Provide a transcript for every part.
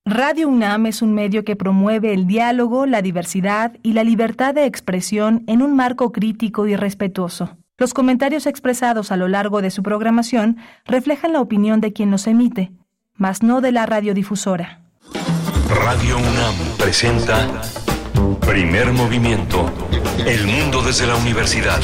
Radio UNAM es un medio que promueve el diálogo, la diversidad y la libertad de expresión en un marco crítico y respetuoso. Los comentarios expresados a lo largo de su programación reflejan la opinión de quien los emite, mas no de la radiodifusora. Radio UNAM presenta Primer Movimiento, El Mundo desde la Universidad.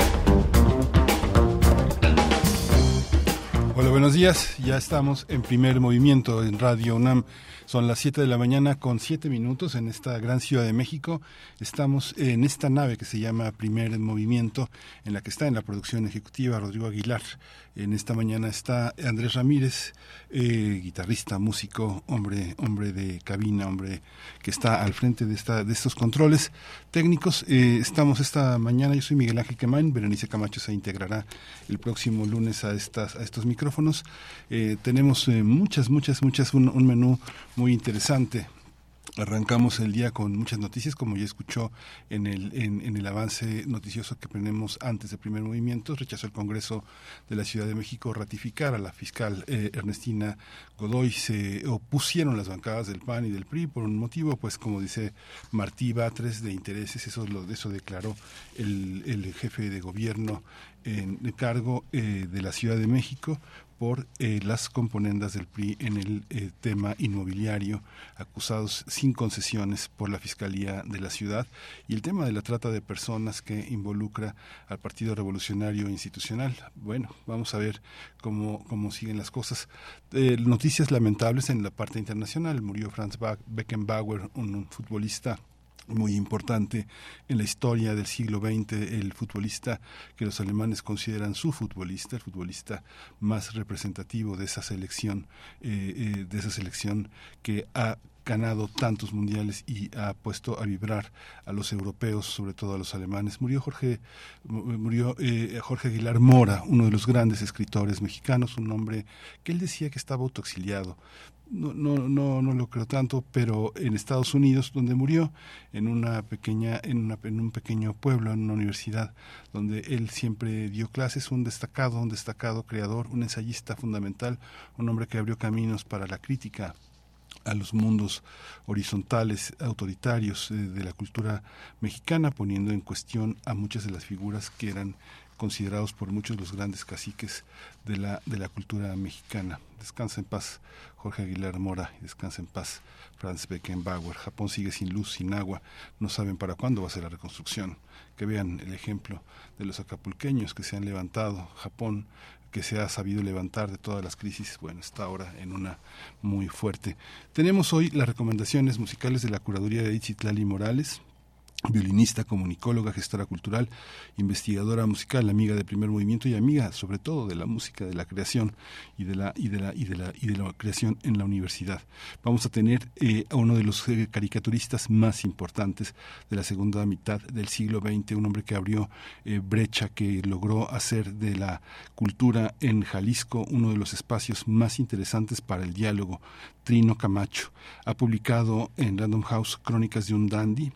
Hola, buenos días. Ya estamos en Primer Movimiento en Radio UNAM. Son las 7 de la mañana con 7 minutos en esta gran Ciudad de México. Estamos en esta nave que se llama Primer Movimiento, en la que está en la producción ejecutiva Rodrigo Aguilar. En esta mañana está Andrés Ramírez, guitarrista, músico, hombre de cabina, hombre que está al frente de estos controles técnicos. Estamos esta mañana, yo soy Miguel Ángel Quemain, Berenice Camacho se integrará el próximo lunes a estos micrófonos. Tenemos un menú muy interesante. Arrancamos el día con muchas noticias, como ya escuchó en el avance noticioso que tenemos antes de Primer Movimiento. Rechazó el Congreso de la Ciudad de México ratificar a la fiscal Ernestina Godoy. Se opusieron las bancadas del PAN y del PRI por un motivo, pues como dice Martí Batres, de intereses. Eso declaró el jefe de gobierno en cargo de la Ciudad de México por las componendas del PRI en el tema inmobiliario, acusados sin concesiones por la Fiscalía de la Ciudad, y el tema de la trata de personas que involucra al Partido Revolucionario Institucional. Bueno, vamos a ver cómo siguen las cosas. Noticias lamentables en la parte internacional. Murió Franz Beckenbauer, un futbolista muy importante en la historia del siglo XX, el futbolista que los alemanes consideran su futbolista, el futbolista más representativo de esa selección, que ha ganado tantos mundiales y ha puesto a vibrar a los europeos, sobre todo a los alemanes. Murió Jorge Aguilar Mora, uno de los grandes escritores mexicanos, un hombre que él decía que estaba autoexiliado. No lo creo tanto, pero en Estados Unidos, donde murió, en un pequeño pueblo, en una universidad donde él siempre dio clases, un destacado creador, un ensayista fundamental, un hombre que abrió caminos para la crítica a los mundos horizontales, autoritarios de la cultura mexicana, poniendo en cuestión a muchas de las figuras que eran considerados por muchos los grandes caciques de la cultura mexicana. Descansa en paz Jorge Aguilar Mora y descansa en paz Franz Beckenbauer. Japón sigue sin luz, sin agua, no saben para cuándo va a ser la reconstrucción. Que vean el ejemplo de los acapulqueños que se han levantado. Japón, que se ha sabido levantar de todas las crisis, bueno, está ahora en una muy fuerte. Tenemos hoy las recomendaciones musicales de la curaduría de Itzitláli Morales, violinista, comunicóloga, gestora cultural, investigadora musical, amiga de Primer Movimiento y amiga sobre todo de la música, de la creación y de la creación en la universidad. Vamos a tener a uno de los caricaturistas más importantes de la segunda mitad del siglo XX, un hombre que abrió brecha, que logró hacer de la cultura en Jalisco uno de los espacios más interesantes para el diálogo. Trino Camacho ha publicado en Random House Crónicas de un Dandy,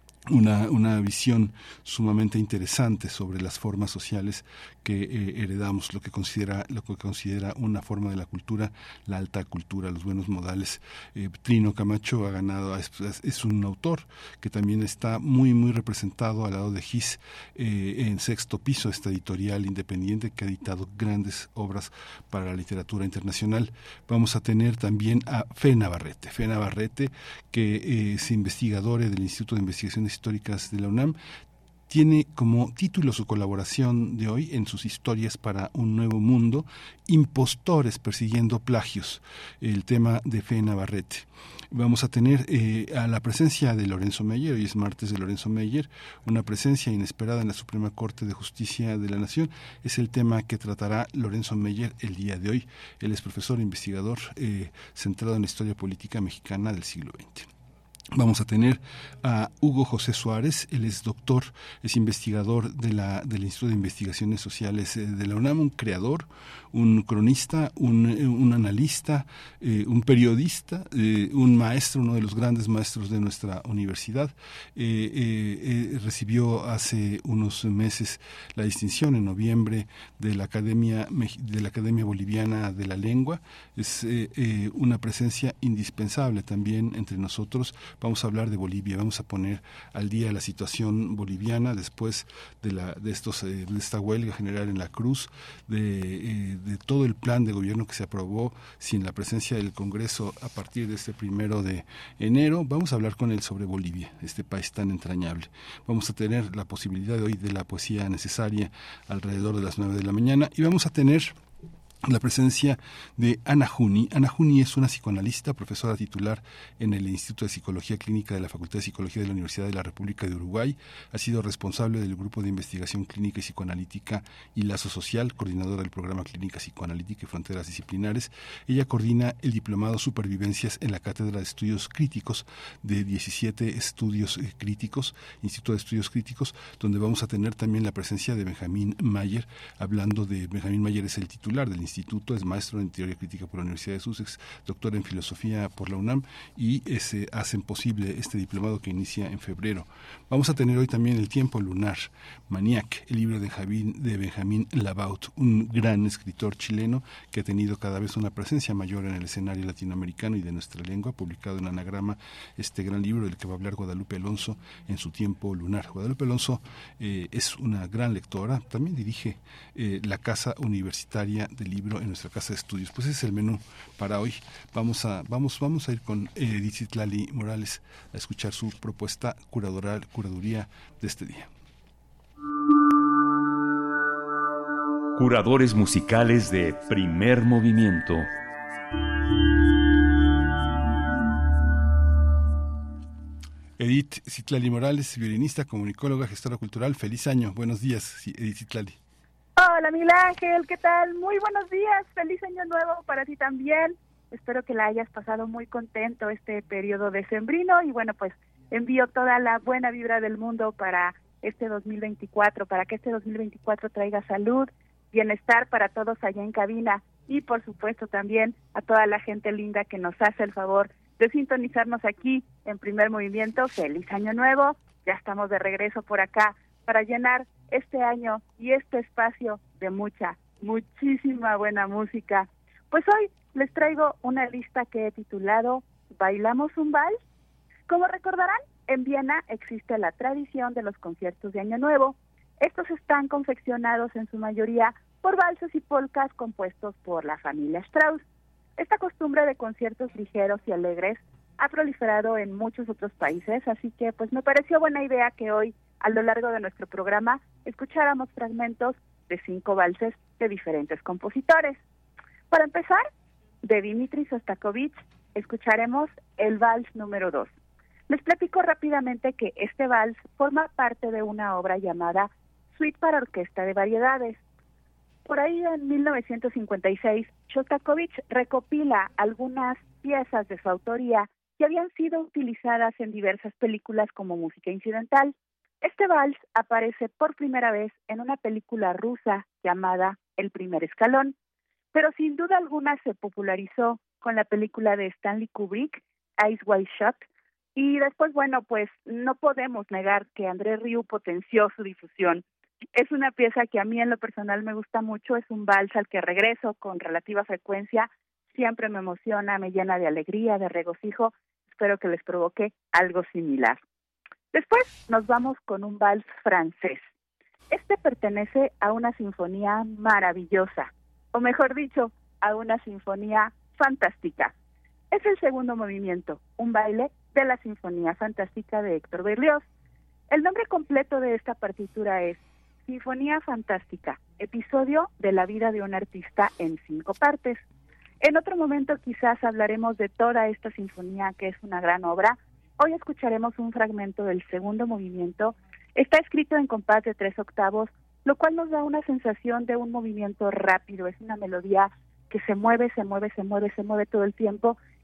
una visión sumamente interesante sobre las formas sociales que heredamos, lo que considera una forma de la cultura, la alta cultura, los buenos modales. Trino Camacho ha ganado, es un autor que también está muy representado al lado de Gis en Sexto Piso, esta editorial independiente que ha editado grandes obras para la literatura internacional. Vamos a tener también a Fe Navarrete, que es investigadora del Instituto de Investigaciones Históricas de la UNAM. Tiene como título su colaboración de hoy en sus historias para un nuevo mundo, Impostores persiguiendo plagios, el tema de Fe Navarrete. Vamos a tener a la presencia de Lorenzo Meyer, hoy es martes de Lorenzo Meyer, una presencia inesperada en la Suprema Corte de Justicia de la Nación. Es el tema que tratará Lorenzo Meyer el día de hoy. Él es profesor e investigador centrado en la historia política mexicana del siglo XX. Vamos a tener a Hugo José Suárez, él es doctor, es investigador del Instituto de Investigaciones Sociales de la UNAM, un creador, un cronista, un analista, un periodista, un maestro, uno de los grandes maestros de nuestra universidad. Recibió hace unos meses la distinción en noviembre de la Academia Boliviana de la Lengua. Es una presencia indispensable también entre nosotros. Vamos a hablar de Bolivia, vamos a poner al día la situación boliviana después de esta huelga general en la Cruz, de todo el plan de gobierno que se aprobó sin la presencia del Congreso a partir de este 1 de enero. Vamos a hablar con él sobre Bolivia, este país tan entrañable. Vamos a tener la posibilidad de hoy de la poesía necesaria alrededor de las 9 de la mañana y vamos a tener la presencia de Ana Juni. Ana Juni es una psicoanalista, profesora titular en el Instituto de Psicología Clínica de la Facultad de Psicología de la Universidad de la República de Uruguay. Ha sido responsable del Grupo de Investigación Clínica y Psicoanalítica y Lazo Social, coordinadora del Programa Clínica Psicoanalítica y Fronteras Disciplinares. Ella coordina el diplomado Supervivencias en la Cátedra de Estudios Críticos de 17 Estudios Críticos, Instituto de Estudios Críticos, donde vamos a tener también la presencia de Benjamín Mayer. Benjamín Mayer es el titular del instituto, es maestro en teoría crítica por la Universidad de Sussex, doctor en filosofía por la UNAM y hacen posible este diplomado que inicia en febrero. Vamos a tener hoy también El tiempo lunar, Maniac, el libro de Benjamín Labaut, un gran escritor chileno que ha tenido cada vez una presencia mayor en el escenario latinoamericano y de nuestra lengua, publicado en Anagrama, este gran libro del que va a hablar Guadalupe Alonso en su tiempo lunar. Guadalupe Alonso es una gran lectora, también dirige la Casa Universitaria del Libro en nuestra casa de estudios. Pues ese es el menú para hoy. Vamos a ir con Edith Citlali Morales a escuchar su propuesta curaduría de este día. Curadores musicales de Primer Movimiento. Edith Citlali Morales, violinista, comunicóloga, gestora cultural. Feliz año. Buenos días, Edith Citlali. Hola Miguel Ángel, ¿qué tal? Muy buenos días, feliz año nuevo para ti también. Espero que la hayas pasado muy contento este periodo decembrino y bueno, pues envío toda la buena vibra del mundo para este 2024, para que este 2024 traiga salud, bienestar para todos allá en cabina y por supuesto también a toda la gente linda que nos hace el favor de sintonizarnos aquí en Primer Movimiento. Feliz año nuevo, ya estamos de regreso por acá para llenar este año y este espacio de muchísima buena música. Pues hoy les traigo una lista que he titulado ¿Bailamos un vals? Como recordarán, en Viena existe la tradición de los conciertos de Año Nuevo. Estos están confeccionados en su mayoría por valses y polcas compuestos por la familia Strauss. Esta costumbre de conciertos ligeros y alegres ha proliferado en muchos otros países, así que pues me pareció buena idea que hoy a lo largo de nuestro programa escucháramos fragmentos de 5 valses de diferentes compositores. Para empezar, de Dmitri Shostakovich escucharemos el vals número 2. Les platico rápidamente que este vals forma parte de una obra llamada Suite para Orquesta de Variedades. Por ahí en 1956, Shostakovich recopila algunas piezas de su autoría que habían sido utilizadas en diversas películas como música incidental. Este vals aparece por primera vez en una película rusa llamada El primer escalón, pero sin duda alguna se popularizó con la película de Stanley Kubrick, Eyes Wide Shut, y después, bueno, pues no podemos negar que André Rieu potenció su difusión. Es una pieza que a mí en lo personal me gusta mucho, es un vals al que regreso con relativa frecuencia, siempre me emociona, me llena de alegría, de regocijo, espero que les provoque algo similar. Después nos vamos con un vals francés. Este pertenece a una sinfonía maravillosa, o mejor dicho, a una sinfonía fantástica. Es el segundo movimiento, un baile de la Sinfonía Fantástica de Héctor Berlioz. El nombre completo de esta partitura es Sinfonía Fantástica, episodio de la vida de un artista en 5 partes. En otro momento quizás hablaremos de toda esta sinfonía, que es una gran obra. Hoy escucharemos un fragmento del segundo movimiento. Está escrito en compás de 3/8, lo cual nos da una sensación de un movimiento rápido. Es una melodía que se mueve todo el tiempo.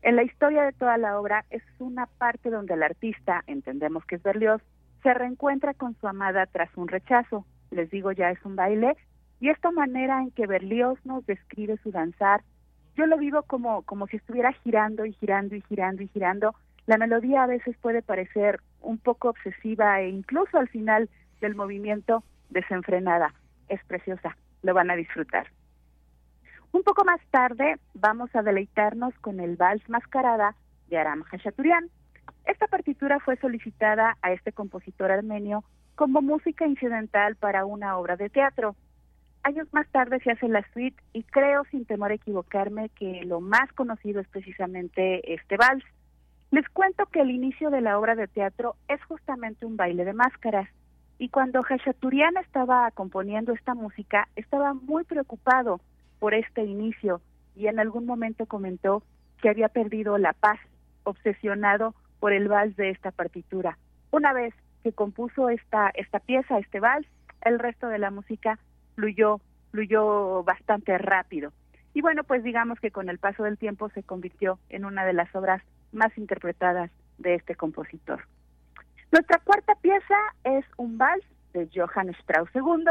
En la historia de toda la obra es una parte donde el artista, entendemos que es Berlioz, se reencuentra con su amada tras un rechazo. Les digo, ya es un baile. Y esta manera en que Berlioz nos describe su danzar, yo lo vivo como si estuviera girando y girando y girando y girando. La melodía a veces puede parecer un poco obsesiva e incluso al final del movimiento desenfrenada. Es preciosa, lo van a disfrutar. Un poco más tarde vamos a deleitarnos con el Vals Mascarada de Aram Khachaturian. Esta partitura fue solicitada a este compositor armenio como música incidental para una obra de teatro. Años más tarde se hace la suite y creo, sin temor a equivocarme, que lo más conocido es precisamente este vals. Les cuento que el inicio de la obra de teatro es justamente un baile de máscaras, y cuando Khachaturian estaba componiendo esta música, estaba muy preocupado por este inicio, y en algún momento comentó que había perdido la paz, obsesionado por el vals de esta partitura. Una vez que compuso esta pieza, este vals, el resto de la música fluyó bastante rápido. Y bueno, pues digamos que con el paso del tiempo se convirtió en una de las obras más interpretadas de este compositor. Nuestra cuarta pieza es un vals de Johann Strauss II,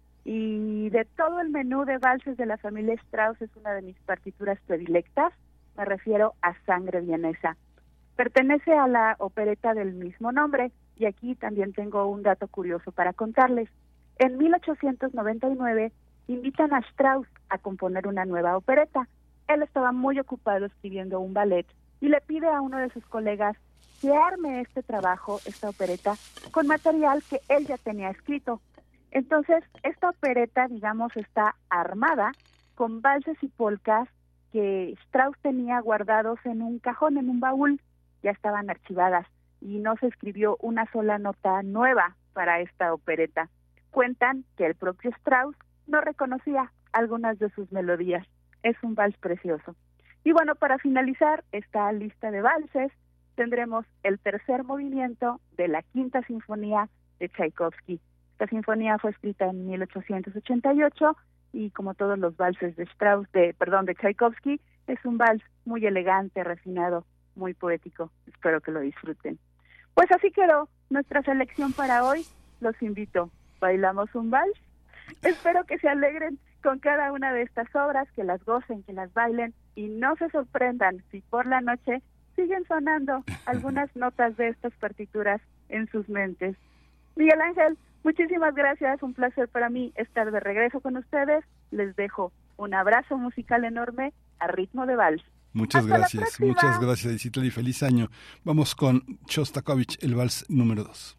y de todo el menú de valses de la familia Strauss es una de mis partituras predilectas. Me refiero a Sangre Vienesa. Pertenece a la opereta del mismo nombre, y aquí también tengo un dato curioso para contarles. En 1899 invitan a Strauss a componer una nueva opereta. Él estaba muy ocupado escribiendo un ballet y le pide a uno de sus colegas que arme este trabajo, esta opereta, con material que él ya tenía escrito. Entonces, esta opereta, digamos, está armada con valses y polcas que Strauss tenía guardados en un cajón, en un baúl. Ya estaban archivadas y no se escribió una sola nota nueva para esta opereta. Cuentan que el propio Strauss no reconocía algunas de sus melodías. Es un vals precioso. Y bueno, para finalizar esta lista de valses, tendremos el tercer movimiento de la Quinta Sinfonía de Tchaikovsky. Esta sinfonía fue escrita en 1888 y, como todos los valses de de Tchaikovsky, es un vals muy elegante, refinado, muy poético. Espero que lo disfruten. Pues así quedó nuestra selección para hoy. Los invito. ¿Bailamos un vals? Espero que se alegren con cada una de estas obras, que las gocen, que las bailen y no se sorprendan si por la noche siguen sonando algunas notas de estas partituras en sus mentes. Miguel Ángel, muchísimas gracias, un placer para mí estar de regreso con ustedes. Les dejo un abrazo musical enorme a ritmo de vals. Muchas gracias, Isitla, y feliz año. Vamos con Shostakovich, el vals número 2.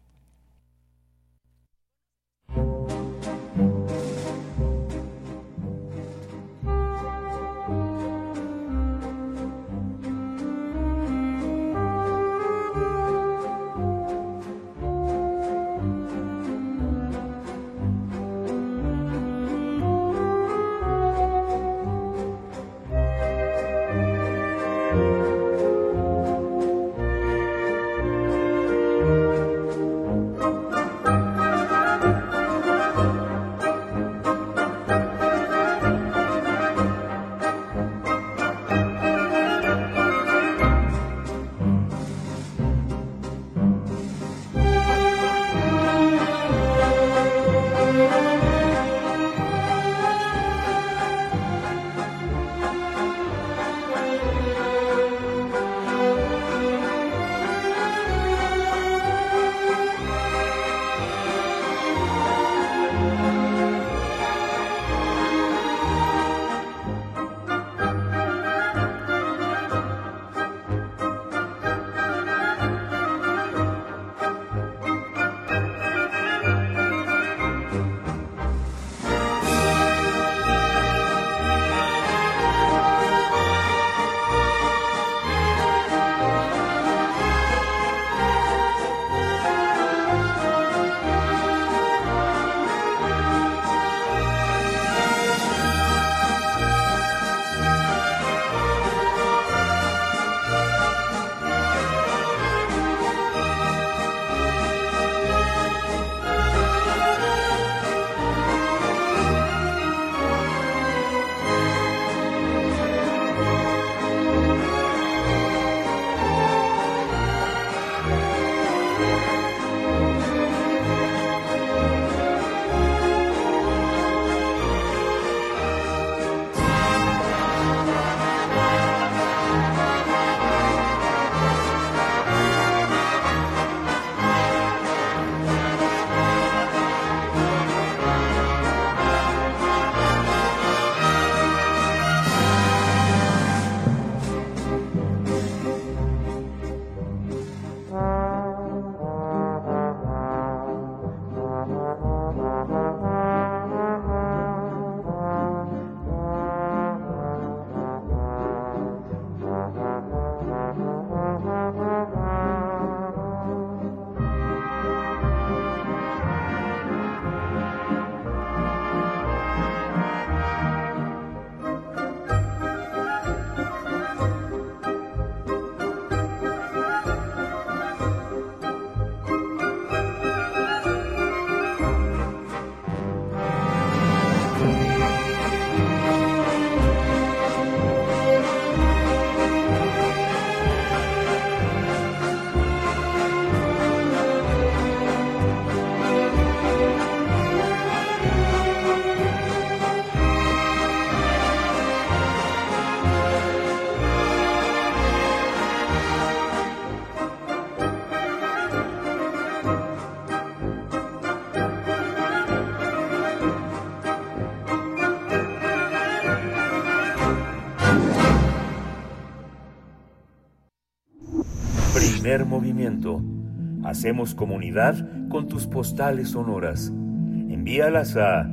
Primer movimiento. Hacemos comunidad con tus postales sonoras. Envíalas a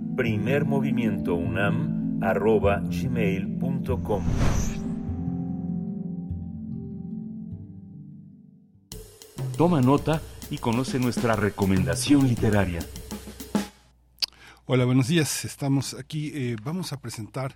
primermovimientounam@gmail.com. Toma nota y conoce nuestra recomendación literaria. Hola, buenos días. Estamos aquí. Vamos a presentar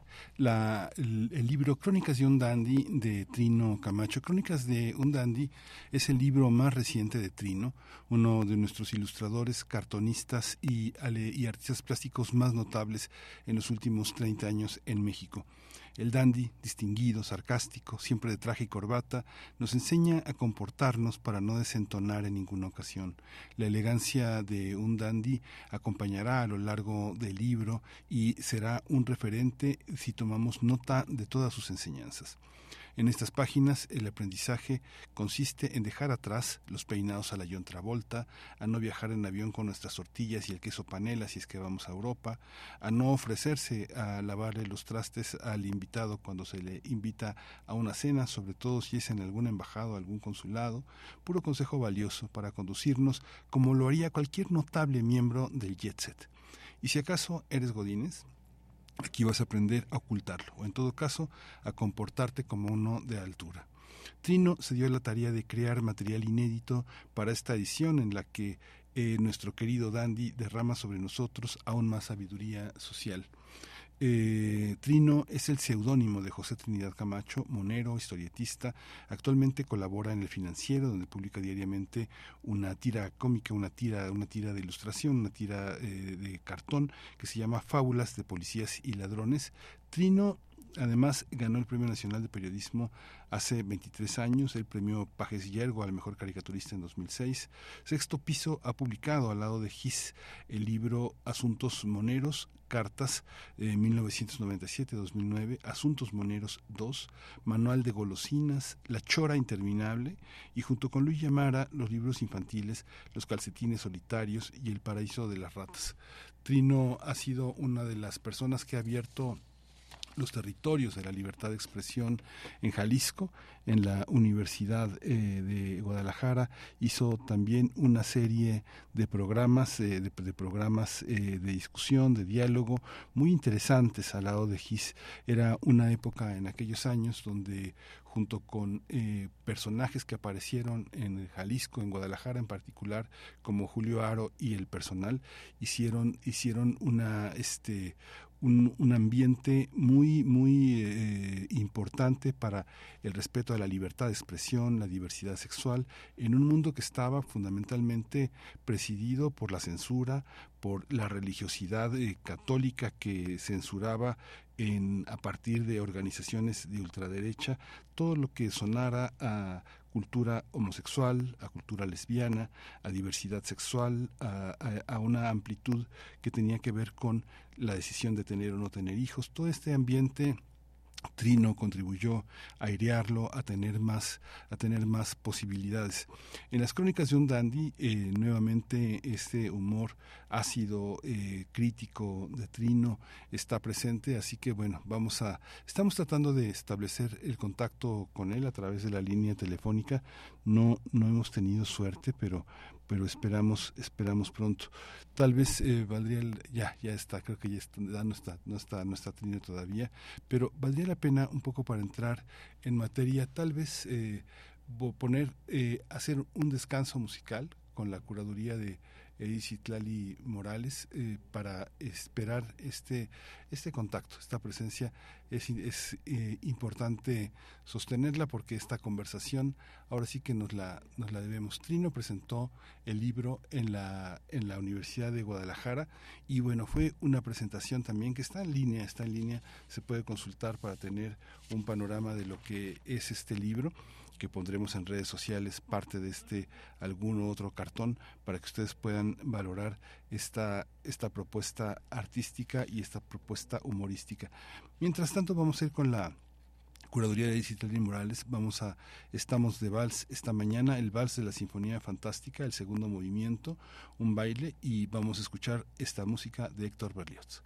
el libro Crónicas de un Dandy de Trino Camacho. Crónicas de un Dandy es el libro más reciente de Trino, uno de nuestros ilustradores, cartonistas y artistas plásticos más notables en los últimos 30 años en México. El dandy, distinguido, sarcástico, siempre de traje y corbata, nos enseña a comportarnos para no desentonar en ninguna ocasión. La elegancia de un dandy acompañará a lo largo del libro y será un referente si tomamos nota de todas sus enseñanzas. En estas páginas, el aprendizaje consiste en dejar atrás los peinados a la John Travolta, a no viajar en avión con nuestras tortillas y el queso panela si es que vamos a Europa, a no ofrecerse a lavarle los trastes al invitado cuando se le invita a una cena, sobre todo si es en alguna embajada o algún consulado. Puro consejo valioso para conducirnos como lo haría cualquier notable miembro del jet set. Y si acaso eres godínez, aquí vas a aprender a ocultarlo, o en todo caso, a comportarte como uno de altura. Trino se dio la tarea de crear material inédito para esta edición en la que nuestro querido dandy derrama sobre nosotros aún más sabiduría social. Trino es el seudónimo de José Trinidad Camacho, monero, historietista. Actualmente colabora en El Financiero, donde publica diariamente una tira cómica, una tira de ilustración, una tira de cartón que se llama Fábulas de Policías y Ladrones. Trino además ganó el Premio Nacional de Periodismo hace 23 años, el Premio Pajes Yergo al Mejor Caricaturista en 2006. Sexto Piso ha publicado al lado de Gis el libro Asuntos Moneros, Cartas, 1997-2009, Asuntos Moneros 2, Manual de Golosinas, La Chora Interminable, y junto con Luis Llamara, los libros infantiles Los Calcetines Solitarios y El Paraíso de las Ratas. Trino ha sido una de las personas que ha abierto los territorios de la libertad de expresión en Jalisco, en la Universidad de Guadalajara. Hizo también una serie de programas, de discusión, de diálogo, muy interesantes al lado de Gis. Era una época en aquellos años donde, junto con personajes que aparecieron en Jalisco, en Guadalajara en particular, como Julio Aro y El Personal, hicieron un ambiente muy importante para el respeto a la libertad de expresión, la diversidad sexual, en un mundo que estaba fundamentalmente presidido por la censura, por la religiosidad católica que censuraba a partir de organizaciones de ultraderecha todo lo que sonara a cultura homosexual, a cultura lesbiana, a diversidad sexual, a una amplitud que tenía que ver con la decisión de tener o no tener hijos. Todo este ambiente, Trino contribuyó a airearlo, a tener más posibilidades. En las Crónicas de un Dandy, nuevamente este humor ácido, crítico de Trino está presente, así que bueno, estamos tratando de establecer el contacto con él a través de la línea telefónica. No hemos tenido suerte, pero esperamos pronto. Tal vez valdría ya está, creo que ya está, no está Trino todavía, pero valdría la pena un poco para entrar en materia, tal vez hacer un descanso musical con la curaduría de Edith Citlali Morales, para esperar este contacto, esta presencia. Es importante sostenerla porque esta conversación ahora sí que nos la debemos. Trino presentó el libro en la Universidad de Guadalajara y bueno, fue una presentación también que está en línea, se puede consultar para tener un panorama de lo que es este libro, que pondremos en redes sociales, parte de algún otro cartón, para que ustedes puedan valorar esta propuesta artística y esta propuesta humorística. Mientras tanto, vamos a ir con la curaduría de Citlali Morales. Estamos de vals esta mañana, el vals de la Sinfonía Fantástica, el segundo movimiento, un baile, y vamos a escuchar esta música de Héctor Berlioz.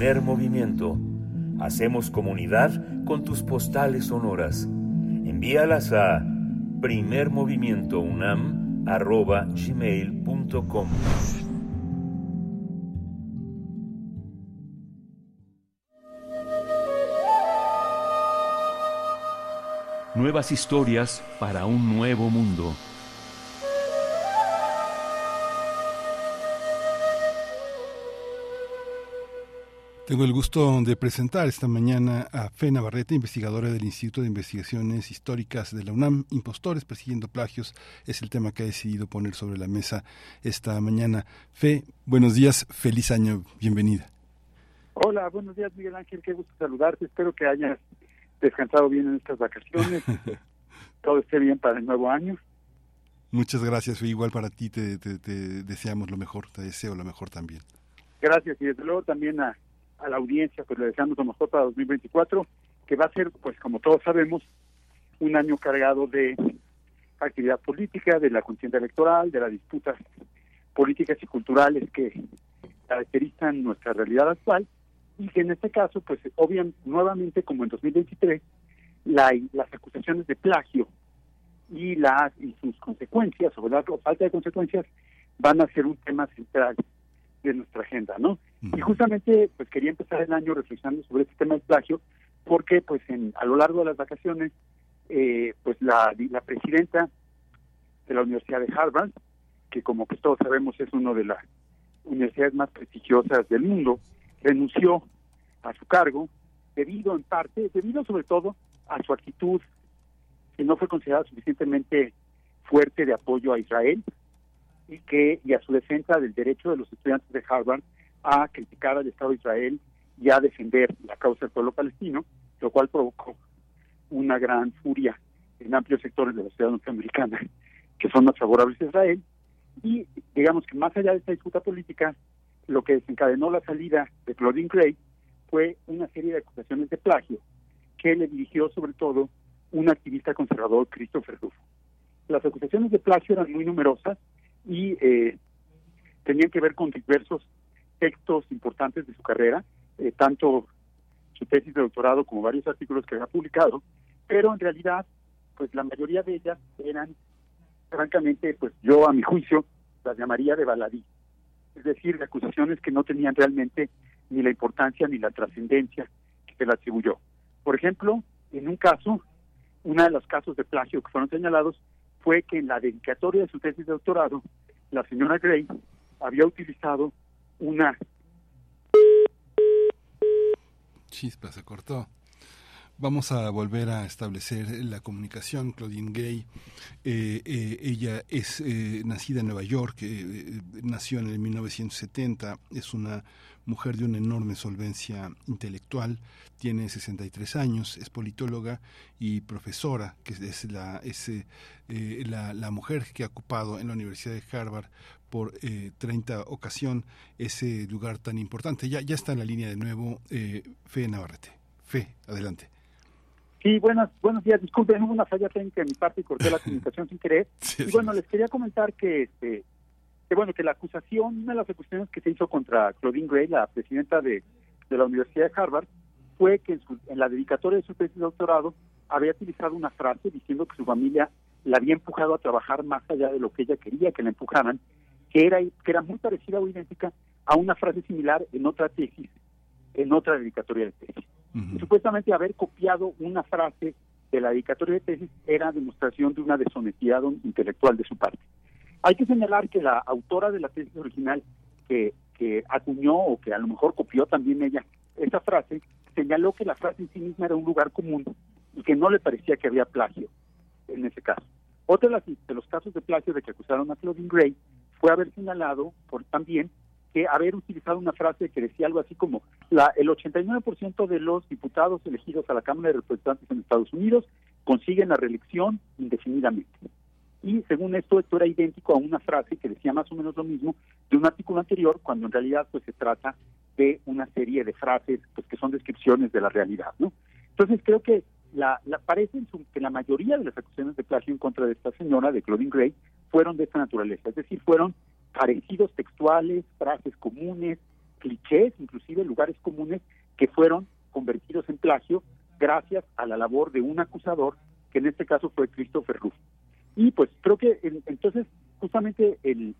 Primer movimiento. Hacemos comunidad con tus postales sonoras. Envíalas a primermovimientounam@gmail.com. Nuevas historias para un nuevo mundo. Tengo el gusto de presentar esta mañana a Fe Navarrete, investigadora del Instituto de Investigaciones Históricas de la UNAM. Impostores persiguiendo plagios es el tema que ha decidido poner sobre la mesa esta mañana. Fe, buenos días, feliz año, bienvenida. Hola, buenos días, Miguel Ángel, qué gusto saludarte. Espero que hayas descansado bien en estas vacaciones, todo esté bien para el nuevo año. Muchas gracias, Fe, igual para ti te deseamos lo mejor, te deseo lo mejor también. Gracias, y desde luego también a la audiencia, pues le deseamos lo mejor para 2024, que va a ser, pues como todos sabemos, un año cargado de actividad política, de la contienda electoral, de las disputas políticas y culturales que caracterizan nuestra realidad actual, y que en este caso, pues obviamente, nuevamente, como en 2023, las acusaciones de plagio y sus consecuencias, o la falta de consecuencias, van a ser un tema central de nuestra agenda, ¿no? Y justamente pues quería empezar el año reflexionando sobre este tema del plagio, porque pues a lo largo de las vacaciones pues la presidenta de la Universidad de Harvard, que como pues todos sabemos es una de las universidades más prestigiosas del mundo, renunció a su cargo debido sobre todo a su actitud que no fue considerada suficientemente fuerte de apoyo a Israel y a su defensa del derecho de los estudiantes de Harvard a criticar al Estado de Israel y a defender la causa del pueblo palestino, lo cual provocó una gran furia en amplios sectores de la sociedad norteamericana que son más favorables a Israel. Y digamos que más allá de esta disputa política, lo que desencadenó la salida de Claudine Gray fue una serie de acusaciones de plagio que le dirigió sobre todo un activista conservador, Christopher Rufo. Las acusaciones de plagio eran muy numerosas y tenían que ver con diversos textos importantes de su carrera, tanto su tesis de doctorado como varios artículos que había publicado, pero en realidad, pues la mayoría de ellas eran, francamente, pues yo a mi juicio las llamaría de baladí, es decir, de acusaciones que no tenían realmente ni la importancia ni la trascendencia que se le atribuyó. Por ejemplo, en un caso, uno de los casos de plagio que fueron señalados fue que en la dedicatoria de su tesis de doctorado, la señora Gray había utilizado una... Chispa, se cortó. Vamos a volver a establecer la comunicación. Claudine Gray, ella es nacida en Nueva York, nació en el 1970, es una mujer de una enorme solvencia intelectual, tiene 63 años, es politóloga y profesora, que es la mujer que ha ocupado en la Universidad de Harvard por 30 ocasión ese lugar tan importante. Ya está en la línea de nuevo Fe Navarrete. Fe, adelante. Sí, buenos días. Disculpen, hubo una falla técnica de mi parte y corté la comunicación sin querer. Sí, y bueno, les quería comentar que la acusación, una de las acusaciones que se hizo contra Claudine Gray, la presidenta de la Universidad de Harvard, fue que en la dedicatoria de su tesis de doctorado había utilizado una frase diciendo que su familia la había empujado a trabajar más allá de lo que ella quería que la empujaran, que era muy parecida o idéntica a una frase similar en otra tesis, en otra dedicatoria de tesis. Y supuestamente haber copiado una frase de la dedicatoria de tesis era demostración de una deshonestidad intelectual de su parte. Hay que señalar que la autora de la tesis original que acuñó o que a lo mejor copió también ella esa frase, señaló que la frase en sí misma era un lugar común y que no le parecía que había plagio en ese caso. Otro de los casos de plagio de que acusaron a Claudine Gray fue haber señalado también que haber utilizado una frase que decía algo así como el 89% de los diputados elegidos a la Cámara de Representantes en Estados Unidos consiguen la reelección indefinidamente. Y según esto era idéntico a una frase que decía más o menos lo mismo de un artículo anterior, cuando en realidad pues se trata de una serie de frases pues que son descripciones de la realidad, ¿no? Entonces creo que parece que la mayoría de las acusaciones de plagio en contra de esta señora, de Claudine Gray, fueron de esta naturaleza, es decir, fueron parecidos textuales, frases comunes, clichés, inclusive lugares comunes que fueron convertidos en plagio gracias a la labor de un acusador, que en este caso fue Christopher Rufo. Y pues creo que entonces justamente el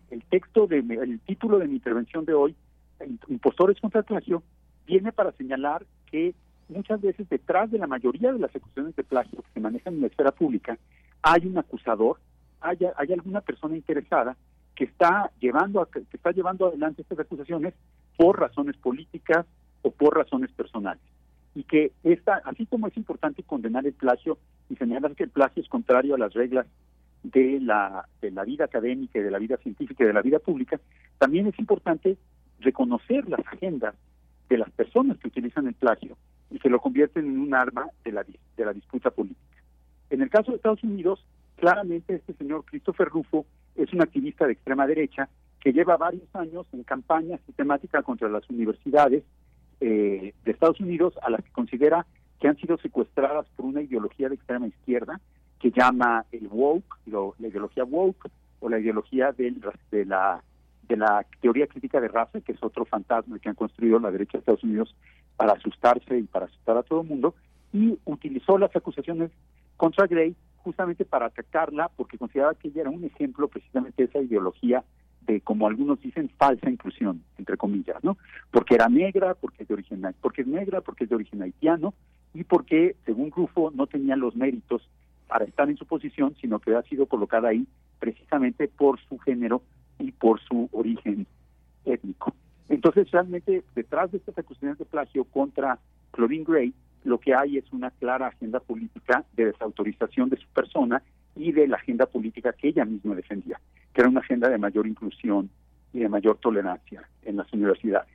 título de mi intervención de hoy, Impostores contra el plagio, viene para señalar que muchas veces detrás de la mayoría de las acusaciones de plagio que se manejan en la esfera pública hay un acusador, hay alguna persona interesada que está llevando adelante estas acusaciones por razones políticas o por razones personales. Y que así como es importante condenar el plagio y señalar que el plagio es contrario a las reglas de la vida académica y de la vida científica y de la vida pública, también es importante reconocer las agendas de las personas que utilizan el plagio y que lo convierten en un arma de la disputa política. En el caso de Estados Unidos, claramente este señor Christopher Rufo es un activista de extrema derecha que lleva varios años en campaña sistemática contra las universidades de Estados Unidos, a las que considera que han sido secuestradas por una ideología de extrema izquierda que llama el woke, la ideología woke, o la ideología de la teoría crítica de raza, que es otro fantasma que han construido la derecha de Estados Unidos para asustarse y para asustar a todo el mundo, y utilizó las acusaciones contra Gray justamente para atacarla, porque consideraba que ella era un ejemplo precisamente de esa ideología de, como algunos dicen, falsa inclusión, entre comillas, ¿no? Porque era negra, porque es negra, porque es de origen haitiano, y porque, según Rufo, no tenía los méritos para estar en su posición, sino que ha sido colocada ahí precisamente por su género y por su origen étnico. Entonces, realmente, detrás de estas acusaciones de plagio contra Claudine Gray, lo que hay es una clara agenda política de desautorización de su persona y de la agenda política que ella misma defendía, que era una agenda de mayor inclusión y de mayor tolerancia en las universidades.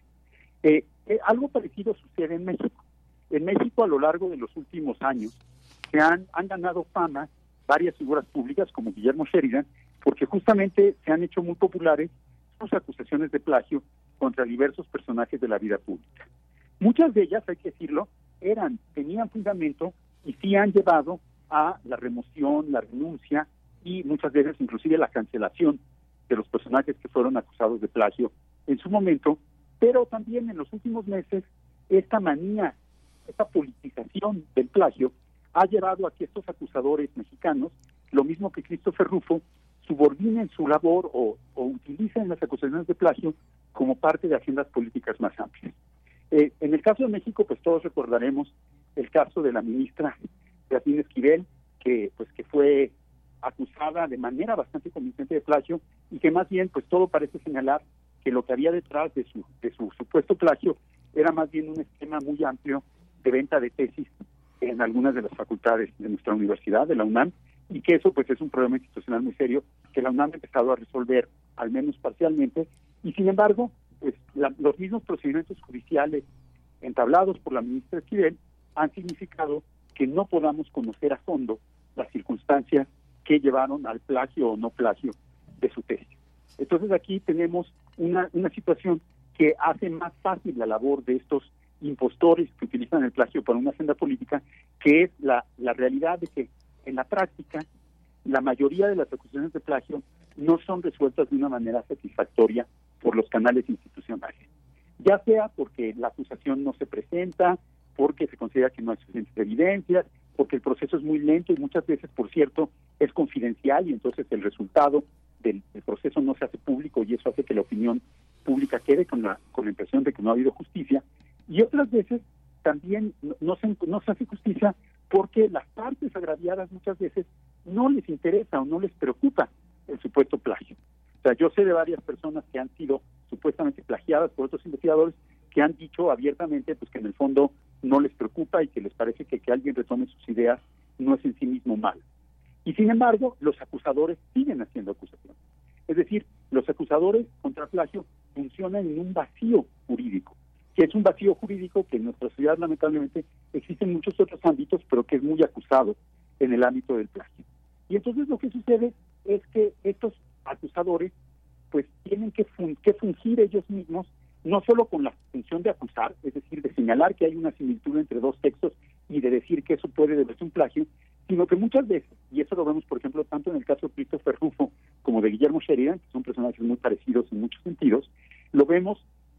Algo parecido sucede en México. En México, a lo largo de los últimos años, han ganado fama varias figuras públicas como Guillermo Sheridan, porque justamente se han hecho muy populares sus acusaciones de plagio contra diversos personajes de la vida pública. Muchas de ellas, hay que decirlo, tenían fundamento y sí han llevado a la remoción, la renuncia y muchas veces inclusive la cancelación de los personajes que fueron acusados de plagio en su momento, pero también en los últimos meses esta manía, esta politización del plagio ha llevado a que estos acusadores mexicanos, lo mismo que Christopher Rufo, subordinen su labor o utilicen las acusaciones de plagio como parte de agendas políticas más amplias. En el caso de México, pues todos recordaremos el caso de la ministra Yasmín Esquivel, que fue acusada de manera bastante convincente de plagio y que más bien pues todo parece señalar que lo que había detrás de su supuesto plagio era más bien un esquema muy amplio de venta de tesis en algunas de las facultades de nuestra universidad, de la UNAM, y que eso pues es un problema institucional muy serio que la UNAM ha empezado a resolver, al menos parcialmente, y sin embargo, pues los mismos procedimientos judiciales entablados por la ministra Esquivel han significado que no podamos conocer a fondo las circunstancias que llevaron al plagio o no plagio de su tesis. Entonces aquí tenemos una situación que hace más fácil la labor de estos impostores que utilizan el plagio para una agenda política, que es la realidad de que en la práctica la mayoría de las acusaciones de plagio no son resueltas de una manera satisfactoria por los canales institucionales, ya sea porque la acusación no se presenta, porque se considera que no hay suficientes evidencias, porque el proceso es muy lento y muchas veces, por cierto, es confidencial y entonces el resultado del proceso no se hace público y eso hace que la opinión pública quede con la impresión de que no ha habido justicia. Y otras veces también no se hace justicia porque las partes agraviadas muchas veces no les interesa o no les preocupa el supuesto plagio. O sea, yo sé de varias personas que han sido supuestamente plagiadas por otros investigadores que han dicho abiertamente pues que en el fondo no les preocupa y que les parece que alguien retome sus ideas no es en sí mismo malo. Y sin embargo, los acusadores siguen haciendo acusaciones. Es decir, los acusadores contra plagio funcionan en un vacío jurídico, que es un vacío jurídico que en nuestra sociedad lamentablemente existe en muchos otros ámbitos, pero que es muy acusado en el ámbito del plagio. Y entonces lo que sucede es que estos acusadores pues tienen que fungir ellos mismos, no solo con la función de acusar, es decir, de señalar que hay una similitud entre dos textos y de decir que eso puede deberse a un plagio, sino que muchas veces, y eso lo vemos por ejemplo tanto en el caso de Christopher Rufo como de Guillermo Sheridan, que son personajes muy parecidos en muchos sentidos, lo vemos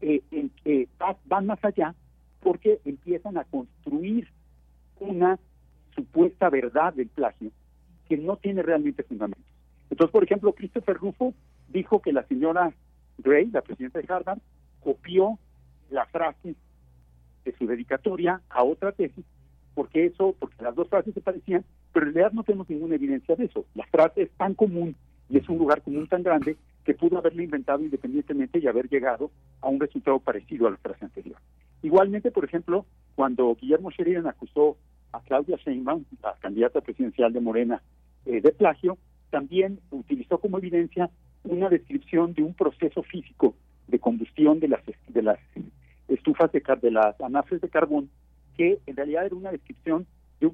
van más allá porque empiezan a construir una supuesta verdad del plagio que no tiene realmente fundamentos. Entonces, por ejemplo, Christopher Rufo dijo que la señora Gray, la presidenta de Harvard, copió la frase de su dedicatoria a otra tesis, porque las dos frases se parecían, pero en realidad no tenemos ninguna evidencia de eso. La frase es tan común y es un lugar común tan grande que pudo haberla inventado independientemente y haber llegado a un resultado parecido a la frase anterior. Igualmente, por ejemplo, cuando Guillermo Sheridan acusó a Claudia Sheinbaum, la candidata presidencial de Morena, de plagio, también utilizó como evidencia una descripción de un proceso físico de combustión de las estufas de las anafres de carbón, que en realidad era una descripción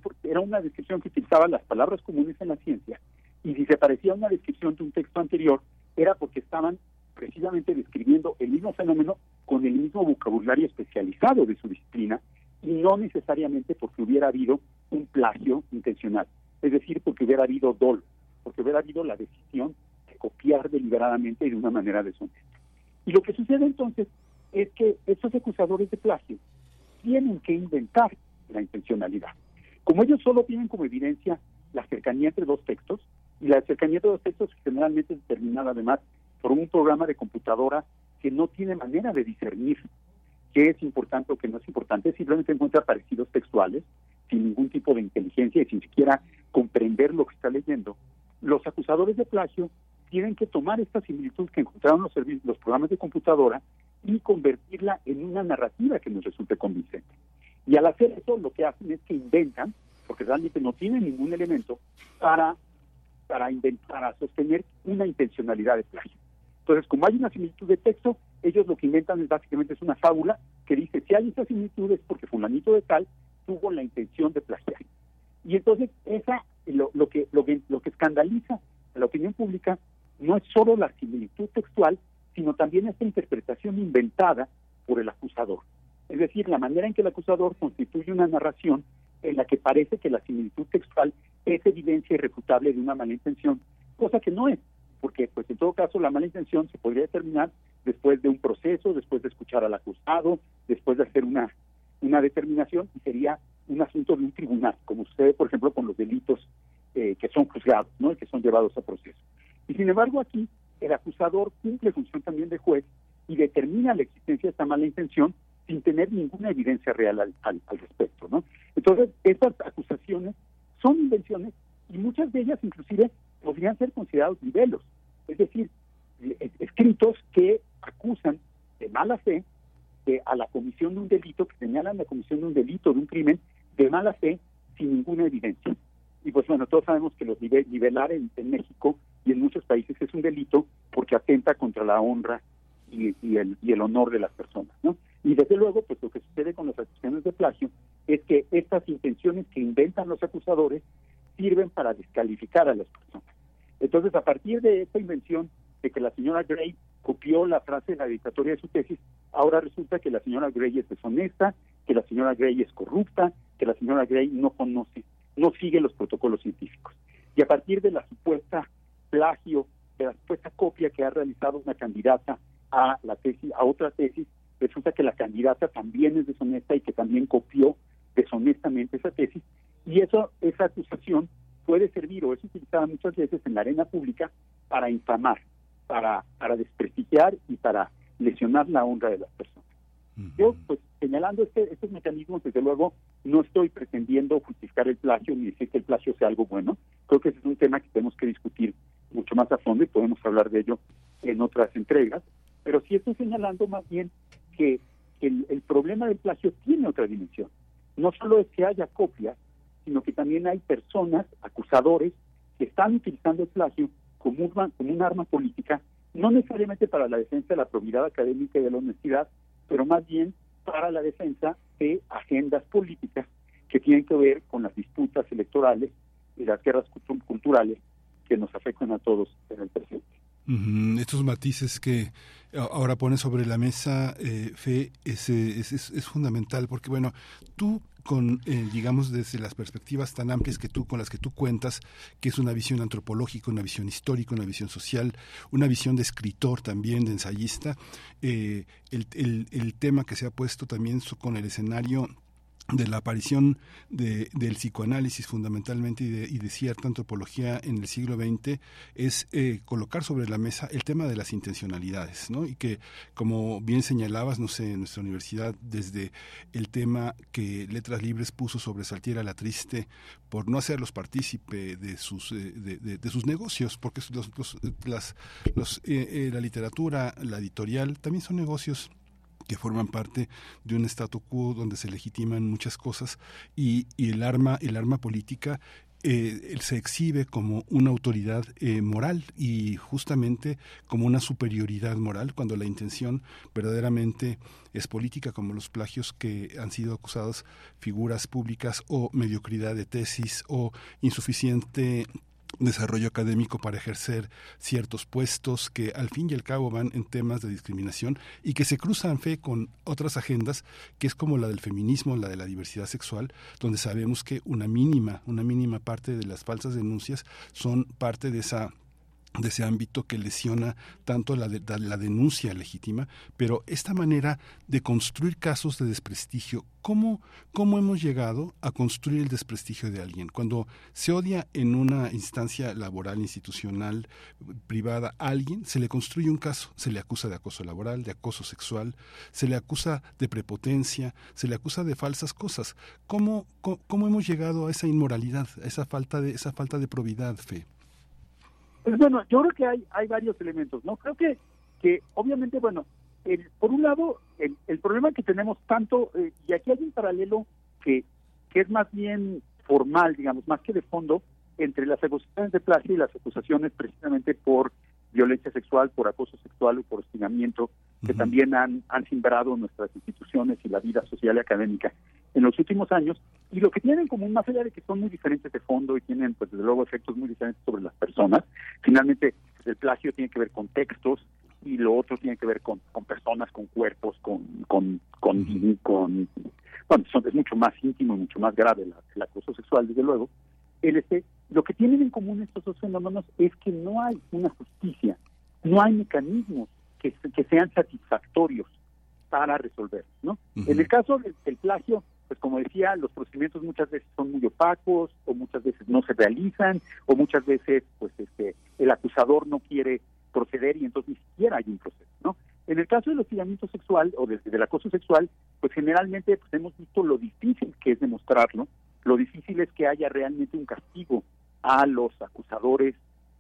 que utilizaba las palabras comunes en la ciencia, y si se parecía a una descripción de un texto anterior era porque estaban precisamente describiendo el mismo fenómeno con el mismo vocabulario especializado de su disciplina, y no necesariamente porque hubiera habido un plagio intencional, es decir, porque hubiera habido dolo, porque hubiera habido la decisión de copiar deliberadamente y de una manera deshonesta. Y lo que sucede entonces es que estos acusadores de plagio tienen que inventar la intencionalidad. Como ellos solo tienen como evidencia la cercanía entre dos textos, y la cercanía entre dos textos generalmente es determinada además por un programa de computadora que no tiene manera de discernir qué es importante o qué no es importante, simplemente encuentra parecidos textuales, sin ningún tipo de inteligencia y sin siquiera comprender lo que está leyendo, los acusadores de plagio tienen que tomar esta similitud que encontraron los programas de computadora y convertirla en una narrativa que nos resulte convincente. Y al hacer eso, lo que hacen es que inventan, porque realmente no tienen ningún elemento, para sostener una intencionalidad de plagio. Entonces, como hay una similitud de texto, ellos lo que inventan es básicamente una fábula que dice, si hay esa similitud es porque fulanito de tal tuvo la intención de plagiar. Y entonces, lo que escandaliza a la opinión pública no es solo la similitud textual, sino también esta interpretación inventada por el acusador. Es decir, la manera en que el acusador constituye una narración en la que parece que la similitud textual es evidencia irrefutable de una mala intención, cosa que no es, porque pues en todo caso la mala intención se podría determinar después de un proceso, después de escuchar al acusado, después de hacer una determinación, y sería un asunto de un tribunal, como sucede por ejemplo con los delitos que son juzgados, ¿no?, y que son llevados a proceso. Y sin embargo aquí el acusador cumple función también de juez y determina la existencia de esta mala intención sin tener ninguna evidencia real al respecto, ¿no? Entonces, estas acusaciones son invenciones y muchas de ellas inclusive podrían ser considerados libelos, es decir, escritos que acusan de mala fe a la comisión de un delito, que señalan la comisión de un delito, de un crimen, de mala fe, sin ninguna evidencia. Y pues bueno, todos sabemos que los nivelar en México y en muchos países es un delito porque atenta contra la honra y el honor de las personas, ¿no? Y desde luego, pues lo que sucede con las acusaciones de plagio es que estas intenciones que inventan los acusadores sirven para descalificar a las personas. Entonces, a partir de esta invención de que la señora Gray copió la frase de la dedicatoria de su tesis, ahora resulta que la señora Gray es deshonesta, que la señora Gray es corrupta, que la señora Gray no sigue los protocolos científicos. Y a partir de la supuesta plagio, de la supuesta copia que ha realizado una candidata a otra tesis, resulta que la candidata también es deshonesta y que también copió deshonestamente esa tesis, y esa acusación puede servir o es utilizada muchas veces en la arena pública para infamar, para desprestigiar y para lesionar la honra de las personas. Yo, pues, señalando estos mecanismos, desde luego, no estoy pretendiendo justificar el plagio ni decir que el plagio sea algo bueno. Creo que ese es un tema que tenemos que discutir mucho más a fondo y podemos hablar de ello en otras entregas, pero sí estoy señalando más bien que el problema del plagio tiene otra dimensión. No solo es que haya copias, sino que también hay personas, acusadores, que están utilizando el plagio como un arma política, no necesariamente para la defensa de la probidad académica y de la honestidad, pero más bien para la defensa de agendas políticas que tienen que ver con las disputas electorales y las guerras culturales que nos afectan a todos en el presente. Estos matices que ahora pones sobre la mesa, Fe, es fundamental, porque bueno, tú con, digamos, desde las perspectivas tan amplias con las que tú cuentas, que es una visión antropológica, una visión histórica, una visión social, una visión de escritor también, de ensayista, el tema que se ha puesto también con el escenario de la aparición del psicoanálisis fundamentalmente y de cierta antropología en el siglo XX es colocar sobre la mesa el tema de las intencionalidades, ¿no? Y que, como bien señalabas, no sé, en nuestra universidad, desde el tema que Letras Libres puso sobre Saltiera la Triste por no hacerlos partícipe de sus negocios, porque la literatura, la editorial, también son negocios que forman parte de un statu quo donde se legitiman muchas cosas y el arma política se exhibe como una autoridad moral y justamente como una superioridad moral cuando la intención verdaderamente es política, como los plagios que han sido acusados figuras públicas o mediocridad de tesis o insuficiente desarrollo académico para ejercer ciertos puestos que al fin y al cabo van en temas de discriminación y que se cruzan, Fe, con otras agendas que es como la del feminismo, la de la diversidad sexual, donde sabemos que una mínima parte de las falsas denuncias son parte de ese ámbito que lesiona tanto la denuncia legítima, pero esta manera de construir casos de desprestigio, ¿cómo hemos llegado a construir el desprestigio de alguien? Cuando se odia en una instancia laboral, institucional, privada a alguien, se le construye un caso, se le acusa de acoso laboral, de acoso sexual, se le acusa de prepotencia, se le acusa de falsas cosas. ¿Cómo hemos llegado a esa inmoralidad, a esa falta de probidad, Fe? Pues bueno, yo creo que hay varios elementos, ¿no? Creo que obviamente, bueno, por un lado, el problema que tenemos tanto, y aquí hay un paralelo que es más bien formal, digamos, más que de fondo, entre las acusaciones de plagio y las acusaciones precisamente por violencia sexual, por acoso sexual o por hostigamiento, que también han simbrado nuestras instituciones y la vida social y académica en los últimos años, y lo que tienen en común, más allá de que son muy diferentes de fondo y tienen, pues desde luego, efectos muy diferentes sobre las personas, finalmente el plagio tiene que ver con textos y lo otro tiene que ver con personas, con cuerpos, bueno, es mucho más íntimo y mucho más grave el acoso sexual, desde luego. Lo que tienen en común estos dos fenómenos es que no hay una justicia, no hay mecanismos que sean satisfactorios para resolver, ¿no? En el caso del plagio, pues como decía, los procedimientos muchas veces son muy opacos, o muchas veces no se realizan, o muchas veces pues el acusador no quiere proceder y entonces ni siquiera hay un proceso, ¿no? En el caso del hostigamiento sexual o del acoso sexual, pues generalmente pues hemos visto lo difícil que es demostrarlo, lo difícil es que haya realmente un castigo a los acusadores,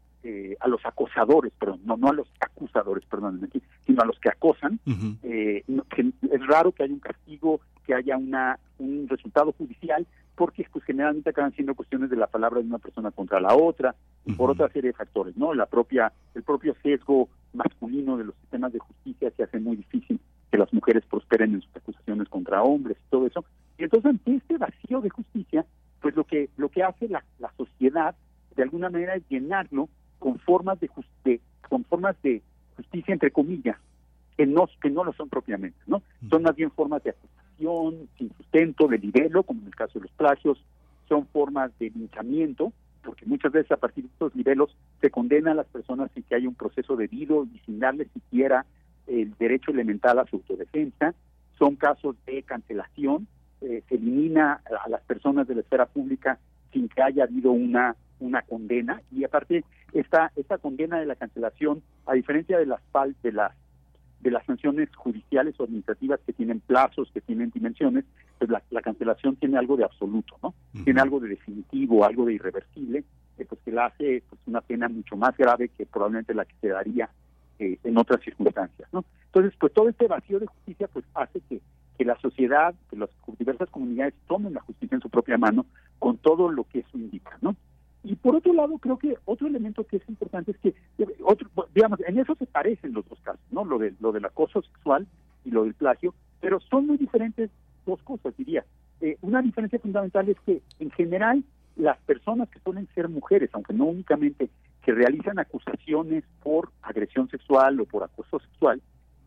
no a los acusadores, perdón, sino a los que acosan. Que es raro que haya un castigo, que haya un resultado judicial, porque pues generalmente acaban siendo cuestiones de la palabra de una persona contra la otra, y por otra serie de factores, ¿no? El propio sesgo masculino de los sistemas de justicia se hace muy difícil que las mujeres prosperen en sus acusaciones contra hombres y todo eso. Y entonces, ante este vacío de justicia, pues lo que hace la sociedad de alguna manera es llenarlo con formas de justicia, entre comillas, que no lo son propiamente, ¿no? Son más bien formas de acusación sin sustento, de libelo, como en el caso de los plagios, son formas de linchamiento, porque muchas veces a partir de estos libelos se condena a las personas sin que haya un proceso debido y sin darles siquiera el derecho elemental a su autodefensa. Son casos de cancelación, se elimina a las personas de la esfera pública sin que haya habido una condena, y aparte esta condena de la cancelación, a diferencia de las sanciones judiciales o administrativas que tienen plazos, que tienen dimensiones, pues la cancelación tiene algo de absoluto, ¿no? Tiene algo de definitivo, algo de irreversible, pues que la hace pues una pena mucho más grave que probablemente la que se daría en otras circunstancias, ¿no? Entonces, pues todo este vacío de justicia pues hace que la sociedad, que las diversas comunidades tomen la justicia en su propia mano con todo lo que eso indica, ¿no? Y por otro lado, creo que otro elemento que es importante es que, digamos, en eso se parecen los dos casos, ¿no? Lo del acoso sexual y lo del plagio, pero son muy diferentes dos cosas, diría. Una diferencia fundamental es que, en general, las personas que suelen ser mujeres, aunque no únicamente, que realizan acusaciones por agresión sexual o por acoso sexual,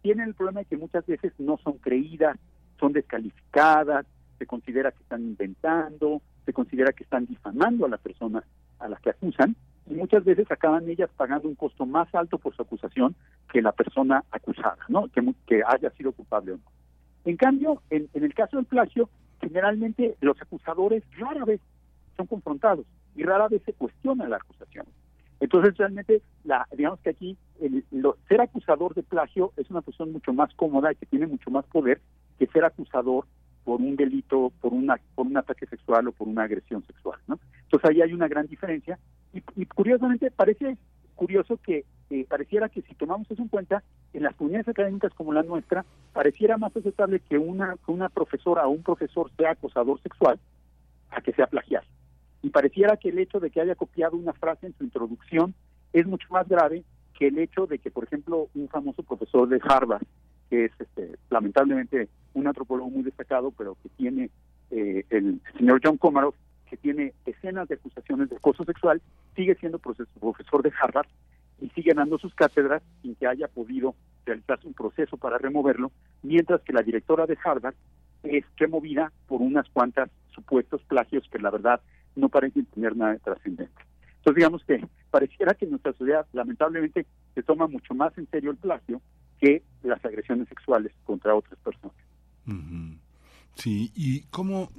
tienen el problema de que muchas veces no son creídas, son descalificadas, se considera que están inventando, se considera que están difamando a la persona a la que acusan, y muchas veces acaban ellas pagando un costo más alto por su acusación que la persona acusada, ¿no? Que haya sido culpable o no. En cambio, en el caso del plagio, generalmente los acusadores rara vez son confrontados y rara vez se cuestiona la acusación. Entonces, realmente, digamos que aquí ser acusador de plagio es una posición mucho más cómoda y que tiene mucho más poder que ser acusador por un delito, por un ataque sexual o por una agresión sexual, ¿no? Entonces, ahí hay una gran diferencia. Y curiosamente, parece curioso que pareciera que si tomamos eso en cuenta, en las comunidades académicas como la nuestra, pareciera más aceptable que una profesora o un profesor sea acosador sexual a que sea plagiar. Y pareciera que el hecho de que haya copiado una frase en su introducción es mucho más grave que el hecho de que, por ejemplo, un famoso profesor de Harvard, que es lamentablemente un antropólogo muy destacado, pero que tiene el señor John Comaroff, que tiene decenas de acusaciones de acoso sexual, sigue siendo profesor de Harvard y sigue dando sus cátedras sin que haya podido realizarse un proceso para removerlo, mientras que la directora de Harvard es removida por unas cuantas supuestos plagios que la verdad no parecen tener nada de trascendente. Entonces, digamos que pareciera que en nuestra sociedad lamentablemente se toma mucho más en serio el plagio que las agresiones sexuales contra otras personas. Uh-huh. Sí, y cómo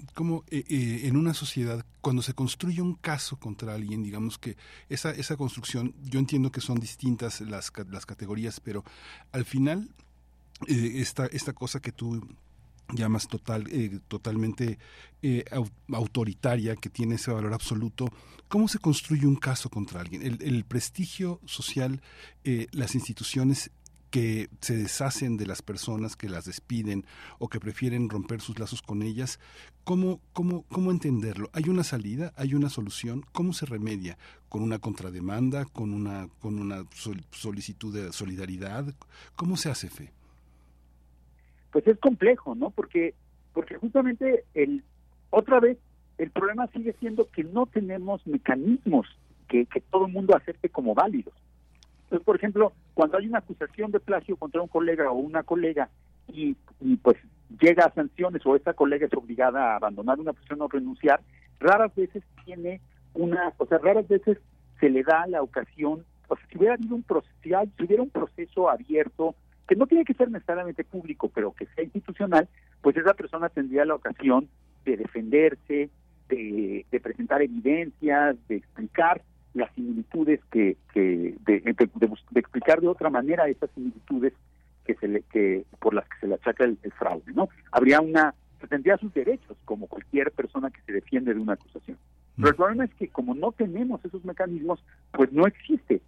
en una sociedad, cuando se construye un caso contra alguien, digamos que esa construcción, yo entiendo que son distintas las categorías, pero al final esta cosa que tú llamas totalmente autoritaria, que tiene ese valor absoluto, ¿cómo se construye un caso contra alguien? El prestigio social, las instituciones que se deshacen de las personas, que las despiden o que prefieren romper sus lazos con ellas, ¿cómo entenderlo? ¿Hay una salida? ¿Hay una solución? ¿Cómo se remedia? ¿Con una contrademanda? ¿Con una solicitud de solidaridad? ¿Cómo se hace, Fe? Pues es complejo, ¿no? Porque justamente otra vez el problema sigue siendo que no tenemos mecanismos que todo el mundo acepte como válidos. Entonces, por ejemplo, cuando hay una acusación de plagio contra un colega o una colega y pues llega a sanciones o esta colega es obligada a abandonar una posición o renunciar, raras veces raras veces se le da la ocasión, o sea, si hubiera habido si hubiera un proceso abierto, que no tiene que ser necesariamente público, pero que sea institucional, pues esa persona tendría la ocasión de defenderse, de presentar evidencias, de explicar las similitudes de explicar de otra manera esas similitudes por las que se le achaca el fraude, ¿no? Tendría sus derechos como cualquier persona que se defiende de una acusación. Pero el problema es que como no tenemos esos mecanismos, pues no existe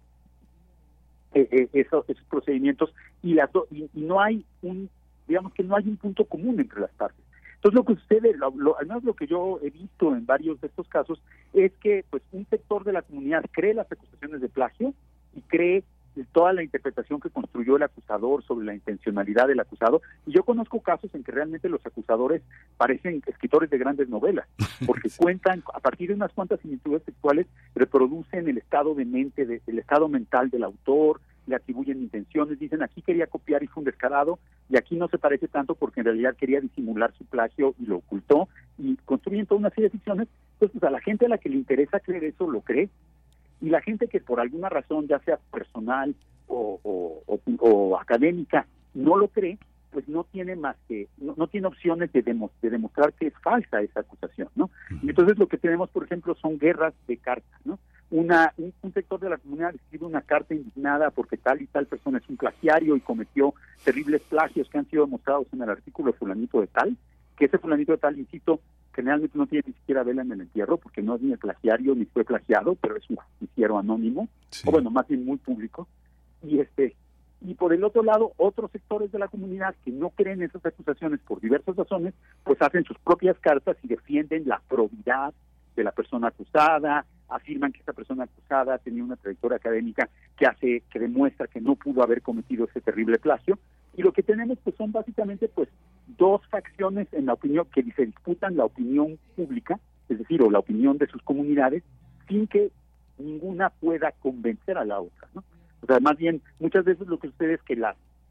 esos procedimientos y no hay digamos que no hay un punto común entre las partes. Entonces lo que sucede, al menos lo que yo he visto en varios de estos casos, es que pues un sector de la comunidad cree las acusaciones de plagio y cree toda la interpretación que construyó el acusador sobre la intencionalidad del acusado, y yo conozco casos en que realmente los acusadores parecen escritores de grandes novelas, porque cuentan, a partir de unas cuantas similitudes sexuales, reproducen el estado de mente, el estado mental del autor, le atribuyen intenciones, dicen aquí quería copiar y fue un descarado, y aquí no se parece tanto porque en realidad quería disimular su plagio y lo ocultó, y construyen toda una serie de ficciones. Entonces, pues, a la gente a la que le interesa creer eso, lo cree, y la gente que por alguna razón, ya sea personal o académica, no lo cree, pues no tiene más que, no tiene opciones de demostrar que es falsa esa acusación, ¿no? Y entonces lo que tenemos, por ejemplo, son guerras de cartas, ¿no? Un sector de la comunidad escribe una carta indignada porque tal y tal persona es un plagiario y cometió terribles plagios que han sido demostrados en el artículo de fulanito de tal, que ese fulanito de tal, insisto, generalmente no tiene ni siquiera vela en el entierro porque no es ni el plagiario ni fue plagiado, pero es un justiciero anónimo, sí. O bueno, más bien muy público, y por el otro lado, otros sectores de la comunidad que no creen esas acusaciones por diversas razones, pues hacen sus propias cartas y defienden la probidad de la persona acusada, afirman que esta persona acusada tenía una trayectoria académica que demuestra que no pudo haber cometido ese terrible plagio, y lo que tenemos pues son básicamente pues dos facciones en la opinión que se disputan la opinión pública, es decir, o la opinión de sus comunidades, sin que ninguna pueda convencer a la otra, ¿no? O sea, más bien, muchas veces lo que sucede es que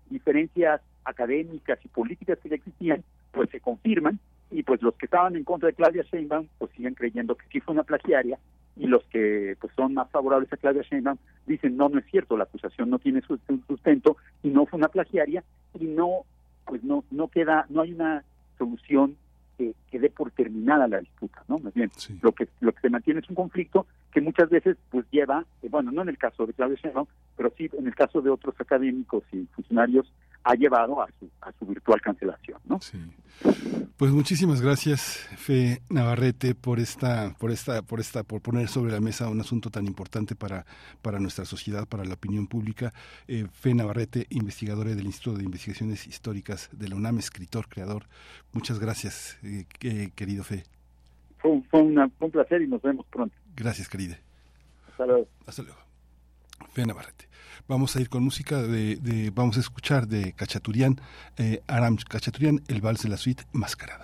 diferencias académicas y políticas que ya existían, pues se confirman, y pues los que estaban en contra de Claudia Sheinbaum pues siguen creyendo que sí fue una plagiaria, y los que pues son más favorables a Claudia Sheinbaum dicen no es cierto, la acusación no tiene sustento y no fue una plagiaria, y no hay una solución que dé por terminada la disputa, ¿no? Más bien, sí. Lo que se mantiene es un conflicto que muchas veces pues lleva, no en el caso de Claudia Sheinbaum, pero sí en el caso de otros académicos y funcionarios, ha llevado a su virtual cancelación, ¿no? Sí. Pues muchísimas gracias, Fe Navarrete, por poner sobre la mesa un asunto tan importante para nuestra sociedad, para la opinión pública. Fe Navarrete, investigadora del Instituto de Investigaciones Históricas de la UNAM, escritor, creador. Muchas gracias, querido Fe. Fue un placer y nos vemos pronto. Gracias, querida. Hasta luego. Hasta luego. Fe Navarrete. Vamos a ir con música vamos a escuchar de Khachaturian, Aram Khachaturian, el vals de la suite Mascarada.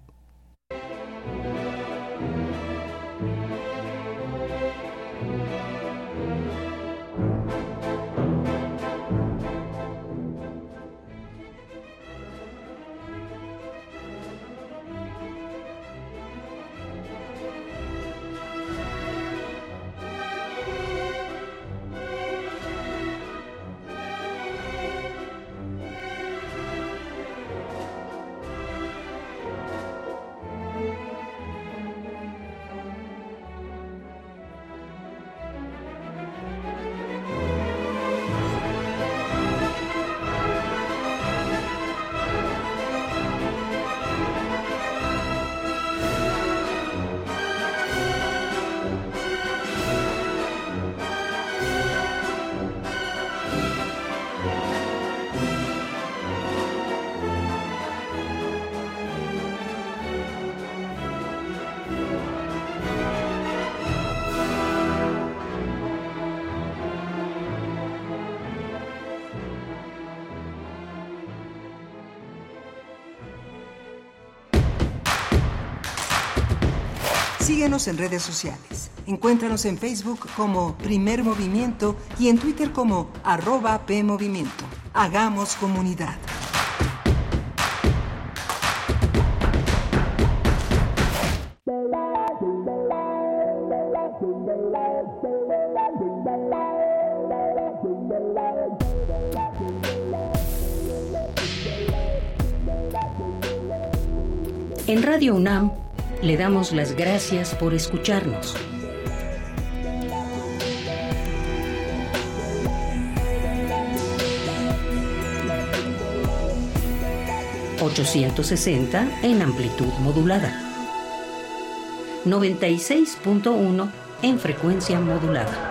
Síguenos en redes sociales. Encuéntranos en Facebook como Primer Movimiento y en Twitter como @PMovimiento. Hagamos comunidad. En Radio UNAM le damos las gracias por escucharnos. ...860 en amplitud modulada... ...96.1 en frecuencia modulada...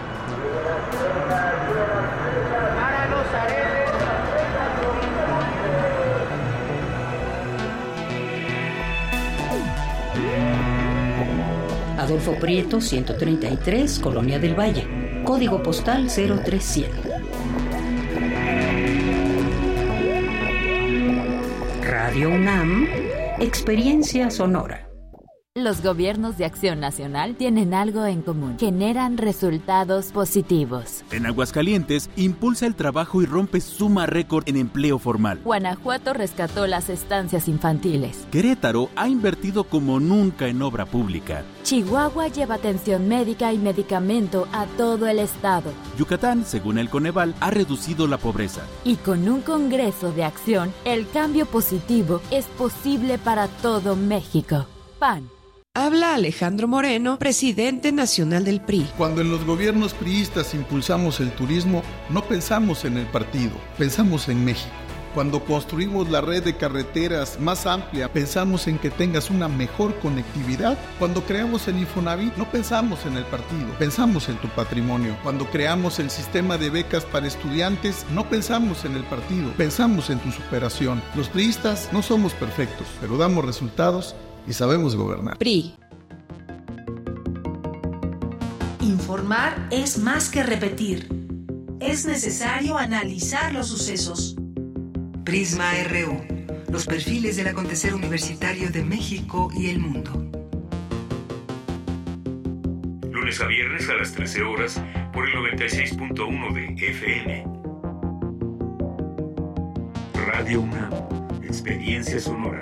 Adolfo Prieto, 133, Colonia del Valle. Código postal 03100. Radio UNAM, experiencia sonora. Los gobiernos de Acción Nacional tienen algo en común. Generan resultados positivos. En Aguascalientes, impulsa el trabajo y rompe suma récord en empleo formal. Guanajuato rescató las estancias infantiles. Querétaro ha invertido como nunca en obra pública. Chihuahua lleva atención médica y medicamento a todo el estado. Yucatán, según el Coneval, ha reducido la pobreza. Y con un Congreso de Acción, el cambio positivo es posible para todo México. PAN. Habla Alejandro Moreno, presidente nacional del PRI. Cuando en los gobiernos priistas impulsamos el turismo, no pensamos en el partido, pensamos en México. Cuando construimos la red de carreteras más amplia, pensamos en que tengas una mejor conectividad. Cuando creamos el Infonavit, no pensamos en el partido, pensamos en tu patrimonio. Cuando creamos el sistema de becas para estudiantes, no pensamos en el partido, pensamos en tu superación. Los priistas no somos perfectos, pero damos resultados y sabemos gobernar. PRI. Informar es más que repetir. Es necesario analizar los sucesos. Prisma RU. Los perfiles del acontecer universitario de México y el mundo. Lunes a viernes a las 13 horas por el 96.1 de FM. Radio UNAM, experiencia sonora.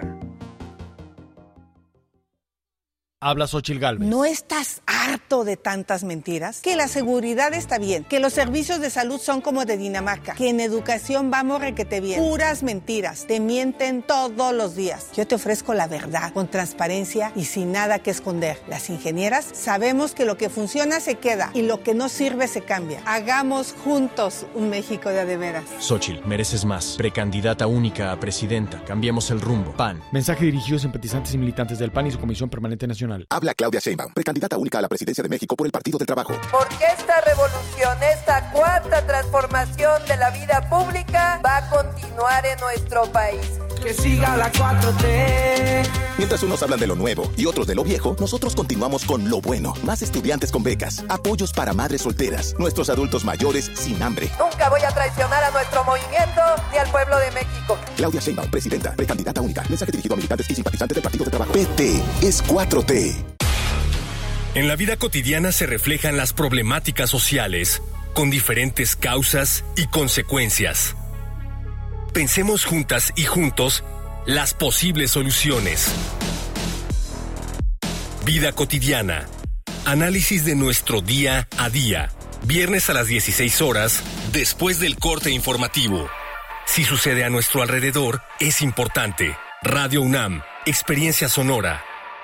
Habla Xóchitl Gálvez. ¿No estás harto de tantas mentiras? Que la seguridad está bien, que los servicios de salud son como de Dinamarca, que en educación vamos requete bien. Puras mentiras, te mienten todos los días. Yo te ofrezco la verdad, con transparencia y sin nada que esconder. Las ingenieras sabemos que lo que funciona se queda y lo que no sirve se cambia. Hagamos juntos un México de a veras. Xóchitl, mereces más. Precandidata única a presidenta. Cambiemos el rumbo. PAN. Mensaje dirigido a simpatizantes y militantes del PAN y su Comisión Permanente Nacional. Habla Claudia Sheinbaum, precandidata única a la presidencia de México por el Partido del Trabajo. Porque esta revolución, esta cuarta transformación de la vida pública va a continuar en nuestro país. Que siga la 4T. Mientras unos hablan de lo nuevo y otros de lo viejo, nosotros continuamos con lo bueno. Más estudiantes con becas, apoyos para madres solteras, nuestros adultos mayores sin hambre. Nunca voy a traicionar a nuestro movimiento ni al pueblo de México. Claudia Sheinbaum, presidenta, precandidata única. Mensaje dirigido a militantes y simpatizantes del Partido del Trabajo. PT es 4T. En la vida cotidiana se reflejan las problemáticas sociales, con diferentes causas y consecuencias. Pensemos juntas y juntos las posibles soluciones. Vida cotidiana. Análisis de nuestro día a día. Viernes a las 16 horas, después del corte informativo. Si sucede a nuestro alrededor, es importante. Radio UNAM, experiencia sonora.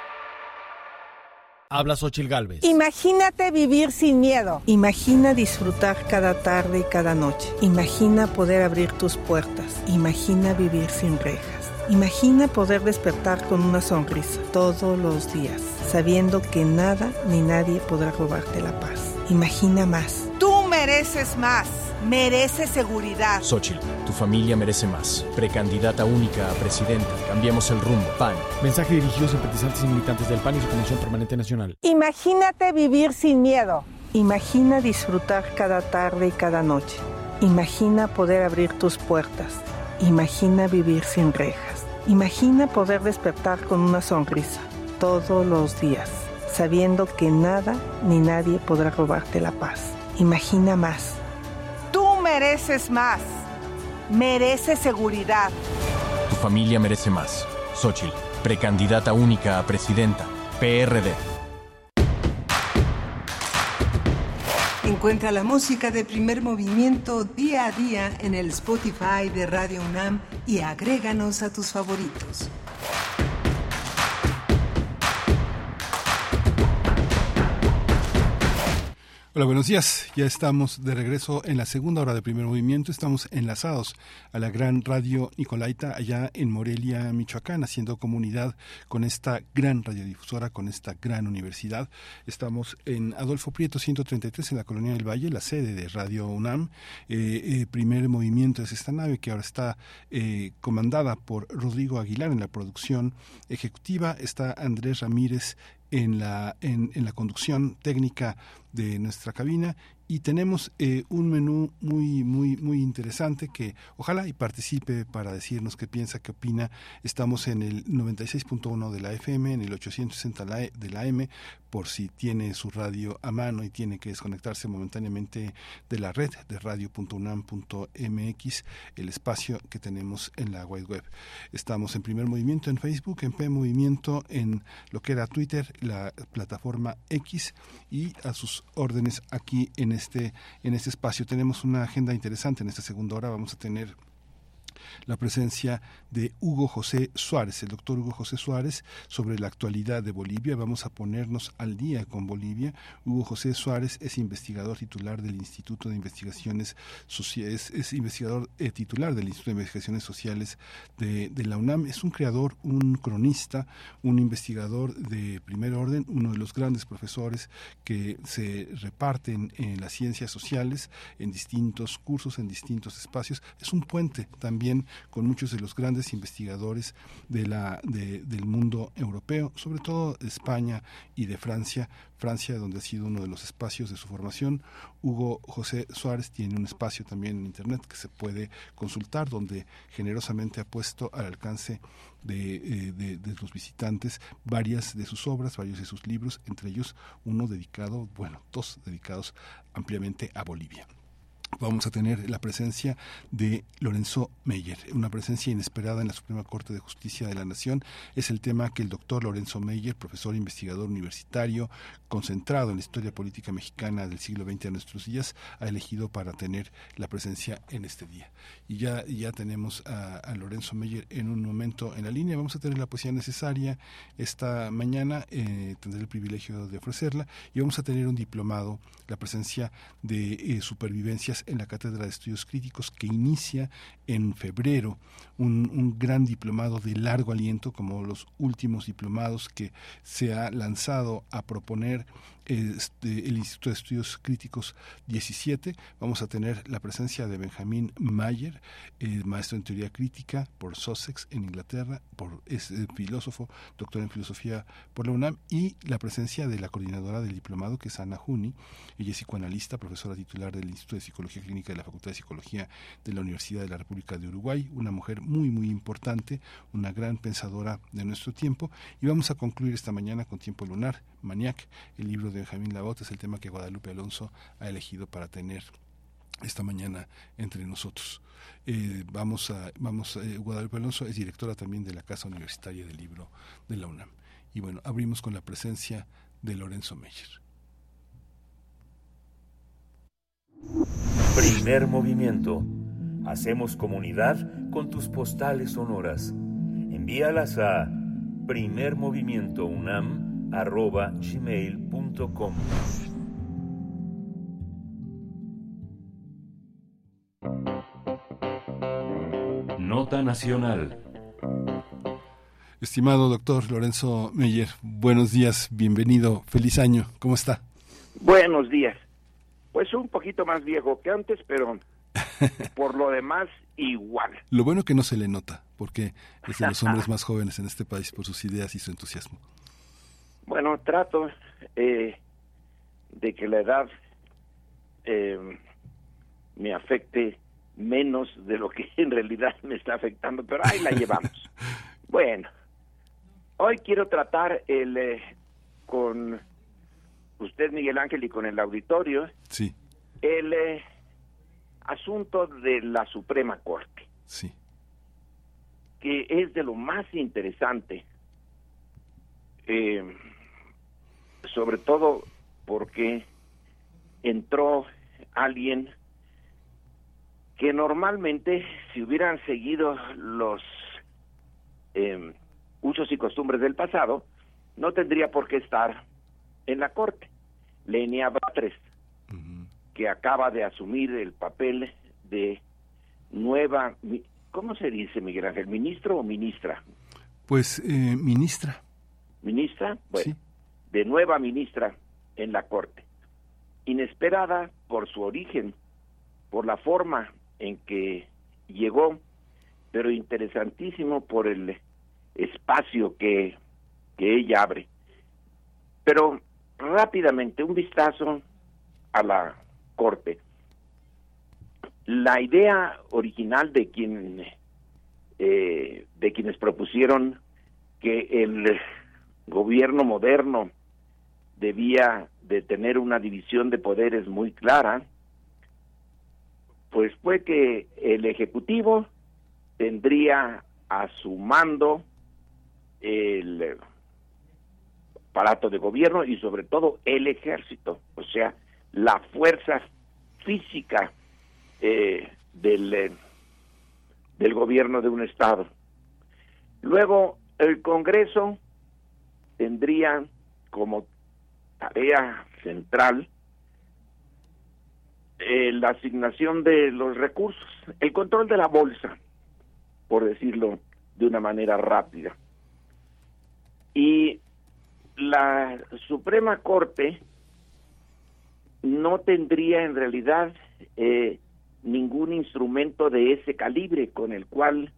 Habla Xóchitl Gálvez. Imagínate vivir sin miedo. Imagina disfrutar cada tarde y cada noche. Imagina poder abrir tus puertas. Imagina vivir sin rejas. Imagina poder despertar con una sonrisa todos los días, sabiendo que nada ni nadie podrá robarte la paz. Imagina más. Tú mereces más. Mereces seguridad. Xóchitl, tu familia merece más. Precandidata única a presidenta. Cambiemos el rumbo. PAN. Mensaje dirigido a simpatizantes y militantes del PAN y su Comisión Permanente Nacional. Imagínate vivir sin miedo. Imagina disfrutar cada tarde y cada noche. Imagina poder abrir tus puertas. Imagina vivir sin rejas. Imagina poder despertar con una sonrisa todos los días, sabiendo que nada ni nadie podrá robarte la paz. Imagina más. Tú mereces más. Mereces seguridad. Tu familia merece más. Xóchitl, precandidata única a presidenta. PRD. Encuentra la música de Primer Movimiento día a día en el Spotify de Radio UNAM y agréganos a tus favoritos. Hola, buenos días. Ya estamos de regreso en la segunda hora de Primer Movimiento. Estamos enlazados a la gran radio Nicolaita allá en Morelia, Michoacán, haciendo comunidad con esta gran radiodifusora, con esta gran universidad. Estamos en Adolfo Prieto 133 en la Colonia del Valle, la sede de Radio UNAM. Primer Movimiento es esta nave que ahora está comandada por Rodrigo Aguilar en la producción ejecutiva. Está Andrés Ramírez en la conducción técnica de nuestra cabina, y tenemos un menú muy interesante que ojalá y participe para decirnos qué piensa, qué opina. Estamos en el 96.1 de la FM, en el 860 de la AM, por si tiene su radio a mano y tiene que desconectarse momentáneamente de la red de radio.unam.mx, el espacio que tenemos en la wide web. Estamos en Primer Movimiento en Facebook, en P Movimiento en lo que era Twitter, la plataforma X, y a sus órdenes aquí en este espacio. Tenemos una agenda interesante en esta segunda hora. Vamos a tener la presencia de Hugo José Suárez, el doctor Hugo José Suárez, sobre la actualidad de Bolivia. Vamos a ponernos al día con Bolivia. Hugo José Suárez es investigador titular del Instituto de Investigaciones Sociales, es investigador titular del Instituto de Investigaciones Sociales de la UNAM. Es un creador, un cronista, un investigador de primer orden, uno de los grandes profesores que se reparten en las ciencias sociales, en distintos cursos, en distintos espacios. Es un puente también con muchos de los grandes investigadores del mundo europeo, sobre todo de España y de Francia, donde ha sido uno de los espacios de su formación. Hugo José Suárez tiene un espacio también en Internet que se puede consultar, donde generosamente ha puesto al alcance de los visitantes varias de sus obras, varios de sus libros, entre ellos dos dedicados ampliamente a Bolivia. vamos a tener la presencia de Lorenzo Meyer, una presencia inesperada en la Suprema Corte de Justicia de la Nación. Es el tema que el doctor Lorenzo Meyer, profesor investigador universitario, concentrado en la historia política mexicana del siglo XX a nuestros días, ha elegido para tener la presencia en este día. Y ya tenemos a Lorenzo Meyer en un momento en la línea. Vamos a tener la poesía necesaria esta mañana, tendré el privilegio de ofrecerla, y vamos a tener un diplomado, la presencia de supervivencias en la Cátedra de Estudios Críticos, que inicia en febrero, un gran diplomado de largo aliento, como los últimos diplomados que se ha lanzado a proponer el Instituto de Estudios Críticos 17. Vamos a tener la presencia de Benjamín Mayer, maestro en teoría crítica por Sussex en Inglaterra, es filósofo, doctor en filosofía por la UNAM, y la presencia de la coordinadora del diplomado, que es Ana Juni. Ella es psicoanalista, profesora titular del Instituto de Psicología Clínica de la Facultad de Psicología de la Universidad de la República de Uruguay, una mujer muy, muy importante, una gran pensadora de nuestro tiempo. Y vamos a concluir esta mañana con Tiempo Lunar, Maniac, el libro de Benjamín Labot, es el tema que Guadalupe Alonso ha elegido para tener esta mañana entre nosotros. Guadalupe Alonso es directora también de la Casa Universitaria del Libro de la UNAM. Y bueno, abrimos con la presencia de Lorenzo Meyer. Primer movimiento. Hacemos comunidad con tus postales sonoras. Envíalas a primermovimientounam@gmail.com. Nota Nacional. Estimado doctor Lorenzo Meyer, buenos días, bienvenido, feliz año, ¿cómo está? Buenos días. Pues un poquito más viejo que antes, pero por lo demás igual. Lo bueno que no se le nota, porque es de los hombres más jóvenes en este país por sus ideas y su entusiasmo. Bueno, trato de que la edad me afecte menos de lo que en realidad me está afectando, pero ahí la llevamos. Bueno, hoy quiero tratar con usted, Miguel Ángel, y con el auditorio, sí, el asunto de la Suprema Corte, sí, que es de lo más interesante, sobre todo porque entró alguien que normalmente, si hubieran seguido los usos y costumbres del pasado, no tendría por qué estar en la Corte. Lenia Batres, que acaba de asumir el papel de nueva, ¿cómo se dice, Miguel Ángel? ¿Ministro o ministra? Pues ministra. ¿Ministra? Bueno, sí, de nueva ministra en la Corte. Inesperada por su origen, por la forma en que llegó, pero interesantísimo por el espacio que ella abre. Pero rápidamente, un vistazo a la Corte. La idea original de quienes propusieron que el gobierno moderno debía de tener una división de poderes muy clara, pues fue que el Ejecutivo tendría a su mando el aparato de gobierno y sobre todo el Ejército, o sea, la fuerza física del gobierno de un Estado. Luego, el Congreso tendría como tarea central la asignación de los recursos, el control de la bolsa, por decirlo de una manera rápida. Y la Suprema Corte no tendría en realidad ningún instrumento de ese calibre con el cual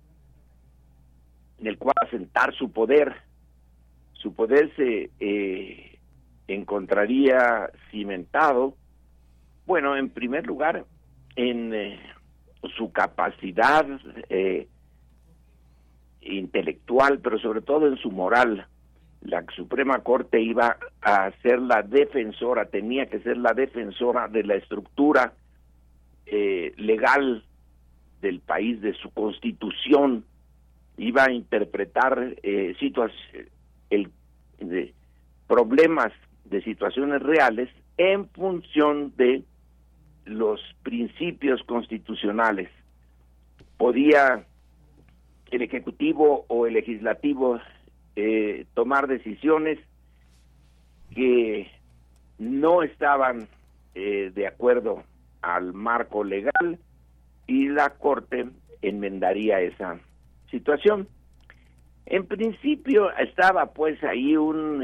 asentar su poder. Su poder se encontraría cimentado, bueno, en primer lugar, en su capacidad intelectual, pero sobre todo en su moral. La Suprema Corte iba a ser la defensora, tenía que ser la defensora de la estructura legal del país, de su constitución, iba a interpretar problemas de situaciones reales en función de los principios constitucionales. Podía el Ejecutivo o el Legislativo tomar decisiones que no estaban de acuerdo al marco legal y la Corte enmendaría esa situación. En principio estaba pues ahí un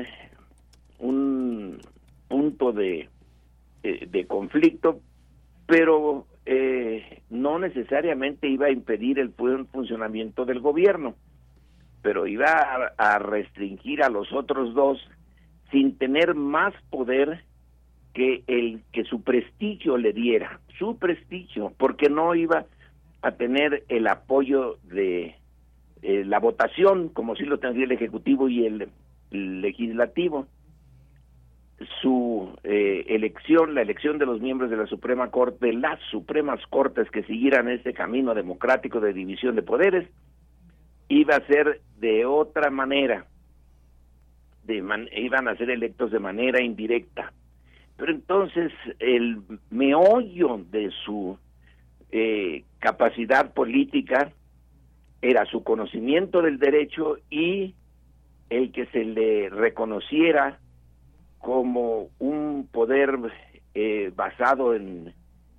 punto de conflicto, pero no necesariamente iba a impedir el buen funcionamiento del gobierno, pero iba a restringir a los otros dos sin tener más poder que el que su prestigio le diera, su prestigio, porque no iba a tener el apoyo de la votación, como sí lo tendría el Ejecutivo y el Legislativo. Su elección, la elección de los miembros de la Suprema Corte, las Supremas Cortes que siguieran este camino democrático de división de poderes, iba a ser de otra manera, iban a ser electos de manera indirecta. Pero entonces el meollo de su capacidad política era su conocimiento del derecho y el que se le reconociera como un poder basado en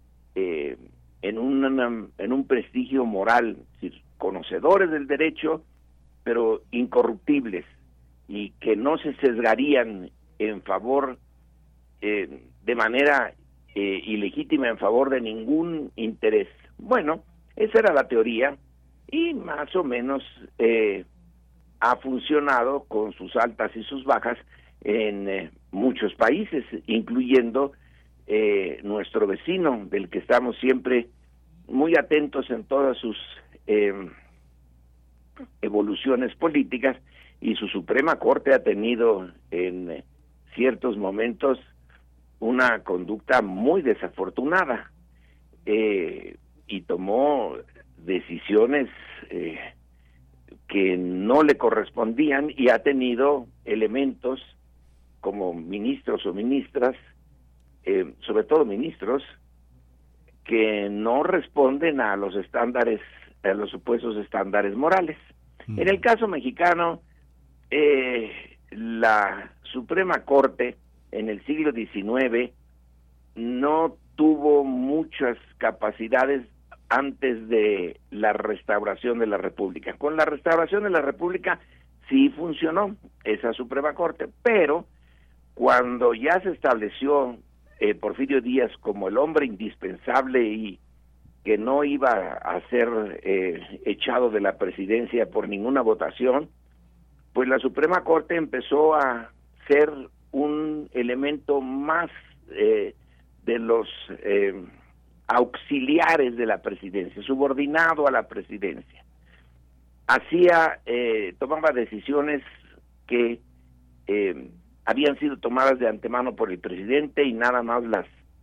un prestigio moral, es decir, conocedores del derecho, pero incorruptibles, y que no se sesgarían en favor, de manera ilegítima, en favor de ningún interés. Bueno, esa era la teoría, y más o menos ha funcionado con sus altas y sus bajas en muchos países, incluyendo nuestro vecino, del que estamos siempre muy atentos en todas sus evoluciones políticas, y su Suprema Corte ha tenido en ciertos momentos una conducta muy desafortunada, y tomó decisiones que no le correspondían, y ha tenido elementos como ministros o ministras, sobre todo ministros, que no responden a los estándares, a los supuestos estándares morales. En el caso mexicano, la Suprema Corte en el siglo XIX no tuvo muchas capacidades antes de la restauración de la República. Con la restauración de la República sí funcionó esa Suprema Corte, pero cuando ya se estableció Porfirio Díaz como el hombre indispensable y que no iba a ser echado de la presidencia por ninguna votación, pues la Suprema Corte empezó a ser un elemento más de los auxiliares de la presidencia, subordinado a la presidencia. Tomaba decisiones que habían sido tomadas de antemano por el presidente y nada más las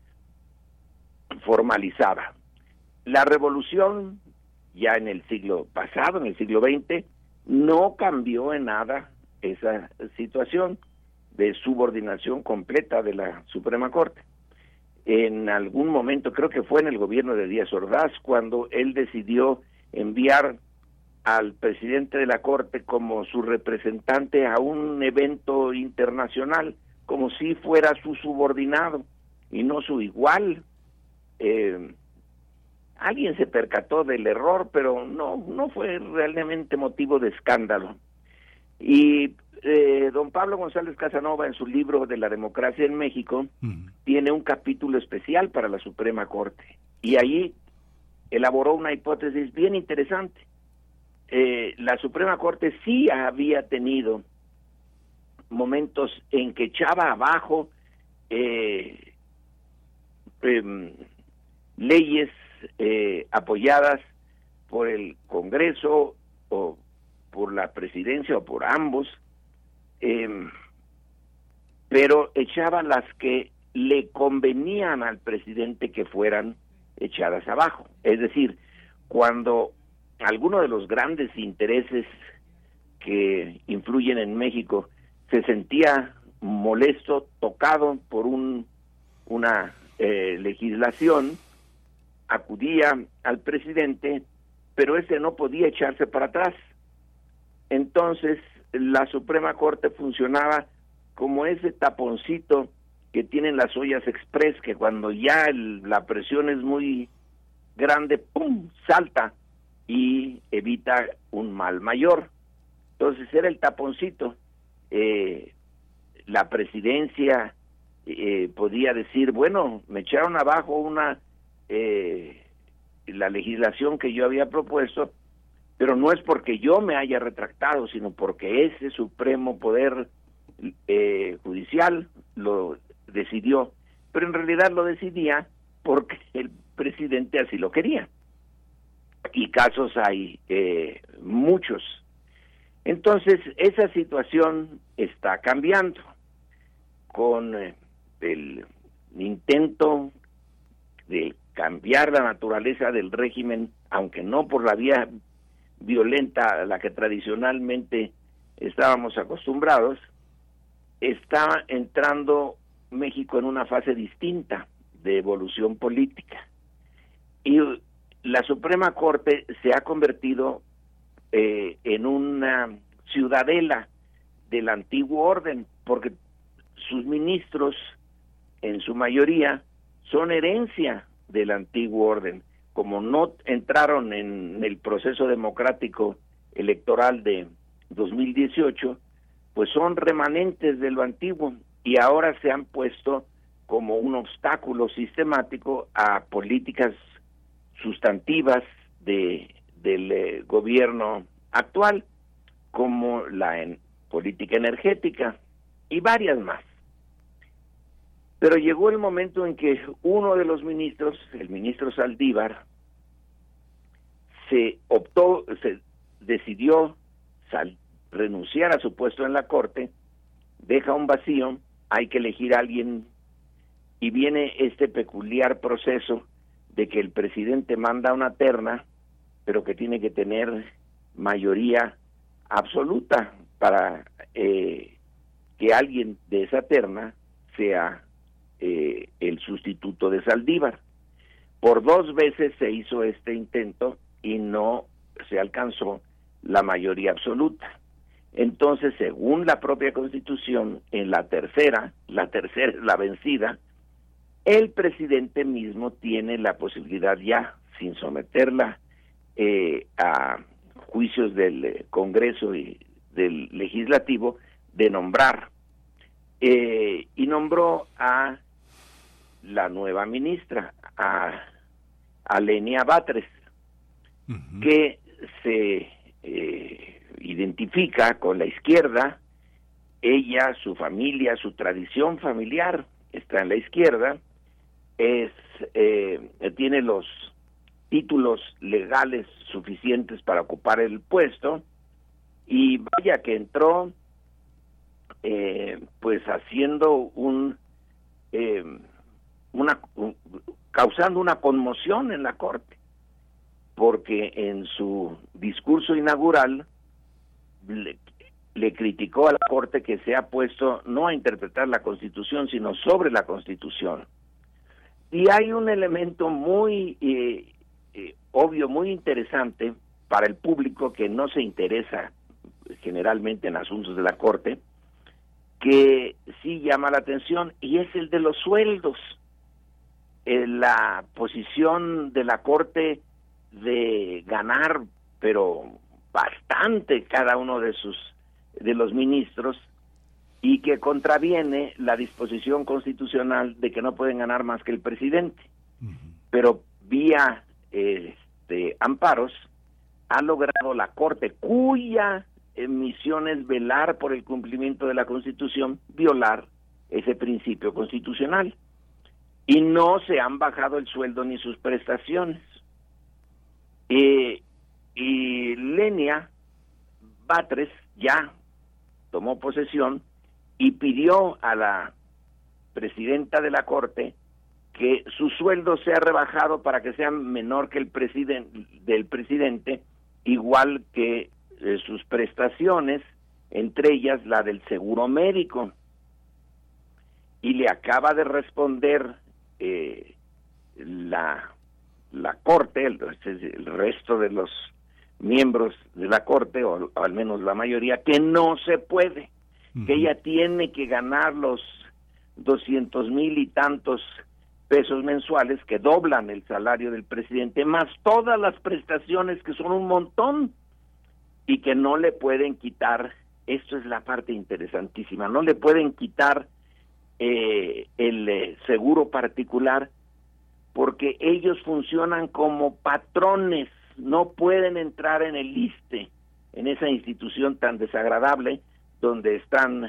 formalizaba. La revolución, ya en el siglo pasado, en el siglo XX, no cambió en nada esa situación de subordinación completa de la Suprema Corte. En algún momento, creo que fue en el gobierno de Díaz Ordaz, cuando él decidió enviar al presidente de la Corte como su representante a un evento internacional, como si fuera su subordinado y no su igual. Alguien se percató del error, pero no fue realmente motivo de escándalo. Y don Pablo González Casanova, en su libro de la democracia en México, tiene un capítulo especial para la Suprema Corte, y ahí elaboró una hipótesis bien interesante. La Suprema Corte sí había tenido momentos en que echaba abajo leyes apoyadas por el Congreso o por la presidencia o por ambos, pero echaba las que le convenían al presidente que fueran echadas abajo. Es decir, cuando alguno de los grandes intereses que influyen en México se sentía molesto, tocado por una legislación, acudía al presidente, pero ese no podía echarse para atrás. Entonces, la Suprema Corte funcionaba como ese taponcito que tienen las ollas express, que cuando ya la presión es muy grande, ¡pum!, salta y evita un mal mayor. Entonces era el taponcito. La presidencia podía decir, bueno, me echaron abajo la legislación que yo había propuesto, pero no es porque yo me haya retractado, sino porque ese supremo poder judicial lo decidió, pero en realidad lo decidía porque el presidente así lo quería. Y casos hay muchos. Entonces, esa situación está cambiando con el intento de cambiar la naturaleza del régimen, aunque no por la vía violenta a la que tradicionalmente estábamos acostumbrados. Está entrando México en una fase distinta de evolución política. Y la Suprema Corte se ha convertido en una ciudadela del antiguo orden, porque sus ministros, en su mayoría, son herencia del antiguo orden. Como no entraron en el proceso democrático electoral de 2018, pues son remanentes de lo antiguo y ahora se han puesto como un obstáculo sistemático a políticas sustantivas del gobierno actual, como la política energética y varias más. Pero llegó el momento en que uno de los ministros, el ministro Saldívar, decidió renunciar a su puesto en la Corte, deja un vacío, hay que elegir a alguien, y viene este peculiar proceso de que el presidente manda una terna, pero que tiene que tener mayoría absoluta para que alguien de esa terna sea el sustituto de Saldívar. Por 2 veces se hizo este intento y no se alcanzó la mayoría absoluta. Entonces, según la propia Constitución, en la tercera es la vencida, el presidente mismo tiene la posibilidad ya, sin someterla a juicios del Congreso y del Legislativo, de nombrar. Y nombró a la nueva ministra, a Lenia Batres, que se identifica con la izquierda. Ella, su familia, su tradición familiar está en la izquierda, tiene los títulos legales suficientes para ocupar el puesto, y vaya que entró pues haciendo causando una conmoción en la Corte, porque en su discurso inaugural le criticó a la Corte que se ha puesto no a interpretar la Constitución, sino sobre la Constitución. Y hay un elemento muy obvio, muy interesante para el público que no se interesa generalmente en asuntos de la Corte, que sí llama la atención, y es el de los sueldos. La posición de la Corte de ganar, pero bastante, cada uno de los ministros, y que contraviene la disposición constitucional de que no pueden ganar más que el presidente. Pero vía amparos ha logrado la Corte, cuya misión es velar por el cumplimiento de la Constitución, violar ese principio constitucional, y no se han bajado el sueldo ni sus prestaciones. Y Lenia Batres ya tomó posesión y pidió a la presidenta de la Corte que su sueldo sea rebajado para que sea menor que el del presidente, igual que sus prestaciones, entre ellas la del seguro médico. Y le acaba de responder la Corte, el resto de los miembros de la Corte, o al menos la mayoría, que no se puede, que ella tiene que ganar los 200,000 y tantos pesos mensuales que doblan el salario del presidente, más todas las prestaciones, que son un montón, y que no le pueden quitar, esto es la parte interesantísima, no le pueden quitar el seguro particular, porque ellos funcionan como patrones, no pueden entrar en el ISSSTE, en esa institución tan desagradable, donde están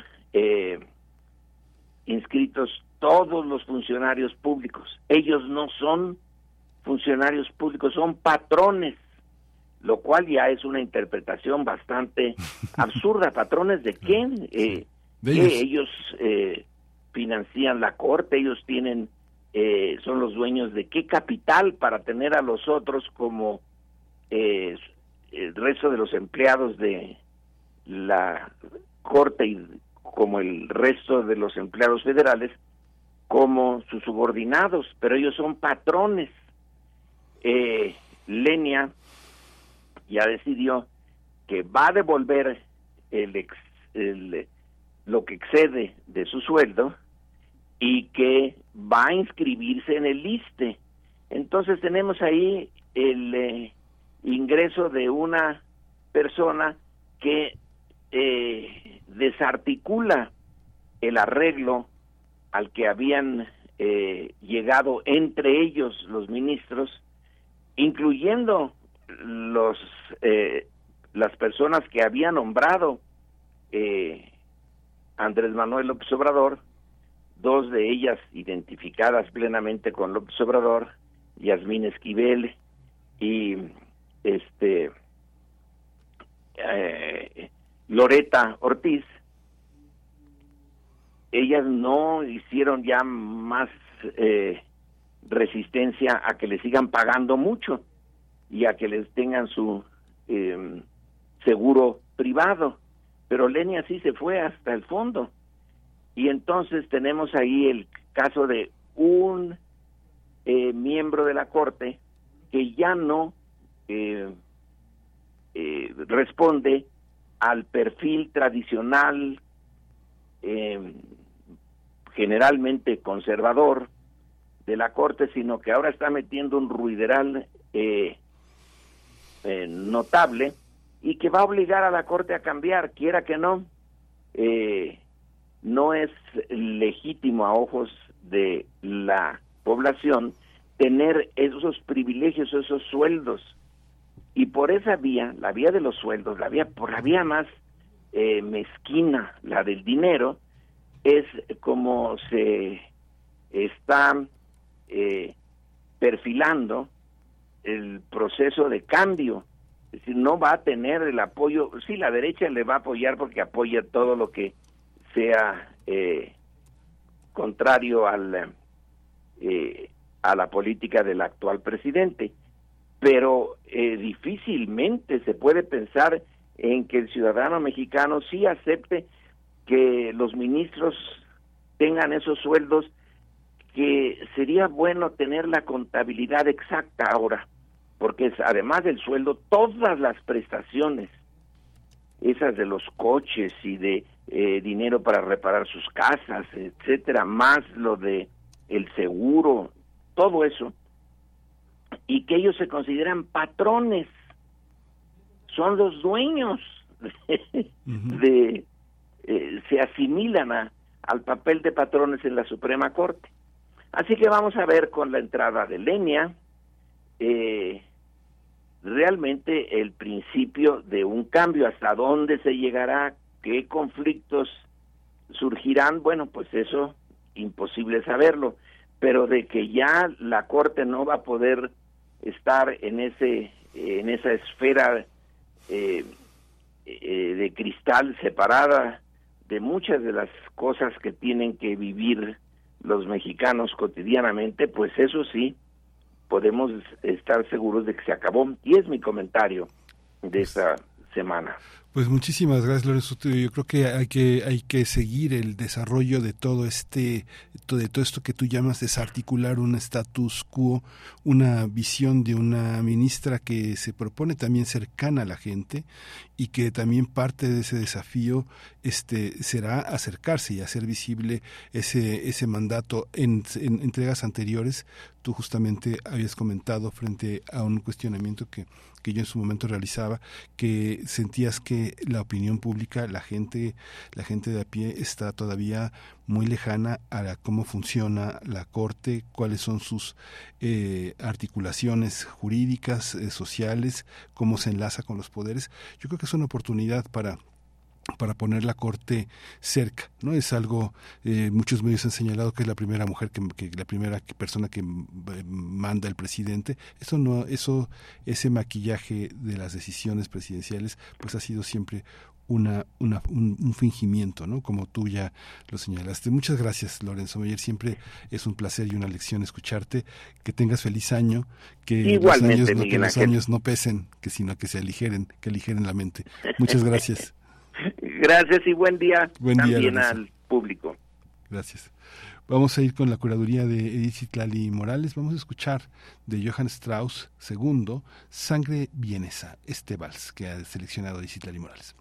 inscritos todos los funcionarios públicos. Ellos no son funcionarios públicos, son patrones, lo cual ya es una interpretación bastante absurda. ¿Patrones de qué? Ellos financian la Corte, ellos tienen, son los dueños de qué capital para tener a los otros como el resto de los empleados de la Corte y como el resto de los empleados federales como sus subordinados, pero ellos son patrones. Lenia ya decidió que va a devolver lo que excede de su sueldo y que va a inscribirse en el ISSSTE. Entonces tenemos ahí el ingreso de una persona que desarticula el arreglo al que habían llegado entre ellos los ministros, incluyendo las personas que había nombrado Andrés Manuel López Obrador, dos de ellas identificadas plenamente con López Obrador, Yasmín Esquivel y Loreta Ortiz. Ellas no hicieron ya más resistencia a que le sigan pagando mucho y a que les tengan su seguro privado, pero Lenia sí se fue hasta el fondo. Y entonces tenemos ahí el caso de un miembro de la Corte que ya no responde al perfil tradicional, generalmente conservador de la Corte, sino que ahora está metiendo un ruideral notable y que va a obligar a la Corte a cambiar, quiera que no. No es legítimo a ojos de la población tener esos privilegios, esos sueldos, y por esa vía, la vía de los sueldos, por la vía más mezquina, la del dinero, es como se está perfilando el proceso de cambio. Es decir, no va a tener el apoyo, sí, la derecha le va a apoyar porque apoya todo lo que sea contrario a la política del actual presidente, pero difícilmente se puede pensar en que el ciudadano mexicano sí acepte que los ministros tengan esos sueldos, que sería bueno tener la contabilidad exacta ahora, porque además del sueldo, todas las prestaciones, esas de los coches y de dinero para reparar sus casas, etcétera, más lo de el seguro, todo eso, y que ellos se consideran patrones, son los dueños se asimilan al papel de patrones en la Suprema Corte. Así que vamos a ver con la entrada de Lenia realmente el principio de un cambio, hasta dónde se llegará, qué conflictos surgirán. Bueno, pues eso imposible saberlo, pero de que ya la Corte no va a poder estar en esa esfera de cristal separada de muchas de las cosas que tienen que vivir los mexicanos cotidianamente, pues eso sí, podemos estar seguros de que se acabó. Y es mi comentario de esta semana. Pues muchísimas gracias, Lorenzo. Yo creo que hay que seguir el desarrollo de todo esto que tú llamas desarticular un status quo, una visión de una ministra que se propone también cercana a la gente y que también parte de ese desafío será acercarse y hacer visible ese mandato. En entregas anteriores tú justamente habías comentado frente a un cuestionamiento que yo en su momento realizaba, que sentías que la opinión pública, la gente de a pie está todavía muy lejana a cómo funciona la Corte, cuáles son sus articulaciones jurídicas, sociales, cómo se enlaza con los poderes. Yo creo que es una oportunidad para poner la Corte cerca, ¿no? Es algo, muchos medios han señalado que es la primera mujer, que la primera persona que manda el presidente. Ese maquillaje de las decisiones presidenciales, pues ha sido siempre un fingimiento, ¿no? Como tú ya lo señalaste. Muchas gracias, Lorenzo Meyer. Siempre es un placer y una lección escucharte. Que tengas feliz año, que igualmente, los años no pesen, sino que se aligeren, que aligeren la mente. Muchas gracias. Gracias y buen día también Lorenzo. al público. Gracias. Vamos a ir con la curaduría de Edith Citlali Morales. Vamos a escuchar de Johann Strauss II, Sangre vienesa, este vals que ha seleccionado Edith Citlali Morales.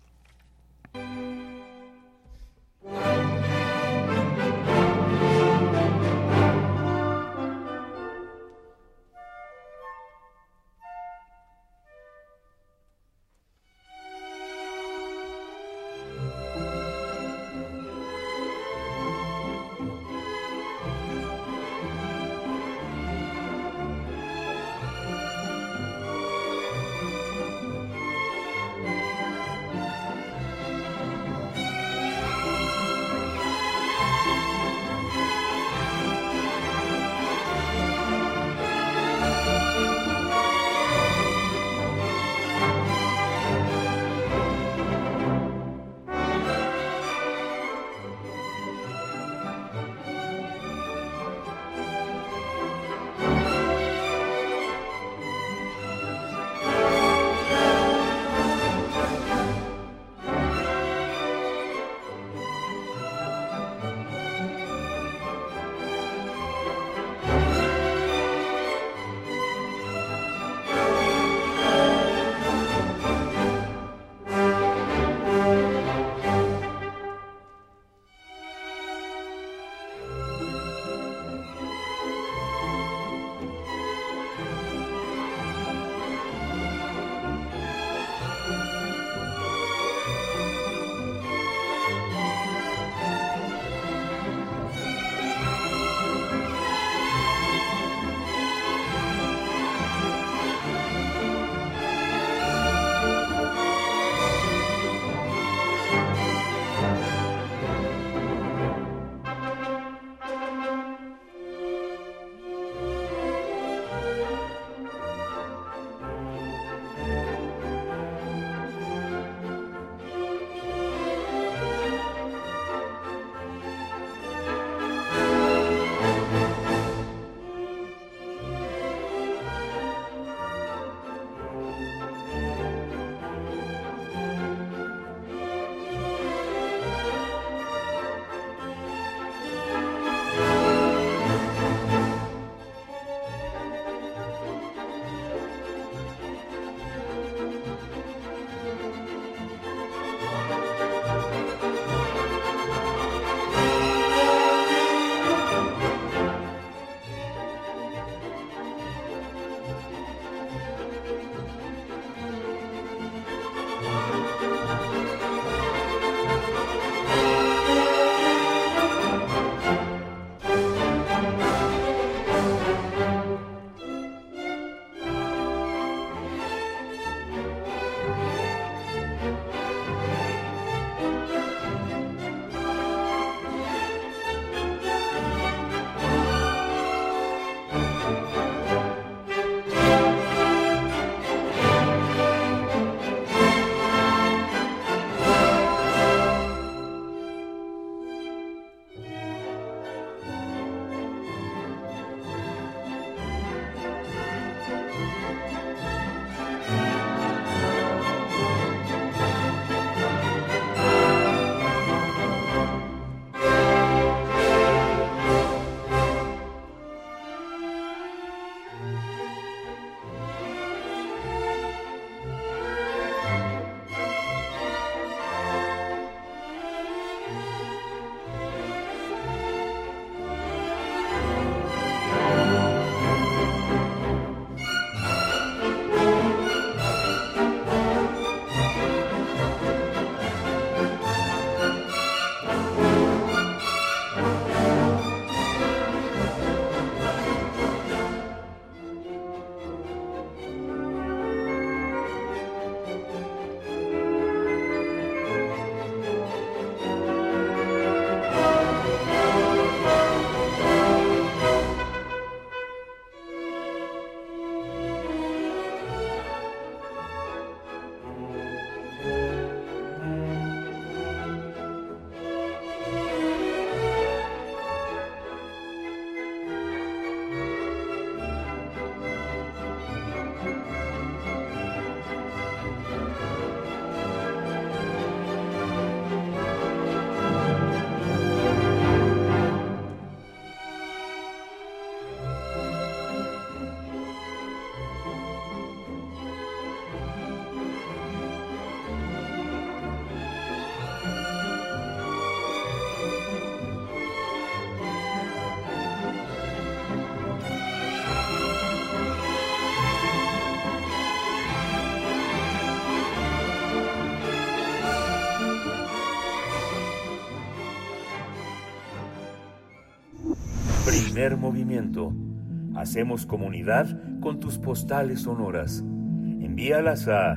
Primer movimiento. Hacemos comunidad con tus postales sonoras. Envíalas a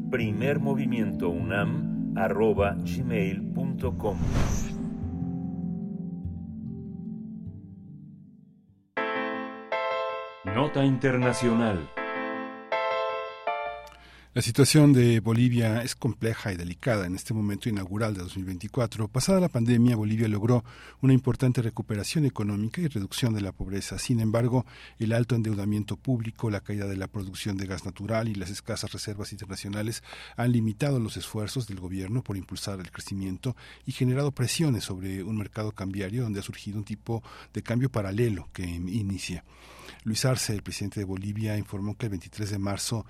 primermovimientounam@gmail.com. Nota internacional. La situación de Bolivia es compleja y delicada en este momento inaugural de 2024. Pasada la pandemia, Bolivia logró una importante recuperación económica y reducción de la pobreza. Sin embargo, el alto endeudamiento público, la caída de la producción de gas natural y las escasas reservas internacionales han limitado los esfuerzos del gobierno por impulsar el crecimiento y generado presiones sobre un mercado cambiario donde ha surgido un tipo de cambio paralelo que inicia. Luis Arce, el presidente de Bolivia, informó que el 23 de marzo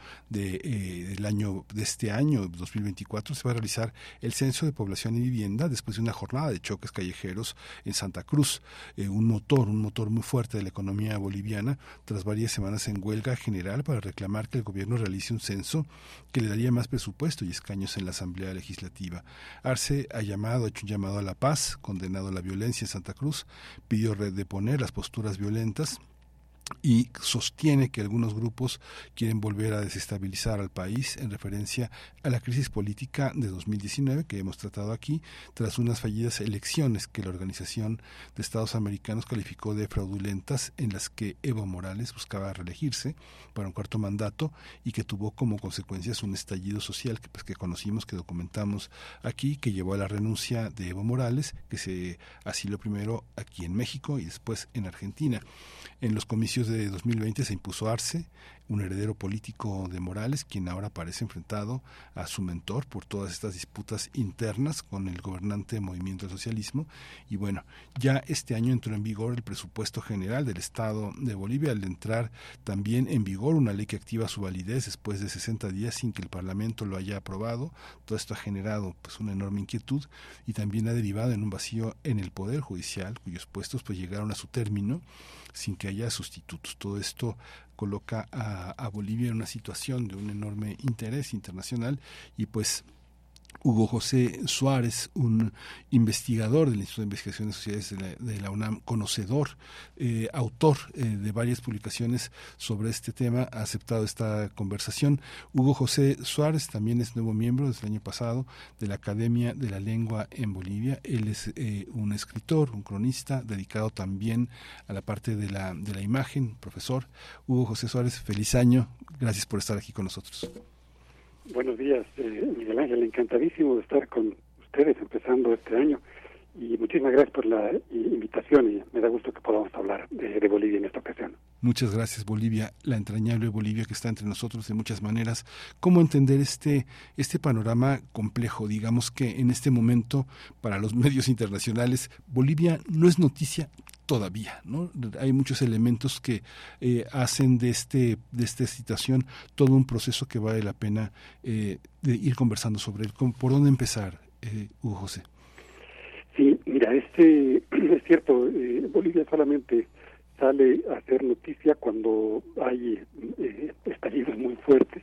de este año 2024 se va a realizar el censo de población y vivienda después de una jornada de choques callejeros en Santa Cruz, un motor muy fuerte de la economía boliviana tras varias semanas en huelga general para reclamar que el gobierno realice un censo que le daría más presupuesto y escaños en la Asamblea Legislativa. Arce ha hecho un llamado a la paz, condenado la violencia en Santa Cruz, pidió deponer las posturas violentas y sostiene que algunos grupos quieren volver a desestabilizar al país en referencia a la crisis política de 2019 que hemos tratado aquí tras unas fallidas elecciones que la Organización de Estados Americanos calificó de fraudulentas, en las que Evo Morales buscaba reelegirse para un cuarto mandato y que tuvo como consecuencias un estallido social que conocimos, que documentamos aquí, que llevó a la renuncia de Evo Morales, que se asiló primero aquí en México y después en Argentina. En los comicios de 2020 se impuso Arce, un heredero político de Morales, quien ahora parece enfrentado a su mentor por todas estas disputas internas con el gobernante Movimiento del Socialismo. Y bueno, ya este año entró en vigor el presupuesto general del Estado de Bolivia, al entrar también en vigor una ley que activa su validez después de 60 días sin que el Parlamento lo haya aprobado. Todo esto ha generado pues una enorme inquietud y también ha derivado en un vacío en el Poder Judicial, cuyos puestos pues llegaron a su término sin que haya sustitutos. Todo esto coloca a Bolivia en una situación de un enorme interés internacional y pues Hugo José Suárez, un investigador del Instituto de Investigaciones Sociales de la UNAM, conocedor, autor de varias publicaciones sobre este tema, ha aceptado esta conversación. Hugo José Suárez también es nuevo miembro desde el año pasado de la Academia de la Lengua en Bolivia. Él es un escritor, un cronista, dedicado también a la parte de la imagen, profesor. Hugo José Suárez, feliz año. Gracias por estar aquí con nosotros. Buenos días, Miguel Ángel, encantadísimo de estar con ustedes empezando este año y muchísimas gracias por la invitación y me da gusto que podamos hablar de Bolivia en esta ocasión. Muchas gracias, Bolivia, la entrañable Bolivia que está entre nosotros de muchas maneras. ¿Cómo entender este panorama complejo? Digamos que en este momento para los medios internacionales Bolivia no es noticia todavía, ¿no? Hay muchos elementos que hacen de esta situación todo un proceso que vale la pena de ir conversando sobre él. ¿Por dónde empezar, Hugo José? Sí, mira, es cierto, Bolivia solamente sale a hacer noticia cuando hay estallidos muy fuertes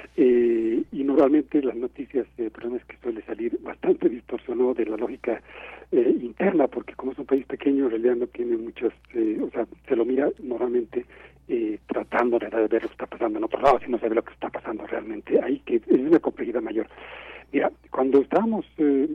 y normalmente las noticias, el problema es que suele salir bastante distorsionado de la lógica interna, porque como es un país pequeño, en realidad no tiene muchas, se lo mira normalmente tratando de ver lo que está pasando en otro lado, si no sabe lo que está pasando realmente ahí, que es una complejidad mayor. Mira, cuando estabas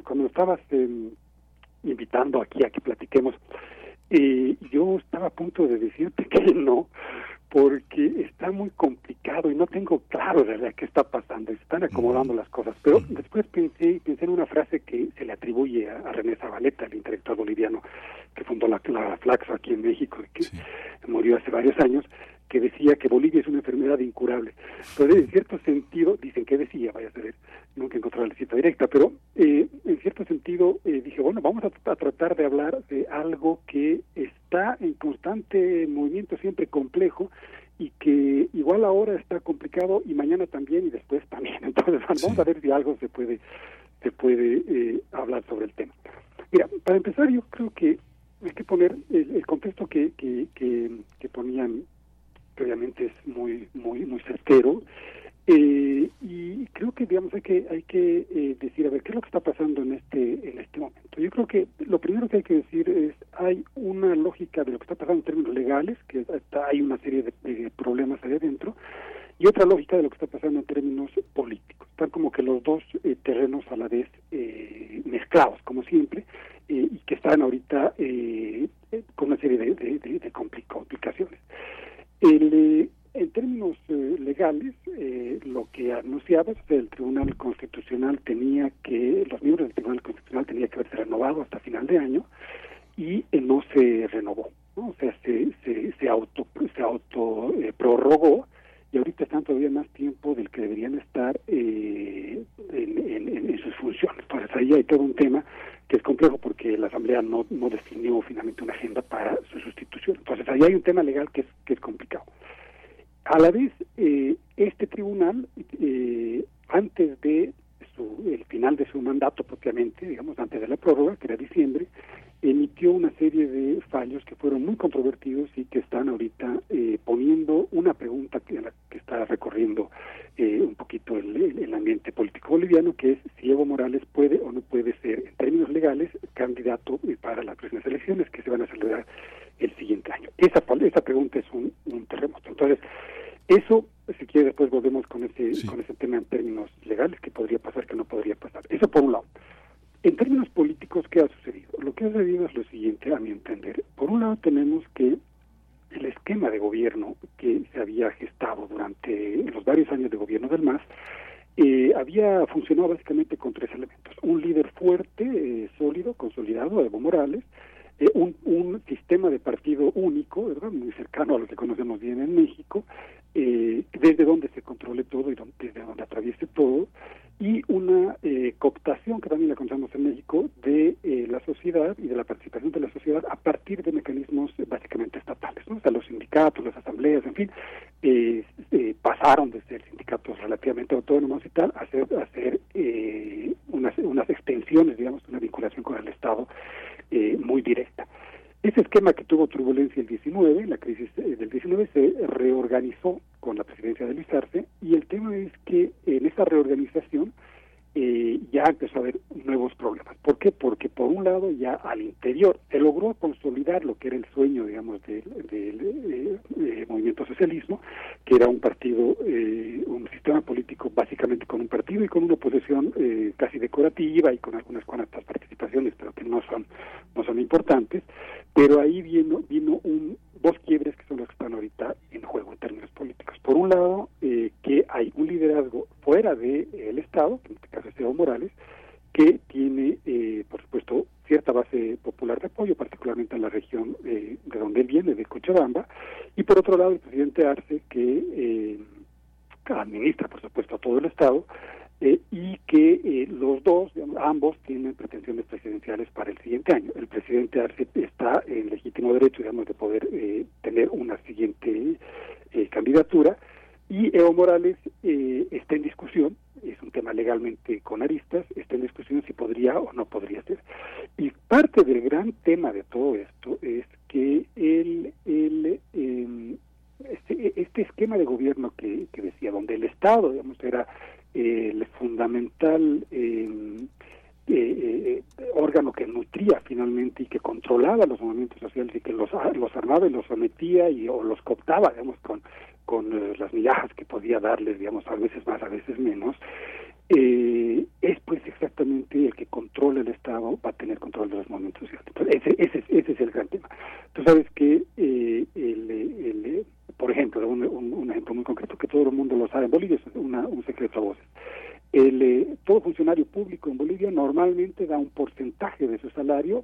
invitando aquí a que platiquemos, yo estaba a punto de decirte que no, porque está muy complicado y no tengo claro de verdad qué está pasando, se están acomodando las cosas, pero después pensé en una frase que se le atribuye a René Zabaleta, el intelectual boliviano que fundó la Flaxo aquí en México, que murió hace varios años, que decía que Bolivia es una enfermedad incurable. Pero en cierto sentido, dicen que decía, vaya a saber, nunca encontré la cita directa, pero en cierto sentido dije, bueno, vamos a tratar de hablar de algo que está en constante movimiento, siempre complejo, y que igual ahora está complicado y mañana también y después también. Entonces vamos a ver si algo se puede hablar sobre el tema. Mira, para empezar yo creo que hay que poner el contexto que ponían, que obviamente es muy certero, Y creo que, digamos, hay que decir, a ver, ¿qué es lo que está pasando en este momento? Yo creo que lo primero que hay que decir es, hay una lógica de lo que está pasando en términos legales, que hay una serie de problemas ahí adentro, y otra lógica de lo que está pasando en términos políticos. Están como que los dos terrenos a la vez mezclados, como siempre, y que están ahorita con una serie de complicaciones. En términos legales, lo que anunciaba, el Tribunal Constitucional los miembros del Tribunal Constitucional tenían que haberse renovado hasta final de año, y no se renovó, ¿no? O sea, se auto prorrogó, y ahorita están todavía más tiempo del que deberían estar en sus funciones. Entonces ahí hay todo un tema que es complejo porque la Asamblea no definió finalmente una agenda para su sustitución. Entonces ahí hay un tema legal que es complicado. A la vez, este tribunal, antes de el final de su mandato propiamente, digamos, antes de la prórroga, que era diciembre, emitió una serie de fallos que fueron muy controvertidos y que están ahorita poniendo una pregunta que está recorriendo un poquito el ambiente político boliviano, que es si Evo Morales puede o no puede ser, en términos legales, candidato para las próximas elecciones que se van a celebrar el siguiente año. Esa pregunta es un terremoto. Entonces, eso, si quiere, después volvemos con ese tema en términos legales, que podría pasar, que no podría pasar. Eso por un lado. En términos políticos, ¿qué ha sucedido? Lo que ha sucedido es lo siguiente, a mi entender. Por un lado tenemos que el esquema de gobierno que se había gestado durante los varios años de gobierno del MAS había funcionado básicamente con tres elementos. Un líder fuerte, sólido, consolidado, Evo Morales, un sistema de partido único, ¿verdad?, muy cercano a lo que conocemos bien en México, desde donde se controle todo y desde donde atraviese todo, y una cooptación, que también la conocemos en México, de la sociedad y de la participación de la sociedad a partir de mecanismos básicamente estatales, ¿no? O sea, los sindicatos, las asambleas, en fin, pasaron de ser sindicatos relativamente autónomos y tal a hacer unas extensiones, digamos, una vinculación con el Estado muy directa. Ese esquema que tuvo turbulencia el 19, la crisis del 19, se reorganizó con la presidencia de Luis Arce, y el tema es que en esa reorganización ya empezó a haber nuevos problemas. ¿Por qué? Porque por un lado ya al interior se logró consolidar lo que era el sueño, digamos, del movimiento socialismo, que era un partido, un sistema político básicamente con un partido y con una oposición casi decorativa y con algunas cuantas participaciones, pero que no son importantes. Pero ahí vino dos quiebres que son los que están ahorita en juego en términos políticos. Por un lado, que hay un liderazgo fuera del Estado, que en este caso es Evo Morales, que tiene, por supuesto, cierta base popular de apoyo, particularmente en la región de donde él viene, de Cochabamba, y por otro lado el presidente Arce, que administra, por supuesto, a todo el Estado, y que los dos, digamos, ambos tienen pretensiones presidenciales para el siguiente año. El presidente Arce está en legítimo derecho, digamos, de poder tener una siguiente candidatura, y Evo Morales está en discusión, es un tema legalmente con aristas, está en discusión si podría o no podría ser. Y parte del gran tema de todo esto es que este esquema de gobierno que decía, donde el Estado, digamos, era el fundamental órgano que nutría finalmente y que controlaba los movimientos sociales y que los armaba y los sometía o los cooptaba, digamos, con las migajas que podía darles, digamos, a veces más, a veces menos, es pues exactamente el que controla el Estado, va a tener control de los movimientos sociales. Entonces, ese es el gran tema. Tú sabes que por ejemplo, un ejemplo muy concreto que todo el mundo lo sabe en Bolivia, es un secreto a voces. Todo funcionario público en Bolivia normalmente da un porcentaje de su salario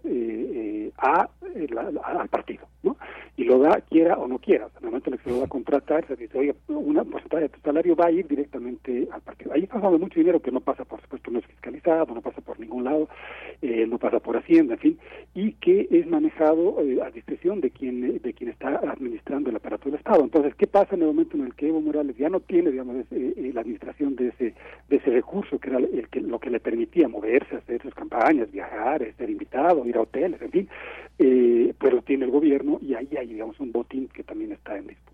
al partido, ¿no? Y lo da quiera o no quiera. O sea, normalmente lo que se lo va a contratar, se dice, oye, un porcentaje de tu salario va a ir directamente al partido. Ahí está pasando mucho dinero que no pasa, por supuesto, no es fiscalizado, no pasa por ningún lado, no pasa por Hacienda, en fin, y que es manejado a discreción de quien está administrando el aparato del Estado. Entonces, ¿qué pasa en el momento en el que Evo Morales ya no tiene, digamos, la administración de ese recurso que era lo que le permitía moverse, hacer sus campañas, viajar, ser invitado, ir a hoteles, en fin, pero tiene el gobierno y ahí hay, digamos, un botín que también está en disputa.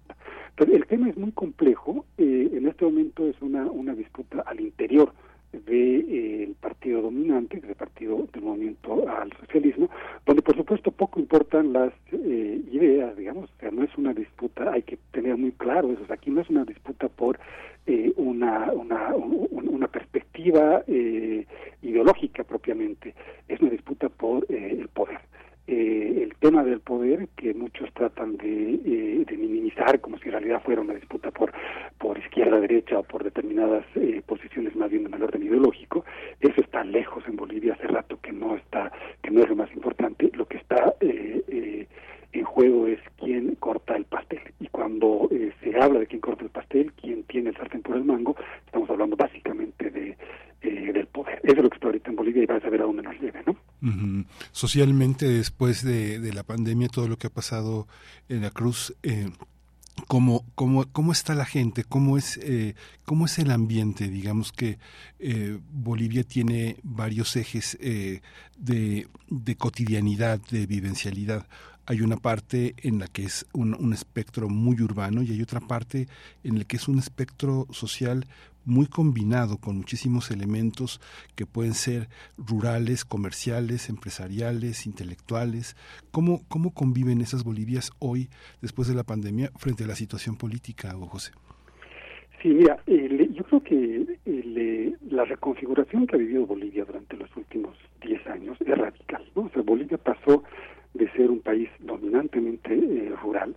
Entonces, el tema es muy complejo. En este momento es una disputa al interior del partido dominante, del partido del movimiento al socialismo, donde por supuesto poco importan las ideas, digamos. O sea, no es una disputa, hay que tener muy claro eso. O sea, aquí no es una disputa por una perspectiva ideológica propiamente, es una disputa por el poder. El tema del poder, que muchos tratan de minimizar como si en realidad fuera una disputa por izquierda-derecha o por determinadas posiciones más bien del orden ideológico, eso está lejos en Bolivia hace rato, que no es lo más importante. Lo que está en juego es quién corta el pastel, y cuando se habla de quién corta el pastel, quién tiene el sartén por el mango, estamos hablando básicamente del poder. Eso es lo que está ahorita en Bolivia y va a saber a dónde nos lleve, ¿no? Uh-huh. Socialmente, después de la pandemia, todo lo que ha pasado en la Cruz, ¿cómo está la gente? ¿Cómo es el ambiente? Digamos que Bolivia tiene varios ejes de cotidianidad, de vivencialidad. Hay una parte en la que es un espectro muy urbano y hay otra parte en la que es un espectro social muy combinado, con muchísimos elementos que pueden ser rurales, comerciales, empresariales, intelectuales. ¿Cómo conviven esas Bolivias hoy, después de la pandemia, frente a la situación política, José? Sí, mira, yo creo que la reconfiguración que ha vivido Bolivia durante los últimos 10 años es radical, ¿no? O sea, Bolivia pasó de ser un país dominantemente rural,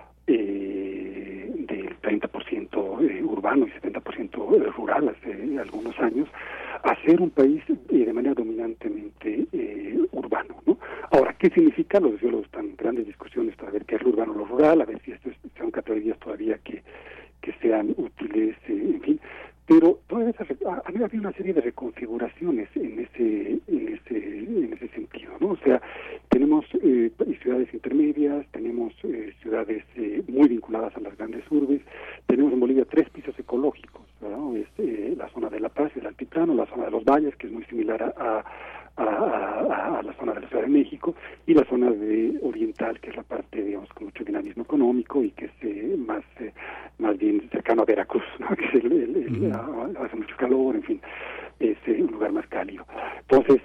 del 30% urbano y 70% rural hace algunos años, a ser un país de manera dominantemente urbano, ¿no? Ahora, ¿qué significa? Los sociólogos están en grandes discusiones para ver qué es lo urbano o lo rural, a ver si estos son categorías todavía que sean útiles, en fin. Pero todavía había una serie de reconfiguraciones en ese sentido, ¿no? O sea, tenemos ciudades intermedias, tenemos ciudades muy vinculadas a las grandes urbes, tenemos en Bolivia 3 pisos ecológicos, ¿no? La zona de La Paz, el altiplano, la zona de los valles, que es muy similar a la zona de la Ciudad de México, y la zona oriental, que es la parte, digamos, con mucho dinamismo económico y que es más bien cercano a Veracruz, ¿no? Que es hace mucho calor, en fin, es un lugar más cálido. Entonces,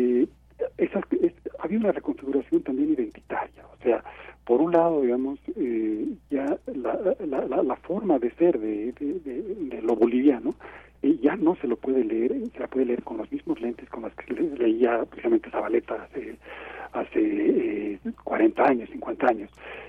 había una reconfiguración también identitaria, o sea, por un lado, digamos, ya la forma de ser de lo boliviano ya no se lo puede leer, se la puede leer con los mismos lentes con los que leía precisamente Zabaleta hace 40 años, 50 años.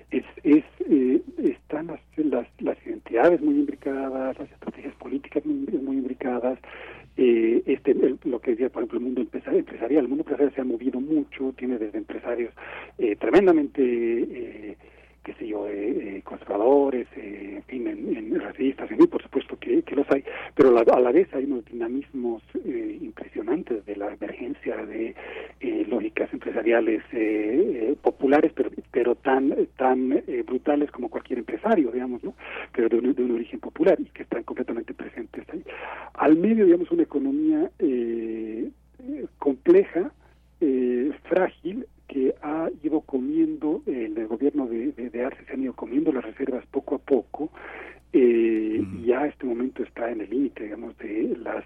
Están las identidades muy imbricadas, las estrategias políticas muy imbricadas. Lo que decía, por ejemplo, el mundo empresarial. El mundo empresarial se ha movido mucho, tiene desde empresarios tremendamente conservadores, en fin, en racistas, en fin, por supuesto que los hay, pero a la vez hay unos dinamismos impresionantes de la emergencia de lógicas empresariales populares, pero tan brutales como cualquier empresario, digamos, ¿no? Pero de un origen popular y que están completamente presentes ahí. Al medio, digamos, una economía compleja, frágil, que ha ido comiendo, el gobierno de Arce se han ido comiendo las reservas poco a poco, y ya a este momento está en el límite, digamos, de las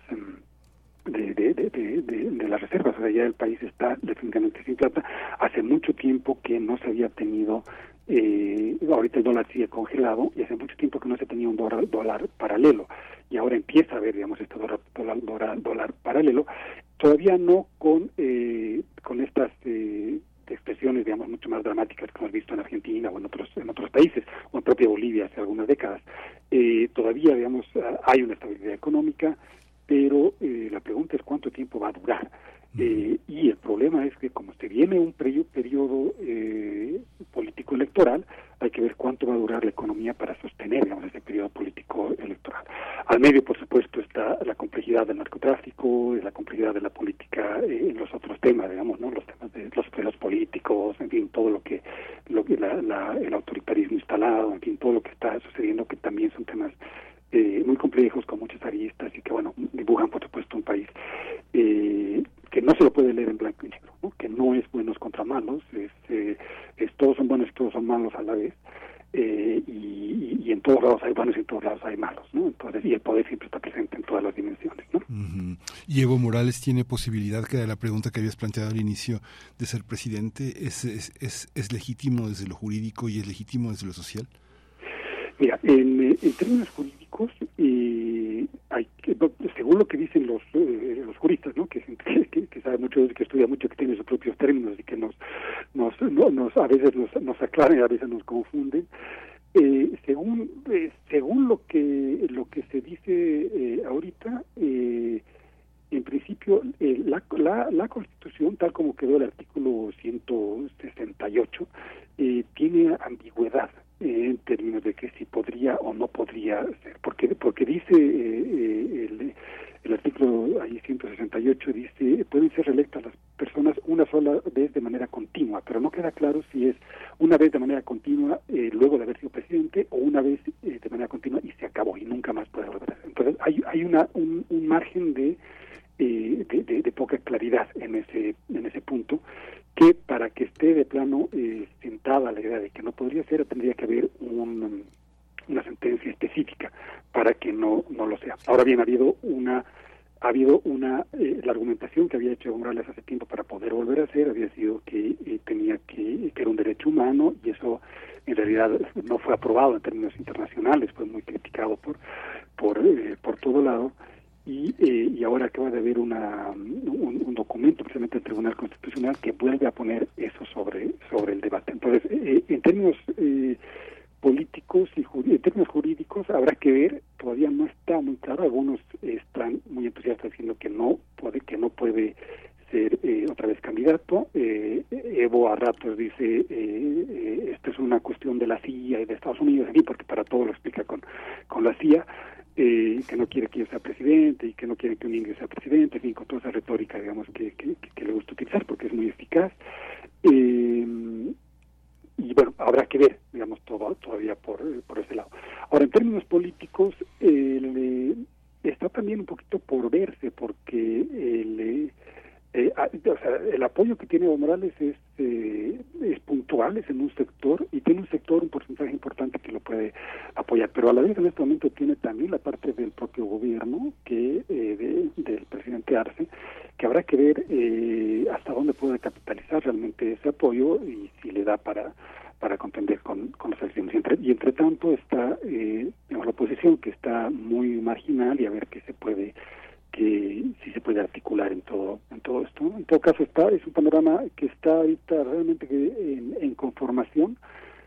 de las reservas. O sea, ya el país está definitivamente sin plata. Hace mucho tiempo que no se había tenido, ahorita el dólar sigue congelado, y hace mucho tiempo que no se tenía un dólar paralelo, y ahora empieza a haber, digamos, este dólar paralelo, todavía no con estas expresiones, digamos, mucho más dramáticas que hemos visto en Argentina o en otros países, o en propia Bolivia hace algunas décadas. Todavía, digamos, hay una estabilidad económica, pero la pregunta es cuánto tiempo va a durar. Y el problema es que como se viene un periodo político electoral, hay que ver cuánto va a durar la economía para sostener, digamos, ese periodo político electoral. Al medio, por supuesto, está la complejidad del narcotráfico, la complejidad de la política en los otros temas, digamos, ¿no? Los temas de los presos políticos, en fin, todo lo que el autoritarismo instalado, en fin, todo lo que está sucediendo, que también son temas muy complejos, con muchas aristas, y que, bueno, dibujan, por supuesto, un país que no se lo puede leer en blanco y negro, ¿no? Que no es buenos contra malos, todos son buenos y todos son malos a la vez, y en todos lados hay buenos y en todos lados hay malos, ¿no? Entonces, y el poder siempre está presente en todas las dimensiones, ¿no? Uh-huh. ¿Y Evo Morales tiene posibilidad, que era la pregunta que habías planteado al inicio, de ser presidente? ¿Es legítimo desde lo jurídico y es legítimo desde lo social? Mira, en términos jurídicos, según lo que dicen los juristas, ¿no? Que sabe mucho, que estudia mucho, que tiene sus propios términos y que a veces nos aclaran y a veces nos confunden. Según lo que se dice ahorita, en principio la Constitución, tal como quedó el artículo 168, tiene ambigüedad en términos de que si podría o no podría ser, porque dice el artículo ahí 168, dice pueden ser reelectas las personas una sola vez de manera continua, pero no queda claro si es una vez de manera continua luego de haber sido presidente, o una vez de manera continua y se acabó y nunca más puede volver a ser. Entonces hay un margen de poca claridad en ese punto, que para que esté de plano sentada la idea de que no podría ser, tendría que haber una sentencia específica para que no lo sea. Ahora bien, ha habido una la argumentación que había hecho Evo Morales hace tiempo para poder volver a ser había sido que que era un derecho humano, y eso en realidad no fue aprobado en términos internacionales, fue muy criticado por todo lado. Y ahora acaba de haber un documento precisamente del Tribunal Constitucional que vuelve a poner eso sobre el debate. Entonces, en términos políticos y en términos jurídicos habrá que ver, todavía no está muy claro. Algunos están muy entusiastas diciendo que no puede ser otra vez candidato. Evo a ratos dice esto es una cuestión de la CIA y de Estados Unidos, aquí, porque para todo lo explica con la CIA. Que no quiere que yo sea presidente y que no quiere que un indio sea presidente, en fin, con toda esa retórica, digamos, que le gusta utilizar porque es muy eficaz. Y bueno, habrá que ver, digamos, todavía por ese lado. Ahora, en términos políticos, está también un poquito por verse, porque el apoyo que tiene Evo Morales es puntual, es en un sector, y tiene un porcentaje importante que lo puede apoyar, pero a la vez en este momento tiene también la parte del propio gobierno, que del presidente Arce, que habrá que ver hasta dónde puede capitalizar realmente ese apoyo y si le da para contender con las elecciones. Y entre tanto está la oposición, que está muy marginal, y a ver si se puede articular en todo esto. En todo caso, es un panorama que está ahorita realmente en conformación.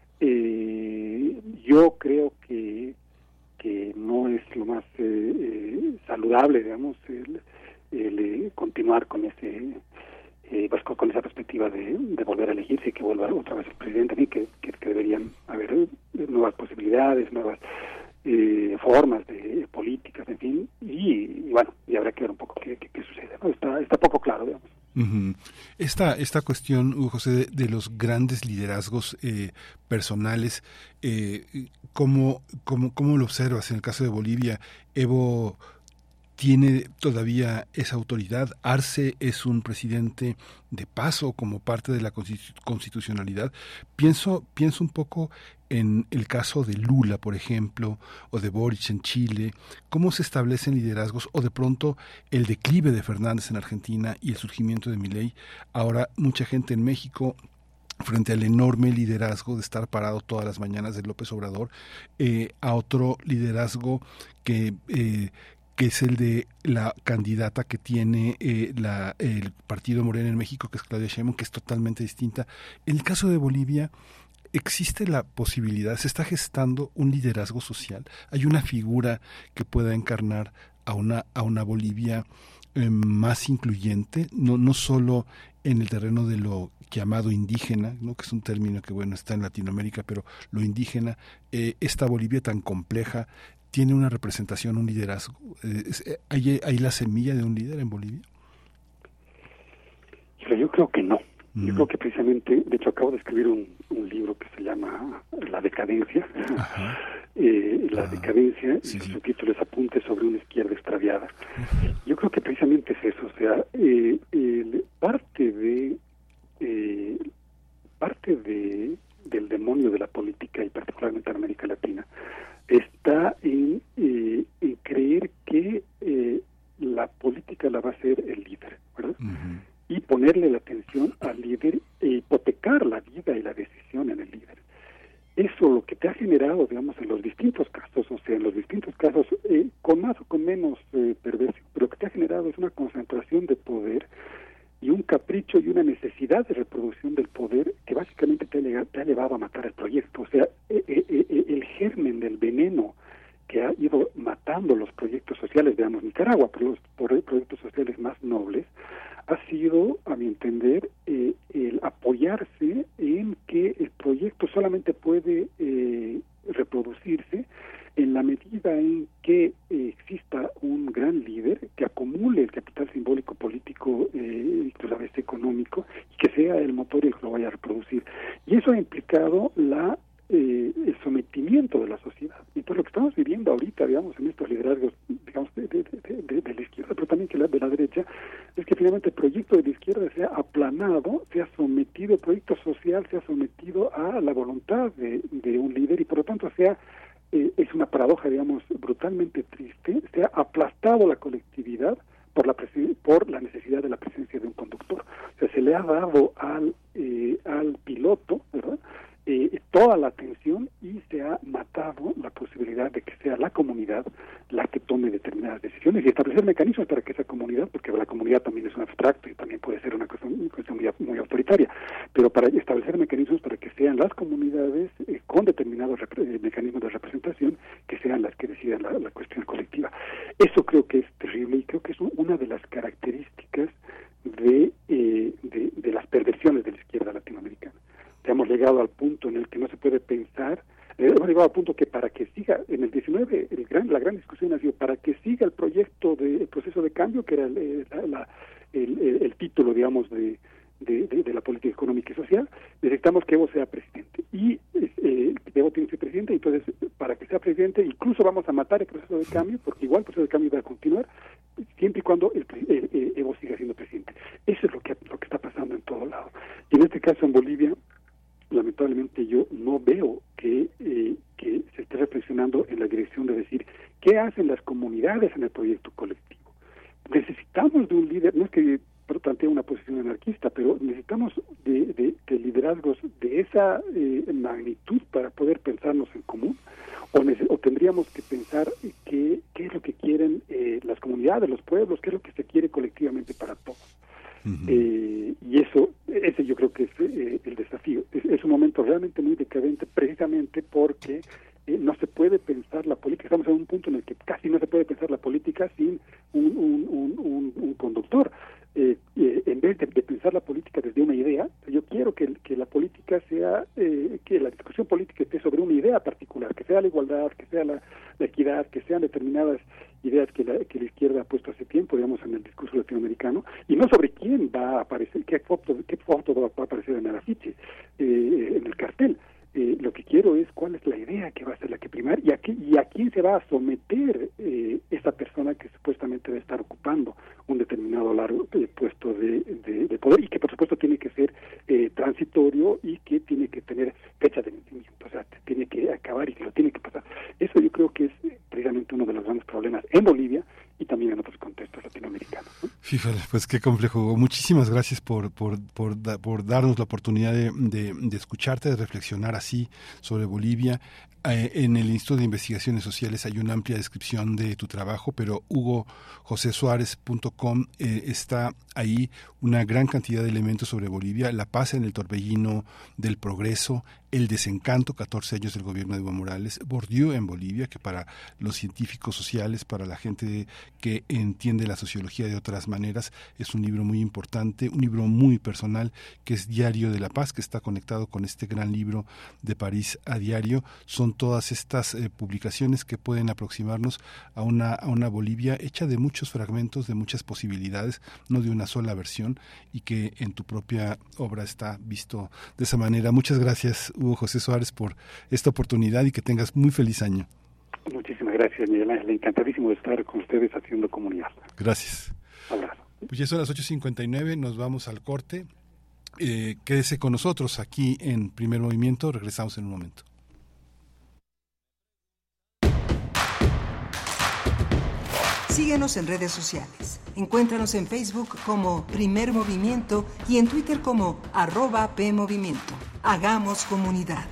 Yo creo que no es lo más saludable, digamos, el continuar con con esa perspectiva de volver a elegirse y que vuelva otra vez el presidente, y que deberían haber nuevas posibilidades, nuevas formas de políticas, en fin, y bueno, y habrá que ver un poco qué sucede, ¿no? Está poco claro, digamos. Uh-huh. Esta cuestión, Hugo José, de los grandes liderazgos personales, ¿cómo lo observas? En el caso de Bolivia, Evo tiene todavía esa autoridad. Arce es un presidente de paso como parte de la constitucionalidad. Pienso un poco en el caso de Lula, por ejemplo, o de Boric en Chile. ¿Cómo se establecen liderazgos? O de pronto el declive de Fernández en Argentina y el surgimiento de Milei. Ahora mucha gente en México, frente al enorme liderazgo de estar parado todas las mañanas de López Obrador, a otro liderazgo que es el de la candidata que tiene el partido Morena en México, que es Claudia Sheinbaum, que es totalmente distinta. En el caso de Bolivia, ¿existe la posibilidad, se está gestando un liderazgo social? ¿Hay una figura que pueda encarnar a una Bolivia más incluyente, no solo en el terreno de lo llamado indígena, ¿no?, que es un término que está en Latinoamérica, pero lo indígena, esta Bolivia tan compleja, ¿tiene una representación, un liderazgo? ¿Hay la semilla de un líder en Bolivia? Yo creo que no. Yo creo que precisamente, de hecho acabo de escribir un libro que se llama La Decadencia. La Decadencia, y su subtítulo es Apuntes sobre una izquierda extraviada. Yo creo que precisamente es eso, o sea, parte del demonio de la política, y particularmente concentración en el líder. Eso lo que te ha generado, digamos, en los distintos casos, con más o con menos perversión, pero lo que te ha generado es una concentración de poder y un capricho y una necesidad de reproducción del poder que básicamente te ha llevado a matar el proyecto. O sea, el germen del veneno que ha ido matando los proyectos sociales, veamos Nicaragua, pero los proyectos sociales más nobles, ha sido, a mi entender, el apoyarse en que el proyecto solamente puede reproducirse en la medida en que exista un gran líder que acumule el capital simbólico, político y a la vez económico, y que sea el motor el que lo vaya a reproducir. Y eso ha implicado el sometimiento de la sociedad. Entonces lo que estamos viviendo ahorita, digamos, en estos liderazgos, digamos, de la izquierda, pero también de la derecha, es que finalmente el proyecto de la izquierda se ha aplanado, se ha sometido, el proyecto social se ha sometido a la voluntad de un líder, y por lo tanto es una paradoja, digamos, brutalmente triste, se ha aplastado la colectividad por la necesidad de la presencia de un conductor. O sea, se le ha dado al piloto, ¿verdad?, toda la atención, y se ha matado la posibilidad de que sea la comunidad la que tome determinadas decisiones y establecer mecanismos para que esa comunidad, porque la comunidad también es un abstracto y también puede ser una cuestión muy autoritaria, pero para establecer mecanismos para que sean las comunidades con determinados mecanismos de representación que sean las que decidan la cuestión colectiva. Eso creo que es terrible y creo que es una de las características de las perversiones de la izquierda latinoamericana. Hemos llegado al punto en el que no se puede pensar, hemos llegado al punto que para que siga, en el 19, la gran discusión ha sido, para que siga el proceso de cambio, que era el título, digamos, de la política económica y social, necesitamos que Evo sea presidente. Y Evo tiene que ser presidente, y entonces, para que sea presidente, incluso vamos a matar el proceso de cambio, porque igual el proceso de cambio va a continuar, siempre y cuando Evo siga siendo presidente. Eso es lo que está pasando en todo lado. Y en este caso, en Bolivia, lamentablemente yo no veo que se esté reflexionando en la dirección de decir qué hacen las comunidades en el proyecto colectivo. Necesitamos de un líder, no es que plantee una posición anarquista, pero necesitamos de liderazgos de esa magnitud para poder pensarnos en común, o tendríamos que pensar qué es lo que quieren las comunidades, los pueblos, qué es lo que se quiere colectivamente para todos. Y ese yo creo que es el desafío. Es un momento realmente muy decadente, precisamente porque no se puede pensar la política. Estamos en un punto en el que casi no se puede pensar la política sin un conductor. En vez de pensar la política desde una idea, yo quiero que la política sea, que la discusión política esté sobre una idea particular, que sea la igualdad, que sea la equidad, que sean determinadas ideas que la izquierda ha puesto hace tiempo, digamos, en el discurso latinoamericano, y no sobre quién va a aparecer, qué foto va a aparecer en el afiche, en el cartel. Lo que quiero es cuál es la idea que va a ser la que primar y a quién se va a someter esa persona que supuestamente debe estar ocupando un determinado largo puesto de poder, y que por supuesto tiene que ser transitorio y que tiene que tener fecha de vencimiento, o sea, tiene que acabar y que lo tiene que pasar. Eso yo creo que es precisamente uno de los grandes problemas en Bolivia y también en otros contextos latinoamericanos, ¿no? Fíjate, pues qué complejo. Muchísimas gracias por darnos la oportunidad de escucharte, de reflexionar así sobre Bolivia. En el Instituto de Investigaciones Sociales hay una amplia descripción de tu trabajo, pero hugojosesuarez.com está ahí una gran cantidad de elementos sobre Bolivia: la paz en el torbellino del progreso, el desencanto, 14 años del gobierno de Evo Morales, Bourdieu en Bolivia, que para los científicos sociales, para la gente que entiende la sociología de otras maneras, es un libro muy importante, un libro muy personal, que es Diario de la Paz, que está conectado con este gran libro de París a Diario. Son todas estas publicaciones que pueden aproximarnos a una Bolivia hecha de muchos fragmentos, de muchas posibilidades, no de una sola versión, y que en tu propia obra está visto de esa manera. Muchas gracias, Hugo José Suárez, por esta oportunidad, y que tengas muy feliz año. Muchísimas gracias, Miguel Ángel. Encantadísimo de estar con ustedes haciendo comunidad. Gracias. Abrazo. Pues ya son las 8:59, nos vamos al corte. Quédese con nosotros aquí en Primer Movimiento, regresamos en un momento. Síguenos en redes sociales. Encuéntranos en Facebook como Primer Movimiento y en Twitter como @PMovimiento. Hagamos comunidad.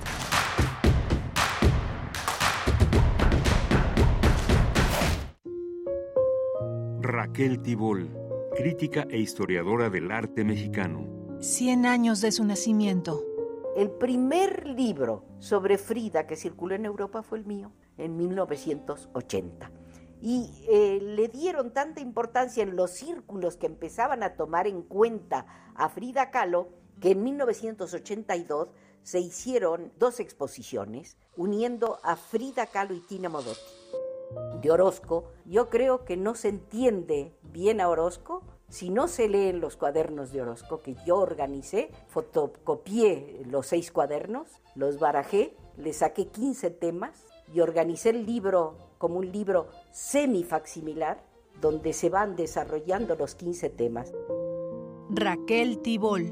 Raquel Tibol, crítica e historiadora del arte mexicano. 100 años de su nacimiento. El primer libro sobre Frida que circuló en Europa fue el mío, en 1980. Y le dieron tanta importancia en los círculos que empezaban a tomar en cuenta a Frida Kahlo, que en 1982 se hicieron 2 exposiciones uniendo a Frida Kahlo y Tina Modotti. De Orozco, yo creo que no se entiende bien a Orozco si no se leen los cuadernos de Orozco, que yo organicé, fotocopié los 6 cuadernos, los barajé, le saqué 15 temas y organicé el libro como un libro semifacsimilar, donde se van desarrollando los 15 temas. Raquel Tibol,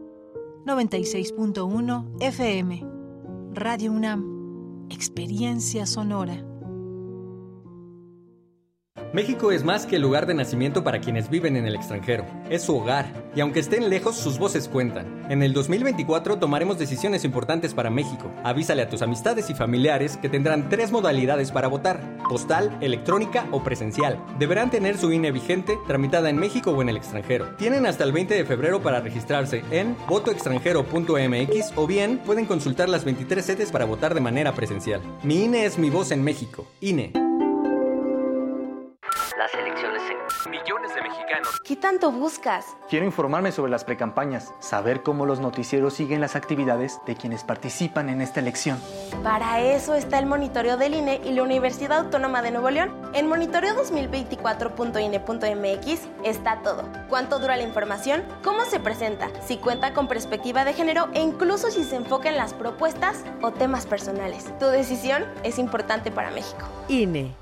96.1 FM, Radio UNAM, Experiencia Sonora. México es más que el lugar de nacimiento para quienes viven en el extranjero. Es su hogar, y aunque estén lejos, sus voces cuentan. En el 2024 tomaremos decisiones importantes para México. Avísale a tus amistades y familiares que tendrán 3 modalidades para votar: postal, electrónica o presencial. Deberán tener su INE vigente, tramitada en México o en el extranjero. Tienen hasta el 20 de febrero para registrarse en votoextranjero.mx o bien pueden consultar las 23 sedes para votar de manera presencial. Mi INE es mi voz en México. INE. Las elecciones en millones de mexicanos. ¿Qué tanto buscas? Quiero informarme sobre las precampañas, saber cómo los noticieros siguen las actividades de quienes participan en esta elección. Para eso está el monitoreo del INE y la Universidad Autónoma de Nuevo León. En monitoreo2024.ine.mx está todo. ¿Cuánto dura la información? ¿Cómo se presenta? Si cuenta con perspectiva de género e incluso si se enfoca en las propuestas o temas personales. Tu decisión es importante para México. INE.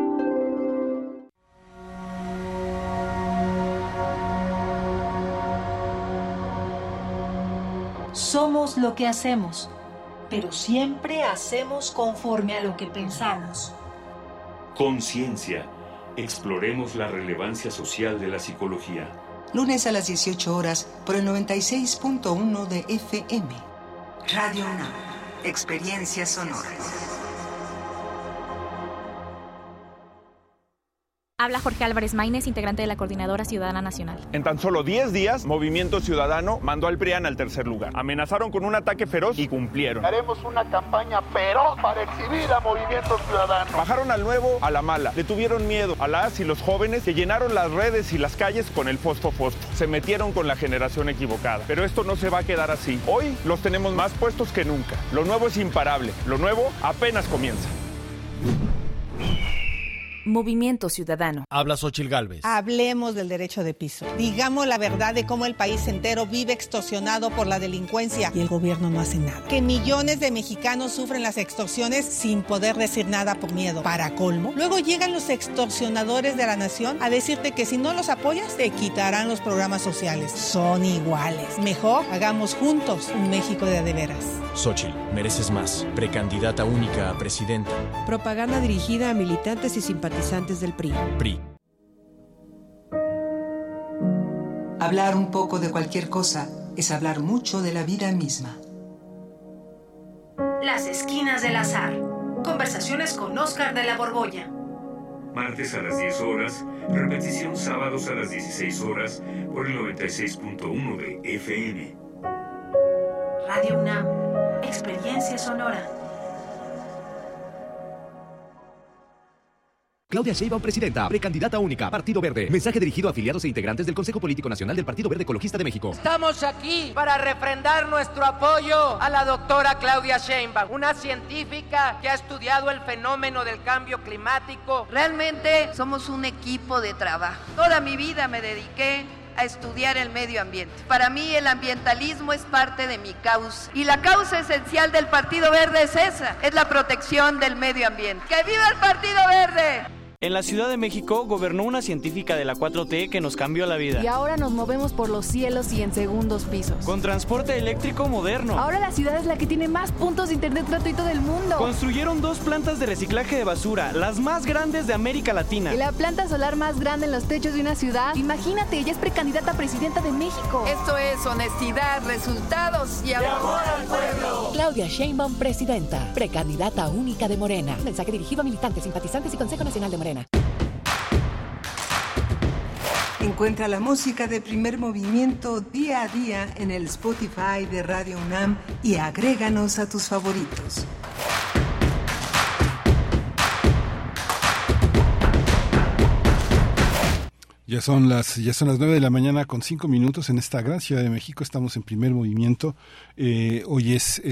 Somos lo que hacemos, pero siempre hacemos conforme a lo que pensamos. Conciencia. Exploremos la relevancia social de la psicología. Lunes a las 18 horas por el 96.1 de FM. Radio UNAM. Experiencia sonora. Habla Jorge Álvarez Maínez, integrante de la Coordinadora Ciudadana Nacional. En tan solo 10 días, Movimiento Ciudadano mandó al PRIAN al tercer lugar. Amenazaron con un ataque feroz y cumplieron. Haremos una campaña feroz para exhibir a Movimiento Ciudadano. Bajaron al nuevo a la mala. Le tuvieron miedo a las y los jóvenes que llenaron las redes y las calles con el fosfo. Se metieron con la generación equivocada. Pero esto no se va a quedar así. Hoy los tenemos más puestos que nunca. Lo nuevo es imparable. Lo nuevo apenas comienza. Movimiento Ciudadano. Habla Xóchitl Gálvez. Hablemos del derecho de piso. Digamos la verdad de cómo el país entero vive extorsionado por la delincuencia y el gobierno no hace nada. Que millones de mexicanos sufren las extorsiones sin poder decir nada por miedo. Para colmo, luego llegan los extorsionadores de la nación a decirte que si no los apoyas te quitarán los programas sociales. Son iguales. Mejor hagamos juntos un México de veras. Xóchitl, mereces más. Precandidata única a presidenta. Propaganda dirigida a militantes y simpatizantes del PRI. PRI. Hablar un poco de cualquier cosa es hablar mucho de la vida misma. Las esquinas del azar. Conversaciones con Óscar de la Borbolla. Martes a las 10 horas, repetición sábados a las 16 horas por el 96.1 de FM. Radio UNAM. Experiencia sonora. Claudia Sheinbaum, presidenta, precandidata única, Partido Verde. Mensaje dirigido a afiliados e integrantes del Consejo Político Nacional del Partido Verde Ecologista de México. Estamos aquí para refrendar nuestro apoyo a la doctora Claudia Sheinbaum, una científica que ha estudiado el fenómeno del cambio climático. Realmente somos un equipo de trabajo. Toda mi vida me dediqué a estudiar el medio ambiente. Para mí el ambientalismo es parte de mi causa. Y la causa esencial del Partido Verde es esa, es la protección del medio ambiente. ¡Que viva el Partido Verde! En la Ciudad de México gobernó una científica de la 4T que nos cambió la vida. Y ahora nos movemos por los cielos y en segundos pisos. Con transporte eléctrico moderno. Ahora la ciudad es la que tiene más puntos de internet gratuito del mundo. Construyeron 2 plantas de reciclaje de basura, las más grandes de América Latina. Y la planta solar más grande en los techos de una ciudad. Imagínate, ella es precandidata a presidenta de México. Esto es honestidad, resultados y amor al pueblo. Claudia Sheinbaum, presidenta, precandidata única de Morena. Mensaje dirigido a militantes, simpatizantes y Consejo Nacional de Morena. Encuentra la música de Primer Movimiento día a día en el Spotify de Radio UNAM y agréganos a tus favoritos. Ya son las 9 de la mañana con 5 minutos en esta gran Ciudad de México. Estamos en Primer Movimiento. Hoy es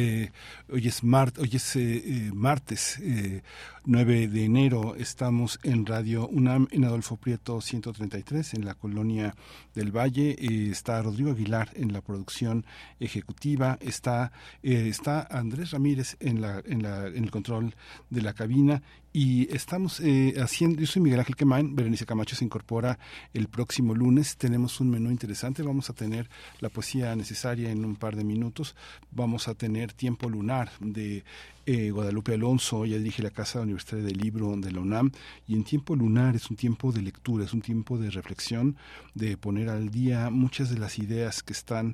martes 9 de enero. Estamos en Radio UNAM en Adolfo Prieto 133 en la Colonia del Valle. Está Rodrigo Aguilar en la producción ejecutiva. Está Andrés Ramírez en el control de la cabina. Y estamos haciendo, yo soy Miguel Ángel Quemain, Berenice Camacho se incorpora el próximo lunes. Tenemos un menú interesante, vamos a tener la poesía necesaria en un par de minutos, vamos a tener Tiempo Lunar de Guadalupe Alonso, ella dirige la Casa Universitaria del Libro de la UNAM, y en Tiempo Lunar es un tiempo de lectura, es un tiempo de reflexión, de poner al día muchas de las ideas que están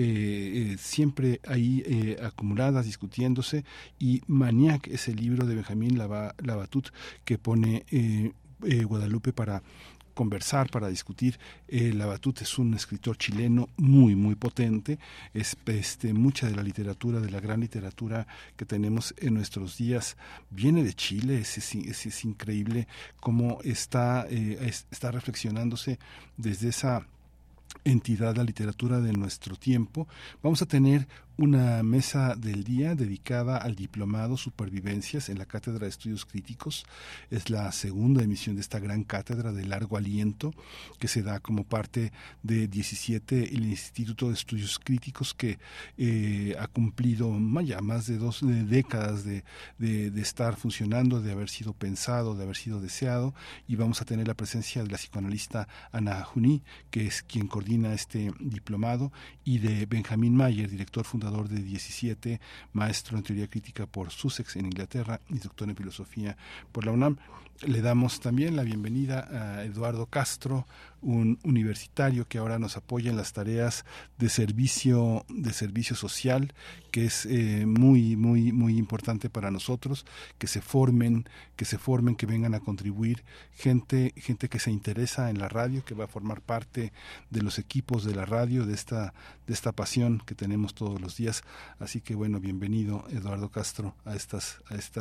siempre ahí acumuladas, discutiéndose, y Maniac es el libro de Benjamín Labatut que pone Guadalupe para conversar, para discutir. Labatut es un escritor chileno muy, muy potente. Es mucha de la literatura, de la gran literatura que tenemos en nuestros días, viene de Chile. Es increíble cómo está reflexionándose desde esa entidad la literatura de nuestro tiempo. Vamos a tener una mesa del día dedicada al diplomado Supervivencias en la Cátedra de Estudios Críticos. Es la segunda emisión de esta gran cátedra de largo aliento que se da como parte de 17 el Instituto de Estudios Críticos, que ha cumplido ya más de 2 décadas de estar funcionando, de haber sido pensado, de haber sido deseado, y vamos a tener la presencia de la psicoanalista Ana Juní, que es quien coordina este diplomado, y de Benjamín Mayer, director fundador de 17, maestro en teoría crítica por Sussex en Inglaterra y doctor en filosofía por la UNAM. Le damos también la bienvenida a Eduardo Castro, un universitario que ahora nos apoya en las tareas de servicio social, que es muy, muy, muy importante para nosotros, que se formen, que vengan a contribuir, gente que se interesa en la radio, que va a formar parte de los equipos de la radio, de esta pasión que tenemos todos los días. Así que bueno, bienvenido Eduardo Castro a estas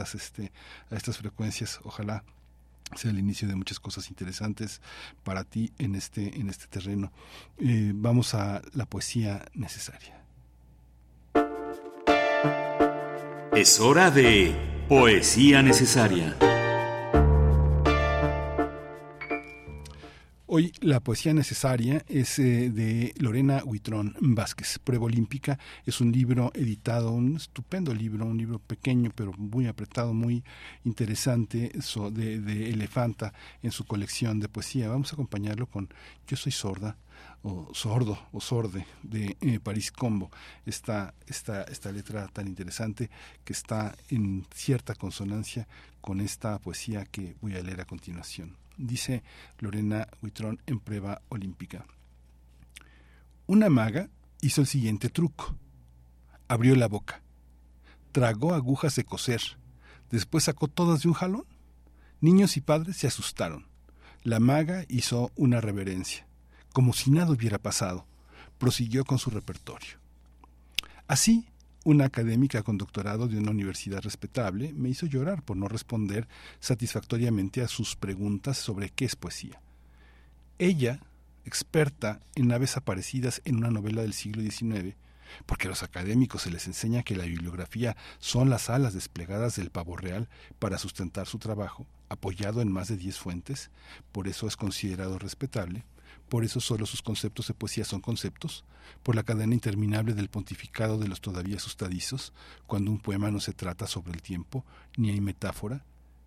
frecuencias. Ojalá sea el inicio de muchas cosas interesantes para ti en este terreno. Vamos a la poesía necesaria. Es hora de poesía necesaria. Hoy la poesía necesaria es de Lorena Huitrón Vázquez. Prueba Olímpica es un libro editado, un estupendo libro, un libro pequeño pero muy apretado, muy interesante, de Elefanta en su colección de poesía. Vamos a acompañarlo con Yo soy sorda, o sordo, o sorde, de París Combo. Esta letra tan interesante que está en cierta consonancia con esta poesía que voy a leer a continuación. Dice Lorena Huitrón en Prueba Olímpica. Una maga hizo el siguiente truco. Abrió la boca, tragó agujas de coser, después sacó todas de un jalón. Niños y padres se asustaron. La maga hizo una reverencia, como si nada hubiera pasado. Prosiguió con su repertorio. Así, una académica con doctorado de una universidad respetable me hizo llorar por no responder satisfactoriamente a sus preguntas sobre qué es poesía. Ella, experta en aves aparecidas en una novela del siglo XIX, porque a los académicos se les enseña que la bibliografía son las alas desplegadas del pavo real para sustentar su trabajo, apoyado en más de 10 fuentes, por eso es considerado respetable. Por eso solo sus conceptos de poesía son conceptos, por la cadena interminable del pontificado de los todavía asustadizos, cuando un poema no se trata sobre el tiempo, ni hay metáfora.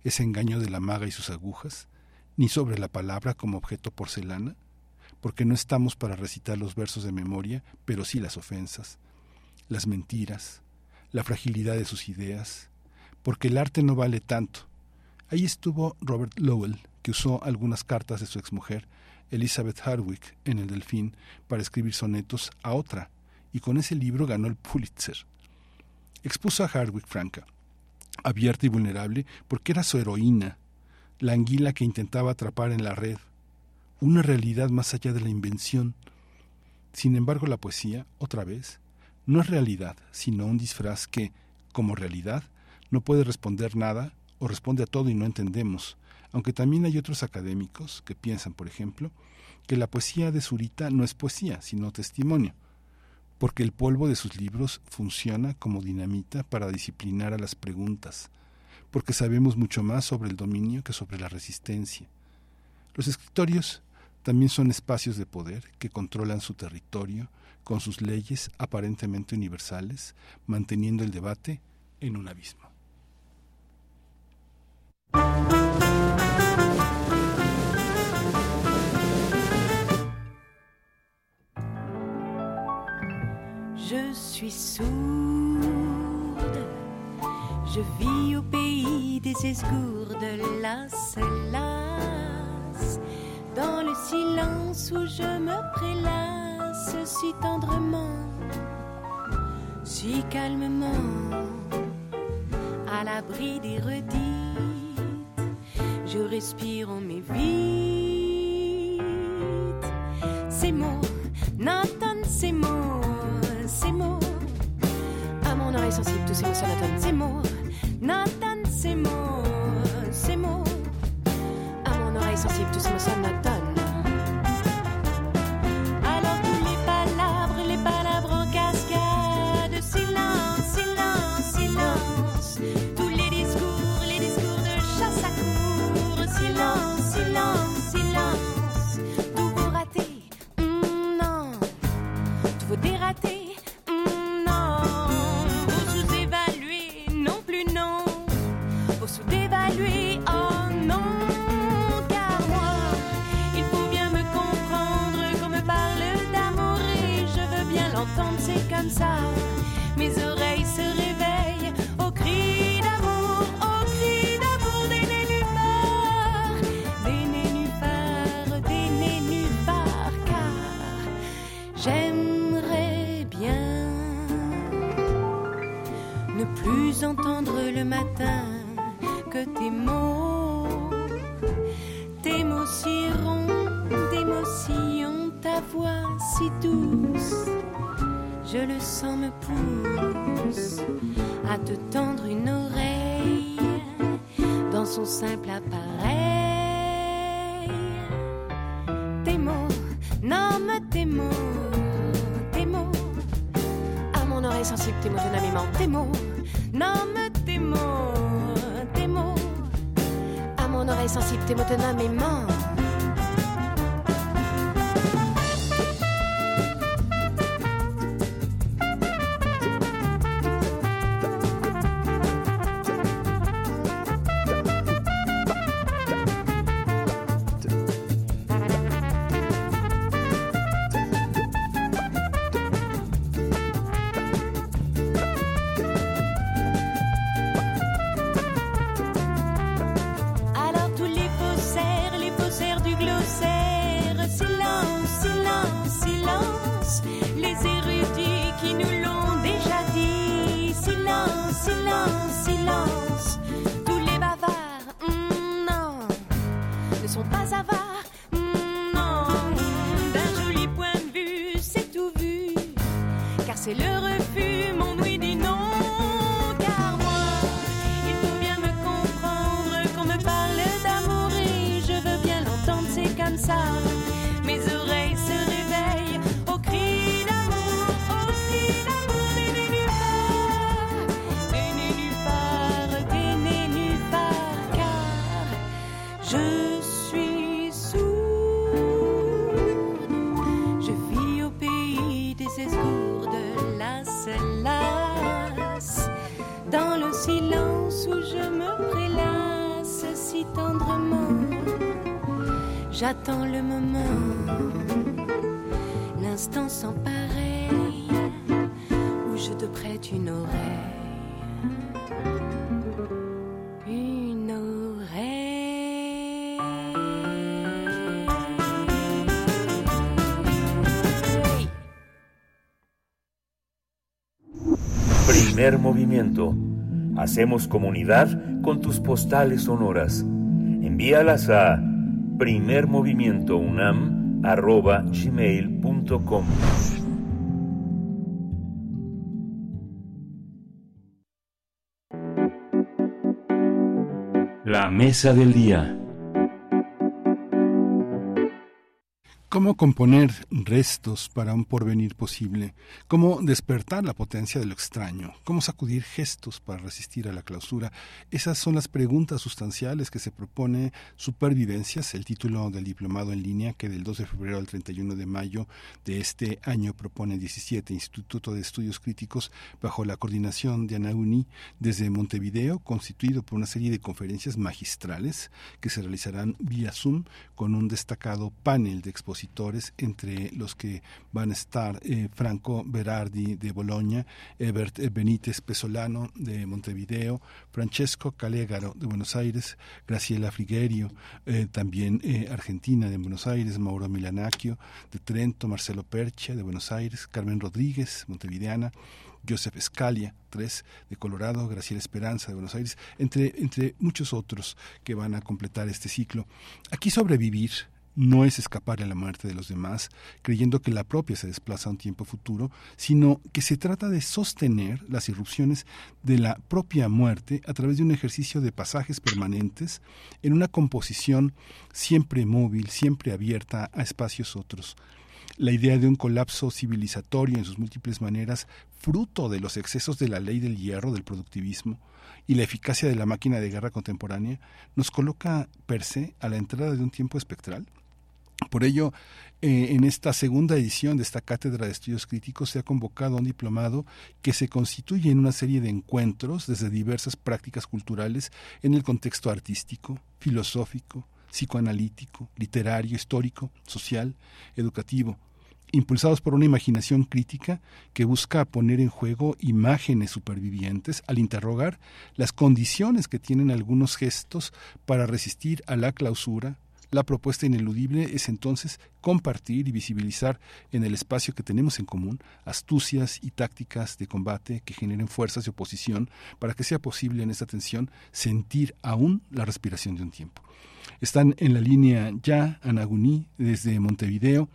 ese engaño de la maga y sus agujas, ni sobre la palabra como objeto porcelana, porque no estamos para recitar los versos de memoria, pero sí las ofensas, las mentiras, la fragilidad de sus ideas, porque el arte no vale tanto. Ahí estuvo Robert Lowell, que usó algunas cartas de su exmujer, Elizabeth Hardwick, en El Delfín, para escribir sonetos a otra, y con ese libro ganó el Pulitzer. Expuso a Hardwick franca, abierta y vulnerable, porque era su heroína, la anguila que intentaba atrapar en la red, una realidad más allá de la invención. Sin embargo, la poesía, otra vez, no es realidad, sino un disfraz que, como realidad, no puede responder nada o responde a todo y no entendemos, aunque también hay otros académicos que piensan, por ejemplo, que la poesía de Zurita no es poesía, sino testimonio, porque el polvo de sus libros funciona como dinamita para disciplinar a las preguntas, porque sabemos mucho más sobre el dominio que sobre la resistencia. Los escritorios también son espacios de poder que controlan su territorio con sus leyes aparentemente universales, manteniendo el debate en un abismo. Je suis sourde, je vis au pays des esgourdes, las, las, dans le silence où je me prélasse si tendrement, si calmement, à l'abri des redites, je respire en mes vides. Ces mots n'entendent ces mots. Ces mots, à mon oreille sensible, tous ces mots sonatonnent. Ces mots, n'entendent ces mots, ces mots, à mon oreille sensible, tous ces mots sonatonnent. Alors tous les palabres en cascade, silence, silence, silence. Tous les discours de chasse à cour, silence, silence, silence. Tout vous rater, non, tout vous dérater. D'évaluer, oh non, car moi, il faut bien me comprendre qu'on me parle d'amour et je veux bien l'entendre, c'est comme ça. Mes oreilles se réveillent au cri d'amour des nénuphars, des nénuphars, des nénuphars, car j'aimerais bien ne plus entendre le matin que tes mots si ronds, d'émotion, ta voix si douce, je le sens me pousse à te tendre une oreille dans son simple appareil. Tes mots, nomme tes mots, à mon oreille sensible, tes mots dynamiquement, tes mots, nomme tes mots. Mon oreille sensible t'émotionnant mes mains. C'est le refus, mon oui dit non. Car moi, il faut bien me comprendre qu'on me parle d'amour et je veux bien l'entendre, c'est comme ça. Mes oreilles se réveillent au cri d'amour des nénuphars, des nénuphars, des nénuphars, car je suis sourde. Je vis au pays des esgourdes, las, dans le silence où je me prélasse si tendrement. J'attends le moment, l'instant sans pareil, où je te prête une oreille. Une oreille. Primer movimiento. Hacemos comunidad con tus postales sonoras. Envíalas a primermovimientounam@gmail.com. La mesa del día. ¿Cómo componer restos para un porvenir posible? ¿Cómo despertar la potencia de lo extraño? ¿Cómo sacudir gestos para resistir a la clausura? Esas son las preguntas sustanciales que se propone Supervivencias, el título del diplomado en línea que del 2 de febrero al 31 de mayo de este año propone 17 Instituto de Estudios Críticos bajo la coordinación de Anauni desde Montevideo, constituido por una serie de conferencias magistrales que se realizarán vía Zoom con un destacado panel de expositores, entre los que van a estar Franco Berardi de Bologna, Ebert Benítez Pesolano de Montevideo, Francesco Calegaro de Buenos Aires, Graciela Frigerio, también Argentina de Buenos Aires, Mauro Milanacchio de Trento, Marcelo Percha de Buenos Aires, Carmen Rodríguez, montevideana, Joseph Scalia, 3 de Colorado, Graciela Esperanza de Buenos Aires, entre muchos otros que van a completar este ciclo. Aquí sobrevivir no es escapar a la muerte de los demás, creyendo que la propia se desplaza a un tiempo futuro, sino que se trata de sostener las irrupciones de la propia muerte a través de un ejercicio de pasajes permanentes en una composición siempre móvil, siempre abierta a espacios otros. La idea de un colapso civilizatorio en sus múltiples maneras, fruto de los excesos de la ley del hierro, del productivismo, y la eficacia de la máquina de guerra contemporánea, nos coloca per se a la entrada de un tiempo espectral. Por ello, en esta segunda edición de esta Cátedra de Estudios Críticos se ha convocado a un diplomado que se constituye en una serie de encuentros desde diversas prácticas culturales en el contexto artístico, filosófico, psicoanalítico, literario, histórico, social, educativo, impulsados por una imaginación crítica que busca poner en juego imágenes supervivientes al interrogar las condiciones que tienen algunos gestos para resistir a la clausura. La propuesta ineludible es entonces compartir y visibilizar en el espacio que tenemos en común astucias y tácticas de combate que generen fuerzas de oposición para que sea posible en esta tensión sentir aún la respiración de un tiempo. Están en la línea ya Anaguní desde Montevideo.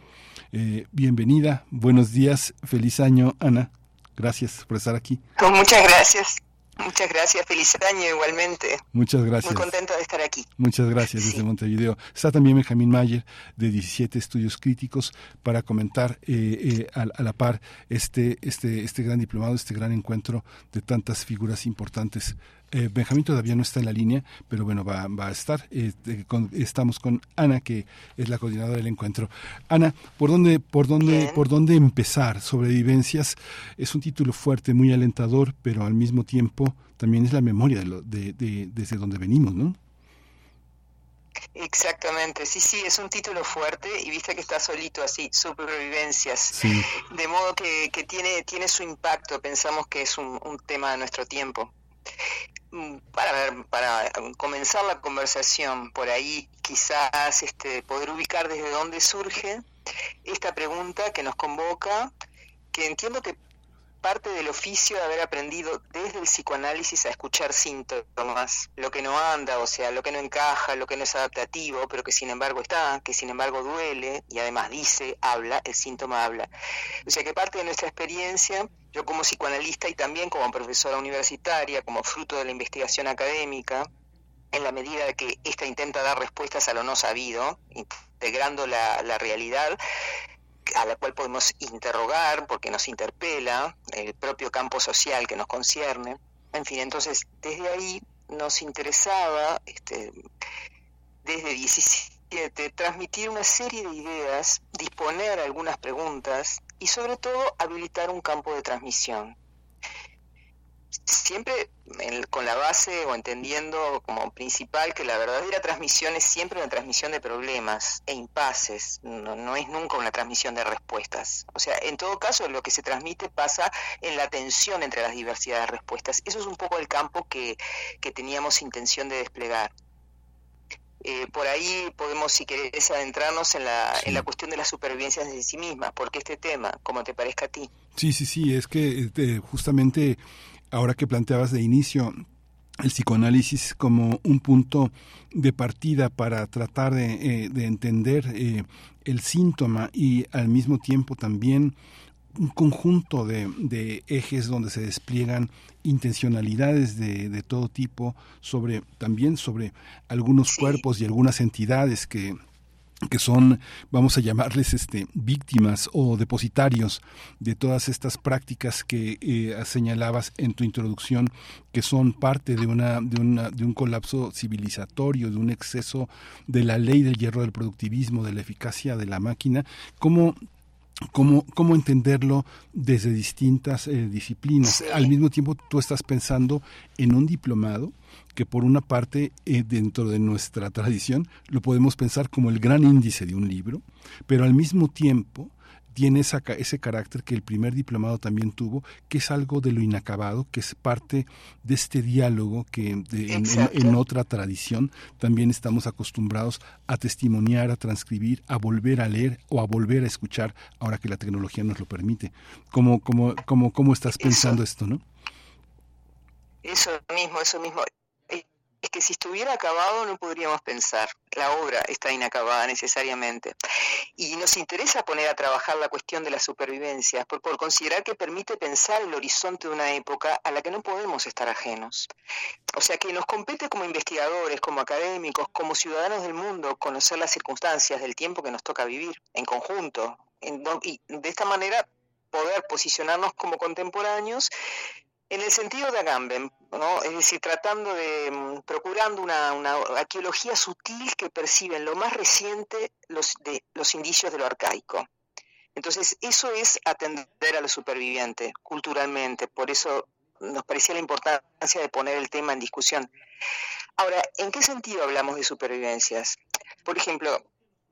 Bienvenida, buenos días, feliz año, Ana. Gracias por estar aquí. Muchas gracias. Muchas gracias, feliz año igualmente. Muchas gracias. Muy contenta de estar aquí. Muchas gracias desde Montevideo. Está también Benjamín Mayer de 17 Estudios Críticos para comentar a la par este gran diplomado, este gran encuentro de tantas figuras importantes. Benjamín todavía no está en la línea, pero bueno, va a estar. Estamos con Ana, que es la coordinadora del encuentro. Ana, ¿por dónde empezar? Sobrevivencias es un título fuerte, muy alentador, pero al mismo tiempo también es la memoria desde donde venimos, ¿no? Exactamente, sí, es un título fuerte y viste que está solito así, Supervivencias, sí. De modo que tiene su impacto, pensamos que es un tema de nuestro tiempo. Para comenzar la conversación por ahí, quizás poder ubicar desde dónde surge esta pregunta que nos convoca, que entiendo que parte del oficio de haber aprendido desde el psicoanálisis a escuchar síntomas, lo que no anda, o sea, lo que no encaja, lo que no es adaptativo, pero que sin embargo está, que sin embargo duele, y además habla, el síntoma habla. O sea que parte de nuestra experiencia, yo como psicoanalista y también como profesora universitaria, como fruto de la investigación académica, en la medida de que ésta intenta dar respuestas a lo no sabido, integrando la realidad, a la cual podemos interrogar porque nos interpela, el propio campo social que nos concierne. En fin, entonces desde ahí nos interesaba, desde 17, transmitir una serie de ideas, disponer algunas preguntas y sobre todo habilitar un campo de transmisión. siempre con la base o entendiendo como principal que la verdadera transmisión es siempre una transmisión de problemas e impases, no es nunca una transmisión de respuestas. O sea, en todo caso lo que se transmite pasa en la tensión entre las diversidades de respuestas. Eso es un poco el campo que teníamos intención de desplegar. Por ahí podemos, si querés, adentrarnos en la cuestión de la supervivencia de sí misma, porque este tema, como te parezca a ti. Sí, es que justamente ahora que planteabas de inicio el psicoanálisis como un punto de partida para tratar de entender el síntoma y al mismo tiempo también un conjunto de ejes donde se despliegan intencionalidades de todo tipo también sobre algunos cuerpos y algunas entidades que son, vamos a llamarles víctimas o depositarios de todas estas prácticas que señalabas en tu introducción, que son parte de un colapso civilizatorio, de un exceso de la ley del hierro del productivismo, de la eficacia de la máquina. ¿Cómo entenderlo desde distintas disciplinas? Sí. Al mismo tiempo tú estás pensando en un diplomado que por una parte dentro de nuestra tradición lo podemos pensar como el gran índice de un libro, pero al mismo tiempo tiene ese carácter que el primer diplomado también tuvo, que es algo de lo inacabado, que es parte de este diálogo que en otra tradición también estamos acostumbrados a testimoniar, a transcribir, a volver a leer o a volver a escuchar, ahora que la tecnología nos lo permite. ¿Cómo estás pensando esto, no? Eso mismo. Es que si estuviera acabado no podríamos pensar. La obra está inacabada necesariamente. Y nos interesa poner a trabajar la cuestión de la supervivencia por considerar que permite pensar el horizonte de una época a la que no podemos estar ajenos. O sea que nos compete como investigadores, como académicos, como ciudadanos del mundo, conocer las circunstancias del tiempo que nos toca vivir en conjunto. Y de esta manera poder posicionarnos como contemporáneos en el sentido de Agamben, ¿no? Es decir, procurando una arqueología sutil que percibe en lo más reciente los indicios de lo arcaico. Entonces, eso es atender a lo superviviente culturalmente, por eso nos parecía la importancia de poner el tema en discusión. Ahora, ¿en qué sentido hablamos de supervivencias? Por ejemplo,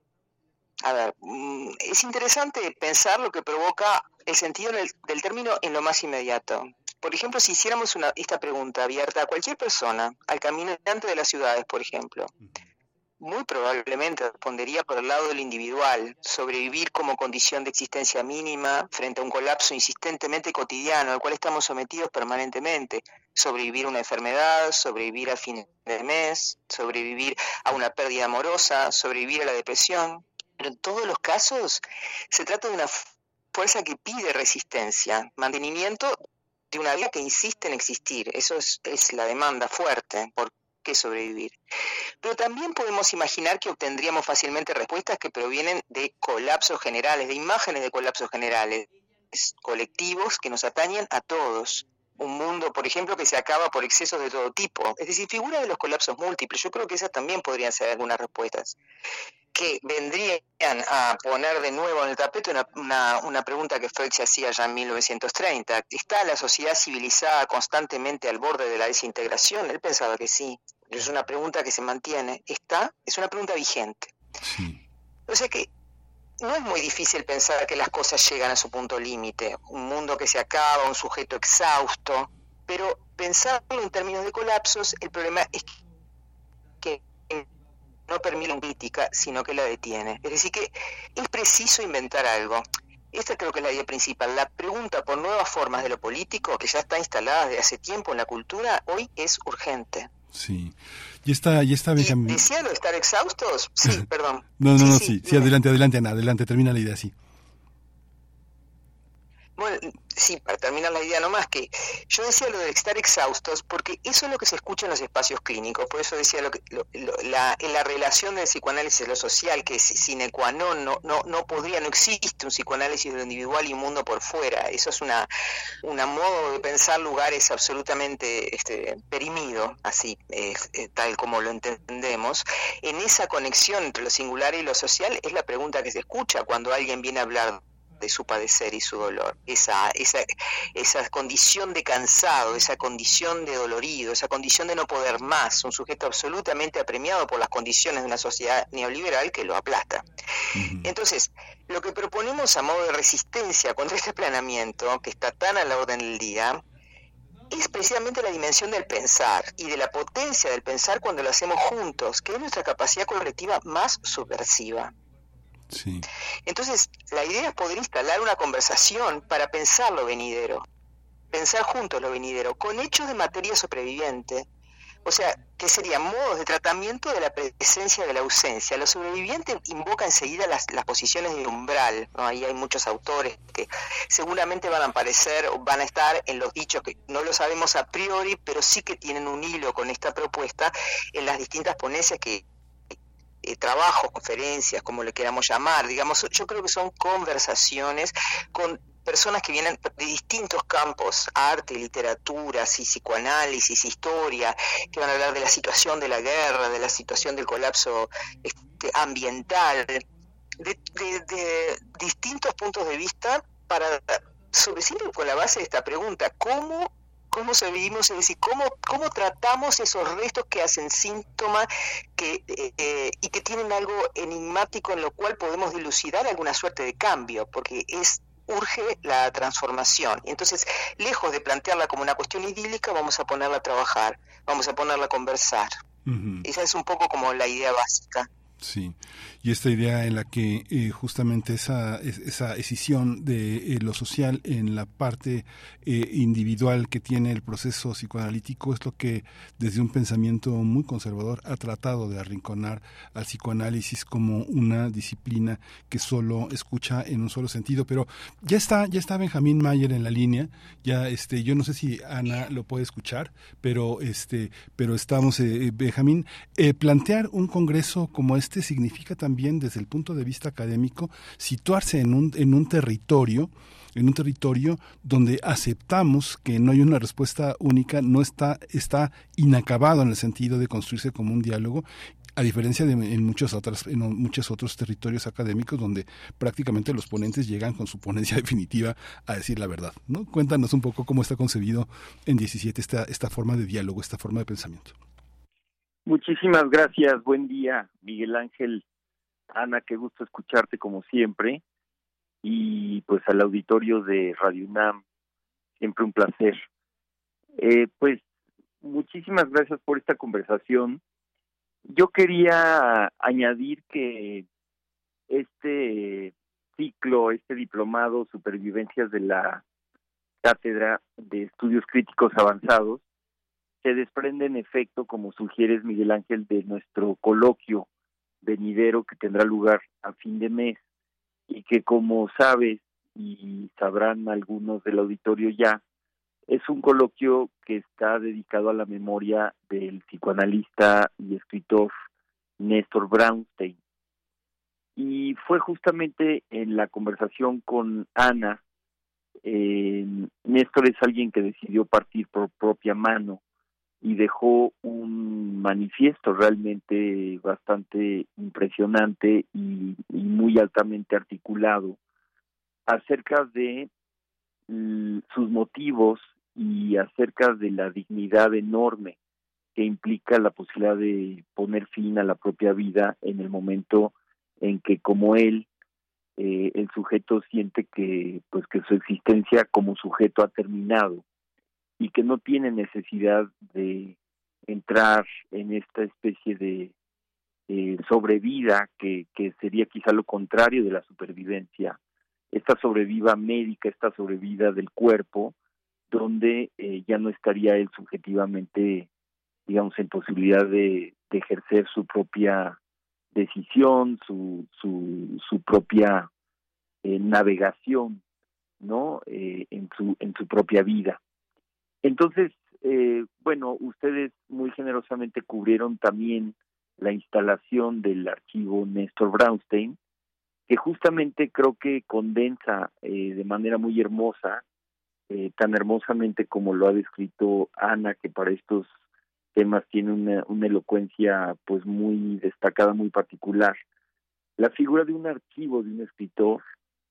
es interesante pensar lo que provoca el sentido del término en lo más inmediato. Por ejemplo, si hiciéramos esta pregunta abierta a cualquier persona, al caminante de las ciudades, por ejemplo, muy probablemente respondería por el lado del individual, sobrevivir como condición de existencia mínima frente a un colapso insistentemente cotidiano al cual estamos sometidos permanentemente, sobrevivir a una enfermedad, sobrevivir al fin de mes, sobrevivir a una pérdida amorosa, sobrevivir a la depresión. Pero en todos los casos se trata de una fuerza que pide resistencia, mantenimiento de una vida que insiste en existir. Eso es la demanda fuerte. ¿Por qué sobrevivir? Pero también podemos imaginar que obtendríamos fácilmente respuestas que provienen de colapsos generales, de imágenes de colapsos generales, colectivos que nos atañen a todos. Un mundo, por ejemplo, que se acaba por excesos de todo tipo. Es decir, figuras de los colapsos múltiples. Yo creo que esas también podrían ser algunas respuestas que vendrían a poner de nuevo en el tapete una pregunta que Freud se hacía ya en 1930. ¿Está la sociedad civilizada constantemente al borde de la desintegración? Él pensaba que sí. Es una pregunta que se mantiene. Es una pregunta vigente. Sí. O sea que no es muy difícil pensar que las cosas llegan a su punto límite. Un mundo que se acaba, un sujeto exhausto. Pero pensarlo en términos de colapsos, el problema es que no permite una crítica, sino que la detiene. Es decir, que es preciso inventar algo. Esta creo que es la idea principal. La pregunta por nuevas formas de lo político, que ya está instalada desde hace tiempo en la cultura, hoy es urgente. Sí. Y está Benjamín. ¿Decía lo de estar exhaustos? Sí, perdón. No, sí, adelante, Ana, adelante, termina la idea, sí. Bueno, sí, para terminar la idea nomás, que yo decía lo de estar exhaustos, porque eso es lo que se escucha en los espacios clínicos, por eso decía en la relación del psicoanálisis de lo social, que sine qua non, no existe un psicoanálisis de lo individual y un mundo por fuera. Eso es una modo de pensar lugares absolutamente perimido, así, tal como lo entendemos. En esa conexión entre lo singular y lo social es la pregunta que se escucha cuando alguien viene a hablar de su padecer y su dolor, esa condición de cansado, esa condición de dolorido, esa condición de no poder más, un sujeto absolutamente apremiado por las condiciones de una sociedad neoliberal que lo aplasta. Entonces, lo que proponemos a modo de resistencia contra este aplanamiento, que está tan a la orden del día, es precisamente la dimensión del pensar y de la potencia del pensar cuando lo hacemos juntos, que es nuestra capacidad colectiva más subversiva. Sí. Entonces, la idea es poder instalar una conversación para pensar lo venidero, pensar juntos lo venidero, con hechos de materia sobreviviente, o sea, que serían modos de tratamiento de la presencia de la ausencia. Los sobrevivientes invocan enseguida las posiciones de umbral, ¿no? Ahí hay muchos autores que seguramente van a aparecer o van a estar en los dichos que no lo sabemos a priori, pero sí que tienen un hilo con esta propuesta en las distintas ponencias que trabajos, conferencias, como le queramos llamar, digamos, yo creo que son conversaciones con personas que vienen de distintos campos, arte, literatura, psicoanálisis, historia, que van a hablar de la situación de la guerra, de la situación del colapso ambiental, de distintos puntos de vista para siempre con la base de esta pregunta, ¿cómo sobrevivimos? Es decir, ¿cómo tratamos esos restos que hacen síntomas y que tienen algo enigmático en lo cual podemos dilucidar alguna suerte de cambio? Porque urge la transformación. Entonces, lejos de plantearla como una cuestión idílica, vamos a ponerla a trabajar, vamos a ponerla a conversar. Esa es un poco como la idea básica. Sí, y esta idea en la que justamente esa escisión de lo social en la parte individual que tiene el proceso psicoanalítico es lo que desde un pensamiento muy conservador ha tratado de arrinconar al psicoanálisis como una disciplina que solo escucha en un solo sentido. Pero ya está Benjamín Mayer en la línea. Ya yo no sé si Ana lo puede escuchar, pero estamos Benjamín, plantear un congreso como significa también desde el punto de vista académico situarse en un territorio donde aceptamos que no hay una respuesta única, no está inacabado en el sentido de construirse como un diálogo, a diferencia de en muchos otros territorios académicos donde prácticamente los ponentes llegan con su ponencia definitiva a decir la verdad, ¿no? Cuéntanos un poco cómo está concebido en 17 esta forma de diálogo, esta forma de pensamiento. Muchísimas gracias, buen día, Miguel Ángel, Ana, qué gusto escucharte como siempre, y pues al auditorio de Radio UNAM, siempre un placer. Pues muchísimas gracias por esta conversación. Yo quería añadir que este ciclo, este diplomado Supervivencias de la Cátedra de Estudios Críticos Avanzados, se desprende en efecto, como sugieres, Miguel Ángel, de nuestro coloquio venidero que tendrá lugar a fin de mes y que, como sabes y sabrán algunos del auditorio ya, es un coloquio que está dedicado a la memoria del psicoanalista y escritor Néstor Brownstein. Y fue justamente en la conversación con Ana, Néstor es alguien que decidió partir por propia mano y dejó un manifiesto realmente bastante impresionante y muy altamente articulado acerca de sus motivos y acerca de la dignidad enorme que implica la posibilidad de poner fin a la propia vida en el momento en que, como él, el sujeto siente que su existencia como sujeto ha terminado y que no tiene necesidad de entrar en esta especie de sobrevida que sería quizá lo contrario de la supervivencia, esta sobrevida médica, esta sobrevida del cuerpo, donde ya no estaría él subjetivamente, digamos, en posibilidad de ejercer su propia decisión, su propia navegación, ¿no? En su propia vida. Entonces, bueno, ustedes muy generosamente cubrieron también la instalación del archivo Néstor Brownstein, que justamente creo que condensa de manera muy hermosa, tan hermosamente como lo ha descrito Ana, que para estos temas tiene una elocuencia pues muy destacada, muy particular, la figura de un archivo de un escritor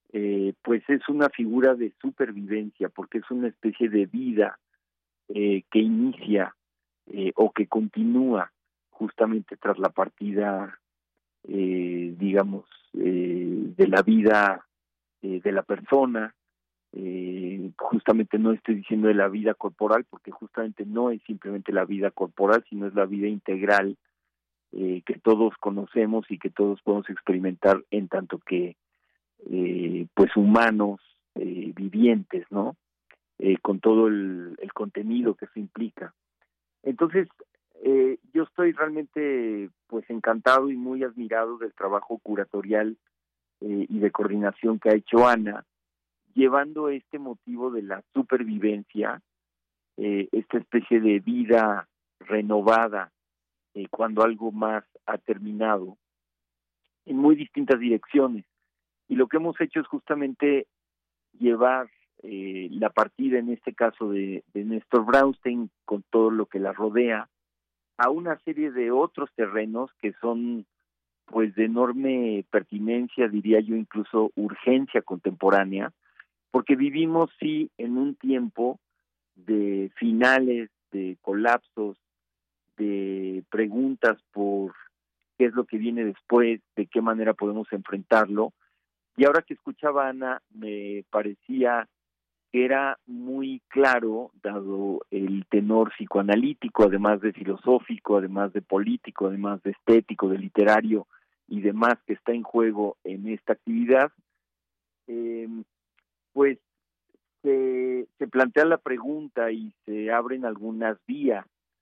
pues es una figura de supervivencia, porque es una especie de vida que inicia o que continúa justamente tras la partida, digamos, de la vida de la persona. Justamente no estoy diciendo de la vida corporal, porque justamente no es simplemente la vida corporal, sino es la vida integral que todos conocemos y que todos podemos experimentar en tanto que pues humanos vivientes, ¿no? Con todo el contenido que eso implica. Entonces, yo estoy realmente pues encantado y muy admirado del trabajo curatorial y de coordinación que ha hecho Ana, llevando este motivo de la supervivencia, esta especie de vida renovada cuando algo más ha terminado, en muy distintas direcciones. Y lo que hemos hecho es justamente llevar la partida, en este caso de Néstor Brownstein, con todo lo que la rodea, a una serie de otros terrenos que son pues de enorme pertinencia, diría yo incluso urgencia contemporánea, porque vivimos sí en un tiempo de finales, de colapsos, de preguntas por qué es lo que viene después, de qué manera podemos enfrentarlo. Y ahora que escuchaba a Ana, me parecía que era muy claro, dado el tenor psicoanalítico, además de filosófico, además de político, además de estético, de literario y demás que está en juego en esta actividad, pues se plantea la pregunta y se abren algunas vías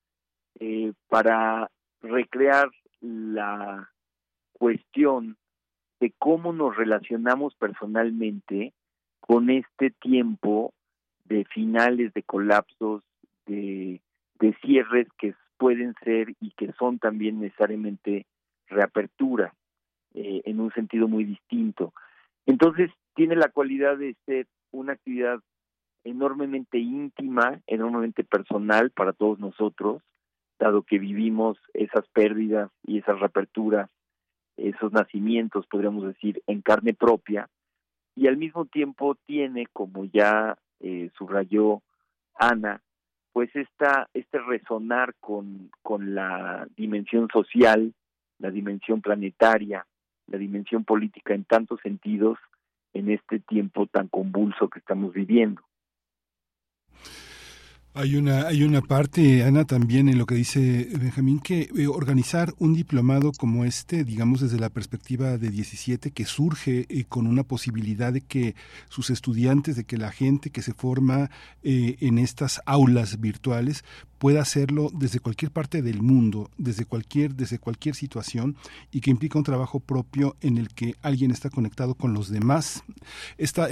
para recrear la cuestión de cómo nos relacionamos personalmente con este tiempo de finales, de colapsos, de cierres que pueden ser y que son también necesariamente reaperturas en un sentido muy distinto. Entonces tiene la cualidad de ser una actividad enormemente íntima, enormemente personal para todos nosotros, dado que vivimos esas pérdidas y esas reaperturas, esos nacimientos, podríamos decir, en carne propia, y al mismo tiempo tiene, como ya subrayó Ana, pues este resonar con la dimensión social, la dimensión planetaria, la dimensión política en tantos sentidos en este tiempo tan convulso que estamos viviendo. Hay una parte, Ana, también en lo que dice Benjamín, que organizar un diplomado como este, digamos desde la perspectiva de 17, que surge con una posibilidad de que sus estudiantes, de que la gente que se forma en estas aulas virtuales pueda hacerlo desde cualquier parte del mundo, desde cualquier situación, y que implica un trabajo propio en el que alguien está conectado con los demás. Esta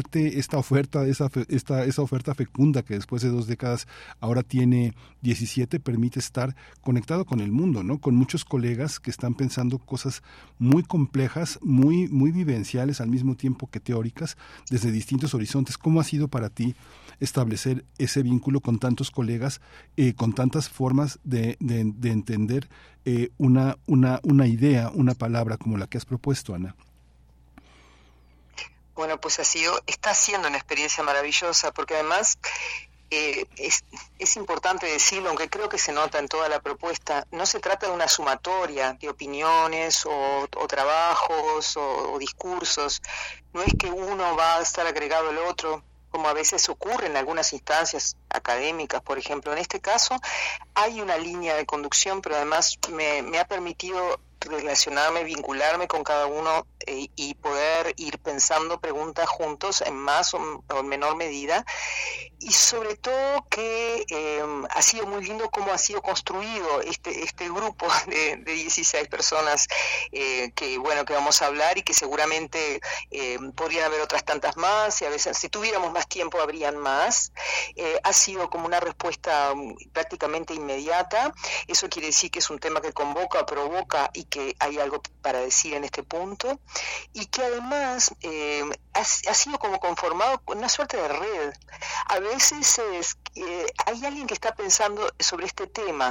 oferta fecunda que después de 2 décadas ahora tiene 17, permite estar conectado con el mundo, ¿no? Con muchos colegas que están pensando cosas muy complejas, muy vivenciales al mismo tiempo que teóricas, desde distintos horizontes. ¿Cómo ha sido para ti establecer ese vínculo con tantos colegas, con tantas formas de entender una idea, una palabra como la que has propuesto, Ana? Bueno, pues está siendo una experiencia maravillosa, porque además es importante decirlo, aunque creo que se nota en toda la propuesta, no se trata de una sumatoria de opiniones o trabajos o discursos, no es que uno va a estar agregado al otro, como a veces ocurre en algunas instancias académicas, por ejemplo. En este caso hay una línea de conducción, pero además me ha permitido relacionarme, vincularme con cada uno y poder ir pensando preguntas juntos en más o menor medida, y sobre todo que ha sido muy lindo cómo ha sido construido este grupo de 16 personas que vamos a hablar, y que seguramente podrían haber otras tantas más, y a veces si tuviéramos más tiempo habrían más. Ha sido como una respuesta prácticamente inmediata. Eso quiere decir que es un tema que convoca, provoca, y que hay algo para decir en este punto, y que además ha sido como conformado con una suerte de red. A veces hay alguien que está pensando sobre este tema,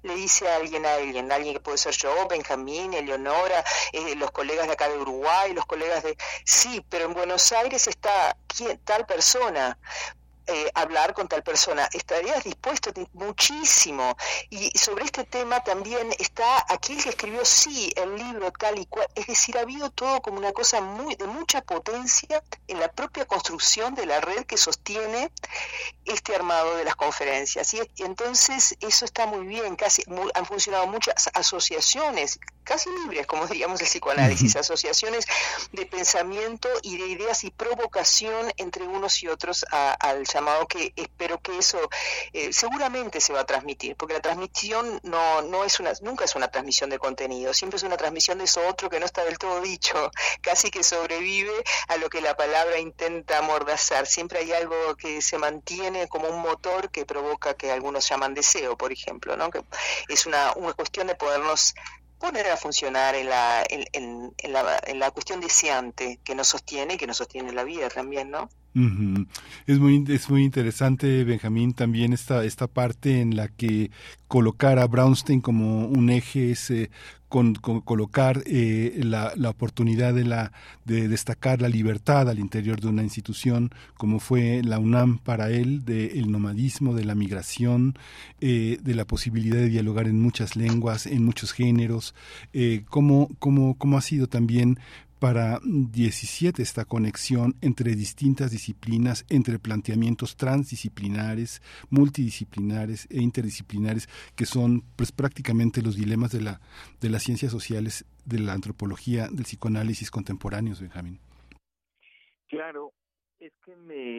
le dice a alguien que puede ser yo, Benjamín, Eleonora, los colegas de acá de Uruguay, los colegas de... Sí, pero en Buenos Aires está tal persona. Hablar con tal persona, estarías dispuesto muchísimo. Y sobre este tema también está aquel que escribió el libro tal y cual, es decir, ha habido todo como una cosa de mucha potencia en la propia construcción de la red que sostiene este armado de las conferencias. Y entonces eso está muy bien, han funcionado muchas asociaciones, casi libres, como diríamos el psicoanálisis, asociaciones de pensamiento y de ideas y provocación entre unos y otros al llamado, que espero que eso seguramente se va a transmitir, porque la transmisión nunca es una transmisión de contenido, siempre es una transmisión de eso otro que no está del todo dicho, casi que sobrevive a lo que la palabra intenta amordazar. Siempre hay algo que se mantiene como un motor que provoca que algunos llaman deseo, por ejemplo, ¿no? Que es una cuestión de podernos poner a funcionar en la cuestión deseante que nos sostiene y que nos sostiene la vida también, ¿no? Uh-huh. Es muy interesante, Benjamín, también esta parte en la que colocar a Brownstein como un eje es colocar la oportunidad de destacar la libertad al interior de una institución como fue la UNAM para él, del nomadismo, de la migración, de la posibilidad de dialogar en muchas lenguas, en muchos géneros, cómo ha sido también para 17 esta conexión entre distintas disciplinas, entre planteamientos transdisciplinares, multidisciplinares e interdisciplinares, que son pues prácticamente los dilemas de las ciencias sociales, de la antropología, del psicoanálisis contemporáneos, Benjamín. Claro, es que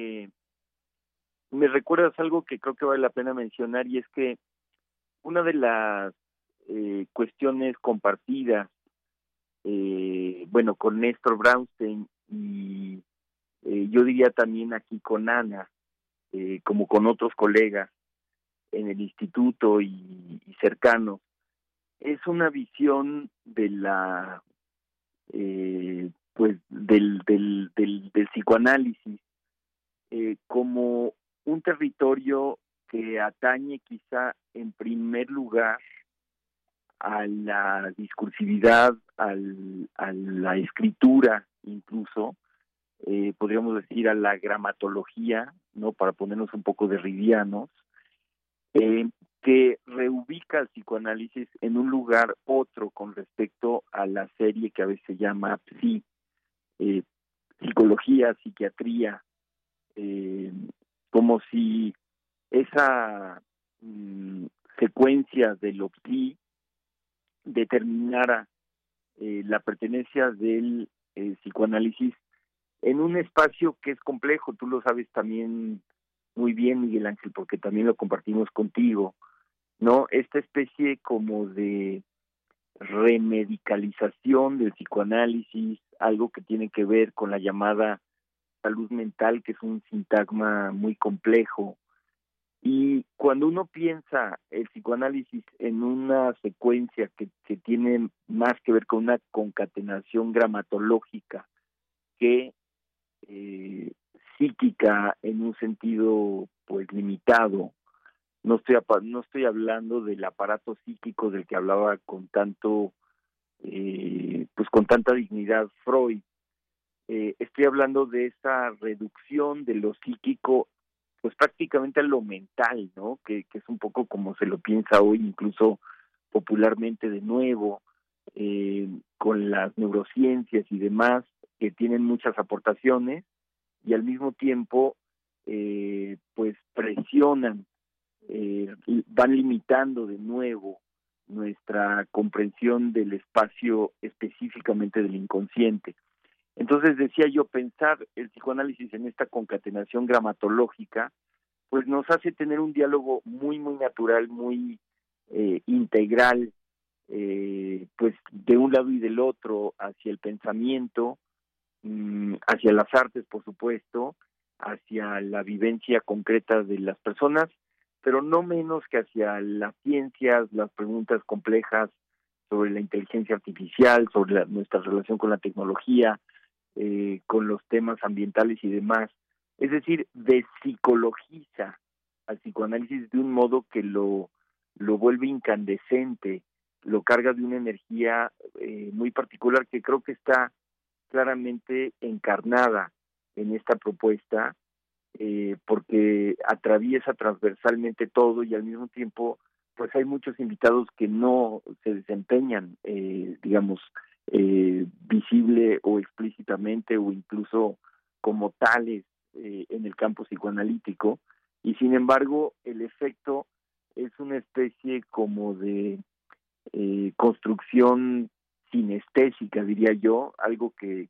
me recuerdas algo que creo que vale la pena mencionar, y es que una de las cuestiones compartidas con Néstor Brownstein y yo diría también aquí con Ana, como con otros colegas en el instituto y cercanos, es una visión de la del psicoanálisis como un territorio que atañe quizá en primer lugar a la discursividad, a la escritura, incluso, podríamos decir a la gramatología, ¿no? Para ponernos un poco derridianos, que reubica al psicoanálisis en un lugar otro con respecto a la serie que a veces se llama psicología, psiquiatría, como si esa secuencia de lo psi determinara la pertenencia del psicoanálisis en un espacio que es complejo. Tú lo sabes también muy bien, Miguel Ángel, porque también lo compartimos contigo, ¿no? Esta especie como de remedicalización del psicoanálisis, algo que tiene que ver con la llamada salud mental, que es un sintagma muy complejo. Y cuando uno piensa el psicoanálisis en una secuencia que tiene más que ver con una concatenación gramatológica que psíquica en un sentido pues limitado, no estoy hablando del aparato psíquico del que hablaba con tanta dignidad Freud, estoy hablando de esa reducción de lo psíquico pues prácticamente a lo mental, ¿no? Que es un poco como se lo piensa hoy, incluso popularmente de nuevo, con las neurociencias y demás, que tienen muchas aportaciones y al mismo tiempo pues presionan, van limitando de nuevo nuestra comprensión del espacio, específicamente del inconsciente. Entonces, decía yo, pensar el psicoanálisis en esta concatenación gramatológica, pues nos hace tener un diálogo muy, muy natural, muy integral, pues de un lado y del otro, hacia el pensamiento, hacia las artes, por supuesto, hacia la vivencia concreta de las personas, pero no menos que hacia las ciencias, las preguntas complejas sobre la inteligencia artificial, sobre nuestra relación con la tecnología, con los temas ambientales y demás. Es decir, despsicologiza al psicoanálisis de un modo que lo lo vuelve incandescente, lo carga de una energía muy particular que creo que está claramente encarnada en esta propuesta, porque atraviesa transversalmente todo y al mismo tiempo pues hay muchos invitados que no se desempeñan, visible o explícitamente o incluso como tales en el campo psicoanalítico, y sin embargo el efecto es una especie como de construcción sinestésica, diría yo, algo que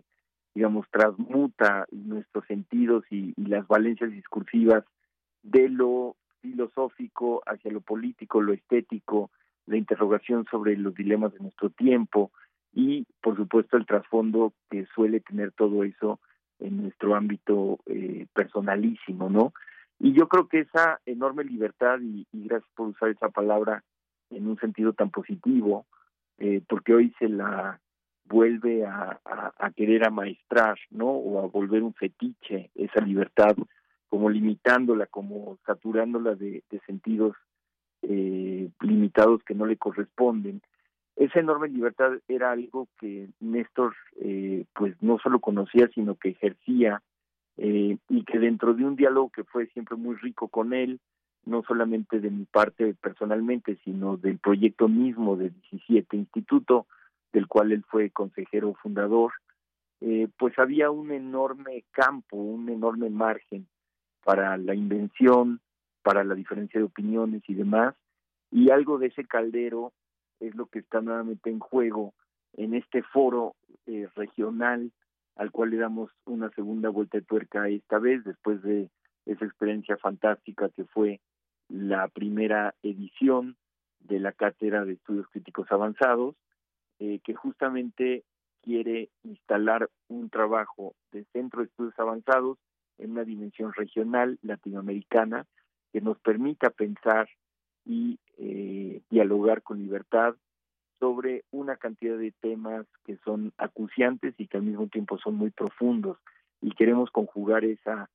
transmuta nuestros sentidos y las valencias discursivas de lo filosófico hacia lo político, lo estético, la interrogación sobre los dilemas de nuestro tiempo y, por supuesto, el trasfondo que suele tener todo eso en nuestro ámbito personalísimo, ¿no? Y yo creo que esa enorme libertad, y gracias por usar esa palabra en un sentido tan positivo, porque hoy se la vuelve a querer amaestrar, ¿no? O a volver un fetiche, esa libertad, como limitándola, como saturándola de sentidos limitados que no le corresponden. Esa enorme libertad era algo que Néstor pues no solo conocía, sino que ejercía, y que dentro de un diálogo que fue siempre muy rico con él, no solamente de mi parte personalmente, sino del proyecto mismo de 17 Instituto, del cual él fue consejero fundador, pues había un enorme campo, un enorme margen para la invención, para la diferencia de opiniones y demás, y algo de ese caldero es lo que está nuevamente en juego en este foro regional al cual le damos una segunda vuelta de tuerca esta vez, después de esa experiencia fantástica que fue la primera edición de la Cátedra de Estudios Críticos Avanzados, que justamente quiere instalar un trabajo de Centro de Estudios Avanzados en una dimensión regional latinoamericana que nos permita pensar y dialogar con libertad sobre una cantidad de temas que son acuciantes y que al mismo tiempo son muy profundos, y queremos conjugar esa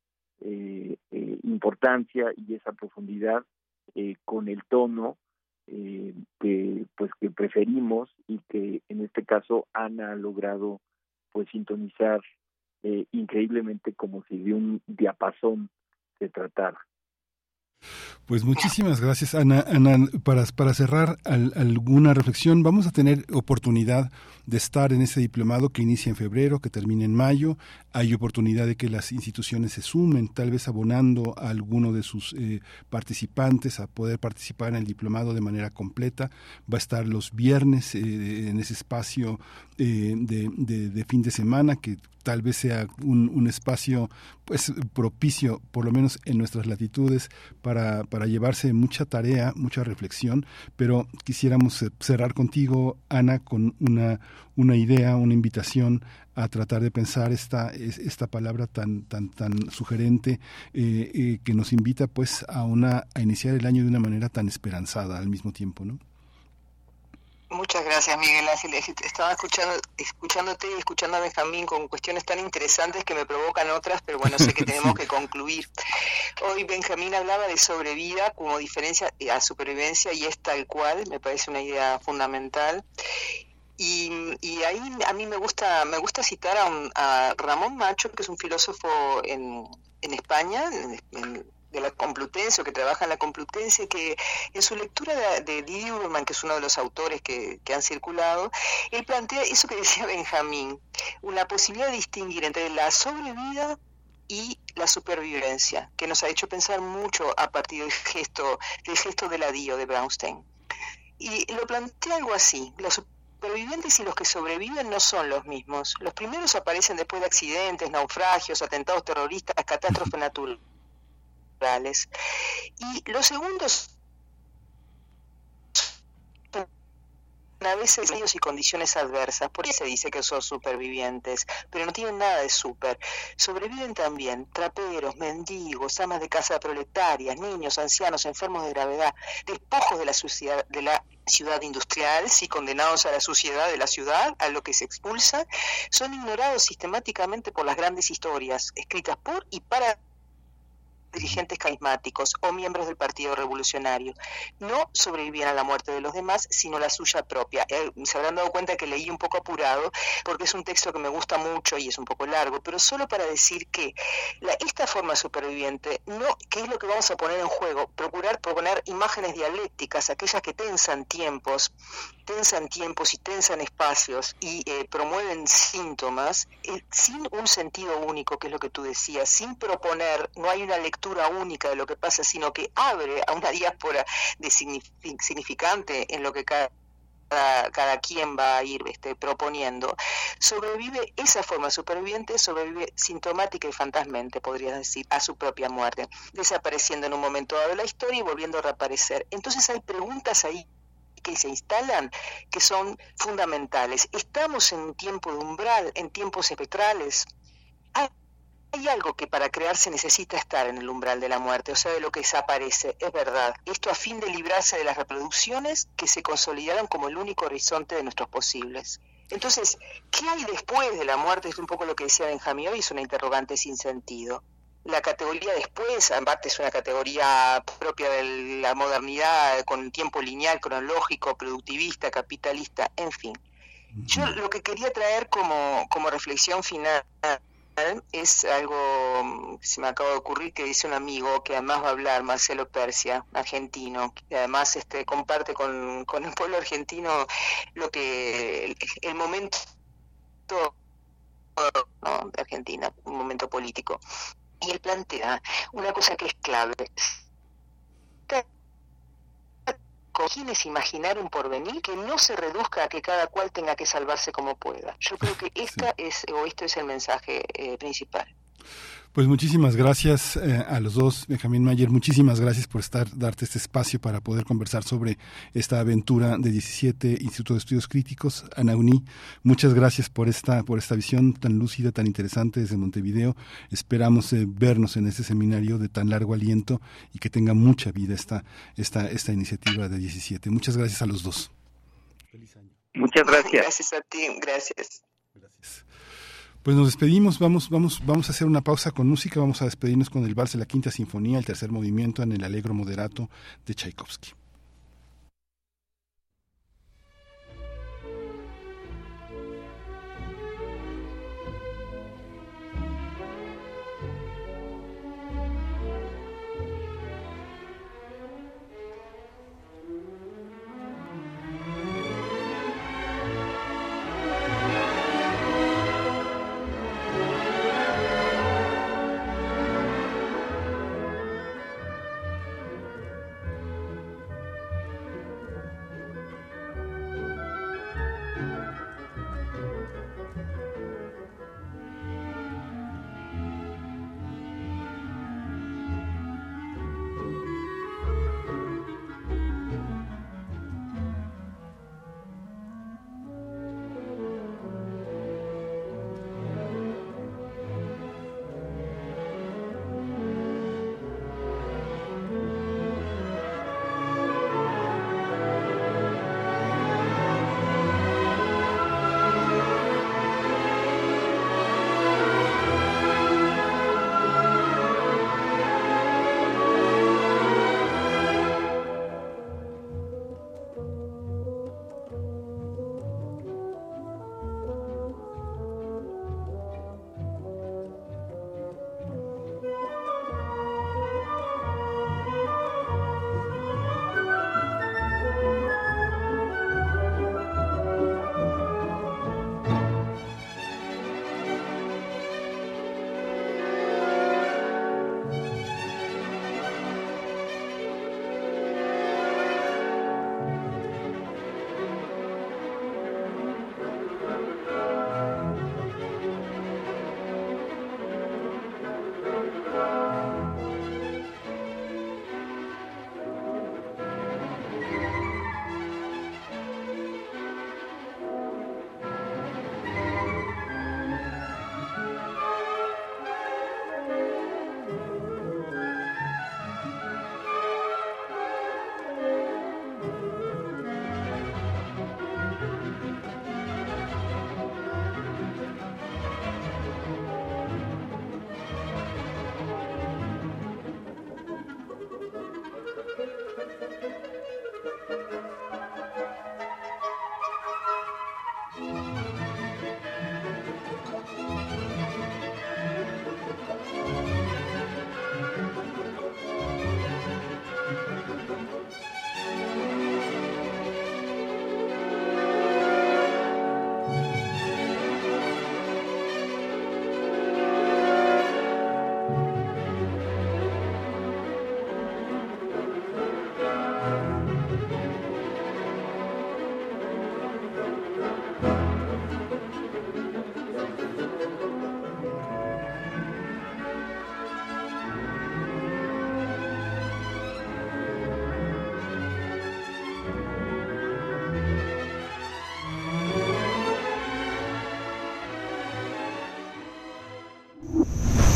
importancia y esa profundidad con el tono que preferimos, y que en este caso Ana ha logrado pues sintonizar increíblemente, como si de un diapasón se tratara. Pues muchísimas gracias, Ana. Para cerrar alguna reflexión, vamos a tener oportunidad de estar en ese diplomado que inicia en febrero, que termina en mayo. Hay oportunidad de que las instituciones se sumen, tal vez abonando a alguno de sus participantes a poder participar en el diplomado de manera completa. Va a estar los viernes en ese espacio de fin de semana, que tal vez sea un espacio pues propicio, por lo menos en nuestras latitudes, para llevarse mucha tarea, mucha reflexión. Pero quisiéramos cerrar contigo, Ana, con una idea, una invitación a tratar de pensar esta palabra tan sugerente, que nos invita pues a iniciar el año de una manera tan esperanzada al mismo tiempo, ¿no? Muchas gracias, Miguel Ángel. Estaba escuchándote y escuchando a Benjamín con cuestiones tan interesantes que me provocan otras, pero bueno, sé que tenemos que concluir. Hoy Benjamín hablaba de sobrevida como diferencia a supervivencia, y es tal cual, me parece una idea fundamental. Y ahí a mí me gusta citar a Ramón Macho, que es un filósofo en España, de la Complutense, o que trabaja en la Complutense, que en su lectura de Didier Uberman, que es uno de los autores que han circulado, él plantea eso que decía Benjamín, una posibilidad de distinguir entre la sobrevida y la supervivencia, que nos ha hecho pensar mucho a partir del gesto del adío de Bernstein. Y lo plantea algo así: los supervivientes y los que sobreviven no son los mismos. Los primeros aparecen después de accidentes, naufragios, atentados terroristas, catástrofes naturales. Y los segundos a veces medios y condiciones adversas, por eso se dice que son supervivientes, pero no tienen nada de super. Sobreviven también traperos, mendigos, amas de casa proletarias, niños, ancianos, enfermos de gravedad, despojos de la ciudad industrial, sí, condenados a la suciedad de la ciudad, a lo que se expulsa, son ignorados sistemáticamente por las grandes historias, escritas por y para dirigentes carismáticos o miembros del Partido Revolucionario. No sobrevivían a la muerte de los demás, sino la suya propia. Se habrán dado cuenta que leí un poco apurado, porque es un texto que me gusta mucho y es un poco largo, pero solo para decir que esta forma superviviente, que es lo que vamos a poner en juego, procurar proponer imágenes dialécticas, aquellas que tensan tiempos y tensan espacios y promueven síntomas, sin un sentido único, que es lo que tú decías, sin proponer, no hay una lectura única de lo que pasa, sino que abre a una diáspora de significante en lo que cada quien va a ir proponiendo. Sobrevive esa forma superviviente, sobrevive sintomática y fantasmente, podrías decir, a su propia muerte, desapareciendo en un momento dado de la historia y volviendo a reaparecer. Entonces hay preguntas ahí que se instalan, que son fundamentales. ¿Estamos en un tiempo de umbral, en tiempos espectrales? Hay algo que para crearse necesita estar en el umbral de la muerte, o sea, de lo que desaparece, es verdad. Esto a fin de librarse de las reproducciones que se consolidaron como el único horizonte de nuestros posibles. Entonces, ¿qué hay después de la muerte? Es un poco lo que decía Benjamín hoy, es una interrogante sin sentido. La categoría después, aparte, es una categoría propia de la modernidad, con tiempo lineal, cronológico, productivista, capitalista, en fin. Yo lo que quería traer como reflexión final es algo que se me acaba de ocurrir, que dice un amigo que además va a hablar, Marcelo Persia, argentino, que además comparte con el pueblo argentino el momento, ¿no?, de Argentina, un momento político. Y él plantea una cosa que es clave. ¿Quién es imaginar un porvenir que no se reduzca a que cada cual tenga que salvarse como pueda? Yo creo que esto es el mensaje principal. Pues muchísimas gracias a los dos, Benjamín Mayer, muchísimas gracias por darte este espacio para poder conversar sobre esta aventura de 17 Instituto de Estudios Críticos. Ana Uní, muchas gracias por esta visión tan lúcida, tan interesante desde Montevideo. Esperamos vernos en este seminario de tan largo aliento y que tenga mucha vida esta iniciativa de 17. Muchas gracias a los dos. Feliz año. Muchas gracias. Gracias a ti, gracias. Pues nos despedimos, vamos a hacer una pausa con música, vamos a despedirnos con el vals de la Quinta Sinfonía, el tercer movimiento en el Allegro Moderato de Tchaikovsky.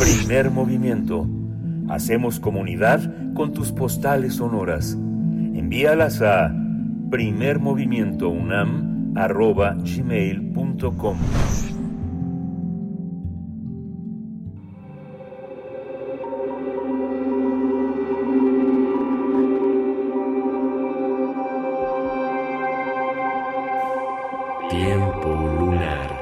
Primer movimiento. Hacemos comunidad con tus postales sonoras. Envíalas a primermovimientounam@gmail.com. Tiempo lunar.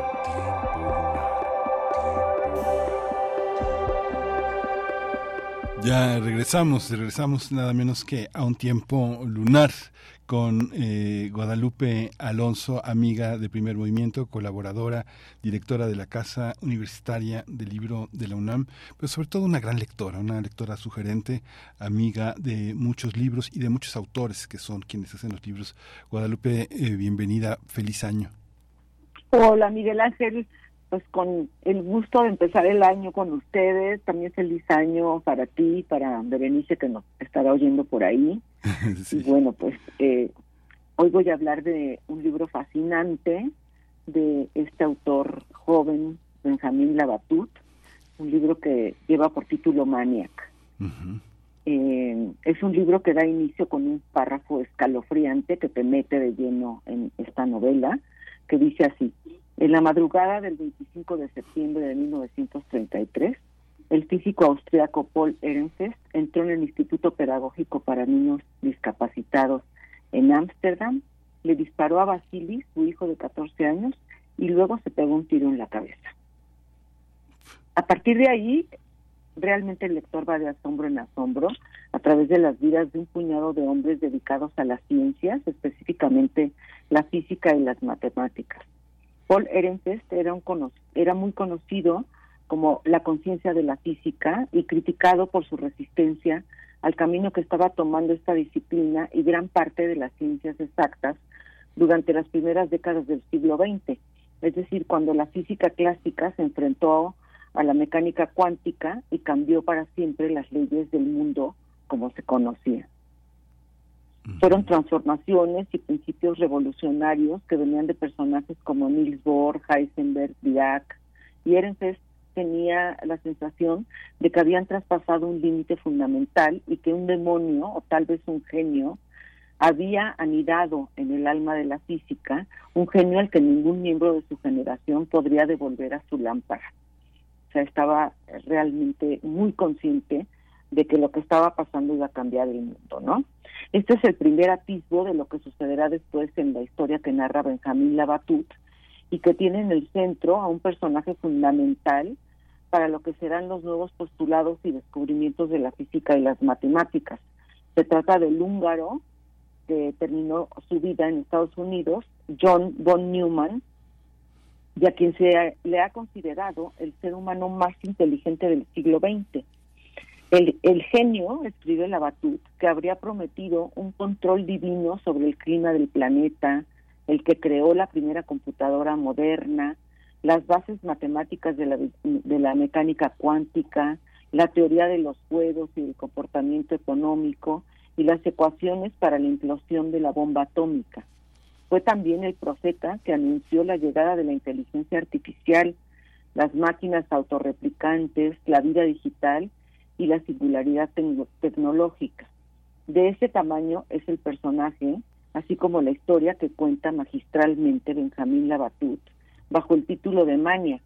Ya regresamos nada menos que a un tiempo lunar con Guadalupe Alonso, amiga de Primer Movimiento, colaboradora, directora de la Casa Universitaria del Libro de la UNAM, pero sobre todo una lectora sugerente, amiga de muchos libros y de muchos autores que son quienes hacen los libros. Guadalupe, bienvenida, feliz año. Hola, Miguel Ángel. Pues con el gusto de empezar el año con ustedes, también feliz año para ti, para Berenice que nos estará oyendo por ahí. Sí. Y bueno, pues hoy voy a hablar de un libro fascinante de este autor joven, Benjamín Labatut, un libro que lleva por título Maniac. Uh-huh. Es un libro que da inicio con un párrafo escalofriante que te mete de lleno en esta novela, que dice así: en la madrugada del 25 de septiembre de 1933, el físico austriaco Paul Ehrenfest entró en el Instituto Pedagógico para Niños Discapacitados en Ámsterdam, le disparó a Vasily, su hijo de 14 años, y luego se pegó un tiro en la cabeza. A partir de ahí, realmente el lector va de asombro en asombro a través de las vidas de un puñado de hombres dedicados a las ciencias, específicamente la física y las matemáticas. Paul Ehrenfest era muy conocido como la conciencia de la física y criticado por su resistencia al camino que estaba tomando esta disciplina y gran parte de las ciencias exactas durante las primeras décadas del siglo XX, es decir, cuando la física clásica se enfrentó a la mecánica cuántica y cambió para siempre las leyes del mundo como se conocía. Fueron transformaciones y principios revolucionarios que venían de personajes como Niels Bohr, Heisenberg, Dirac, y Ehrenfest tenía la sensación de que habían traspasado un límite fundamental y que un demonio, o tal vez un genio, había anidado en el alma de la física, un genio al que ningún miembro de su generación podría devolver a su lámpara. O sea, estaba realmente muy consciente de que lo que estaba pasando iba a cambiar el mundo, ¿no? Este es el primer atisbo de lo que sucederá después en la historia que narra Benjamín Labatut y que tiene en el centro a un personaje fundamental para lo que serán los nuevos postulados y descubrimientos de la física y las matemáticas. Se trata del húngaro que terminó su vida en Estados Unidos, John von Neumann, y a quien se le ha considerado el ser humano más inteligente del siglo XX. El genio, escribe Labatut, que habría prometido un control divino sobre el clima del planeta, el que creó la primera computadora moderna, las bases matemáticas de la mecánica cuántica, la teoría de los juegos y el comportamiento económico y las ecuaciones para la implosión de la bomba atómica. Fue también el profeta que anunció la llegada de la inteligencia artificial, las máquinas autorreplicantes, la vida digital y la singularidad tecnológica. De ese tamaño es el personaje, así como la historia que cuenta magistralmente Benjamín Labatut, bajo el título de Maniac,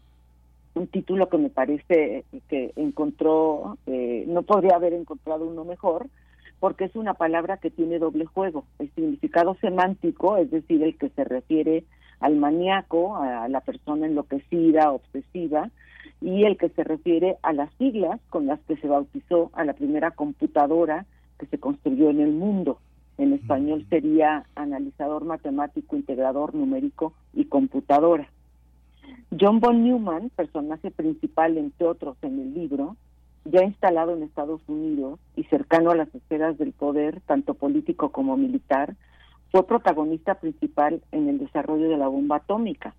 un título que me parece que encontró, no podría haber encontrado uno mejor, porque es una palabra que tiene doble juego. El significado semántico, es decir, el que se refiere al maníaco, a la persona enloquecida, obsesiva, y el que se refiere a las siglas con las que se bautizó a la primera computadora que se construyó en el mundo. En español sería analizador matemático, integrador numérico y computadora. John von Neumann, personaje principal entre otros en el libro, ya instalado en Estados Unidos y cercano a las esferas del poder, tanto político como militar, fue protagonista principal en el desarrollo de la bomba atómica,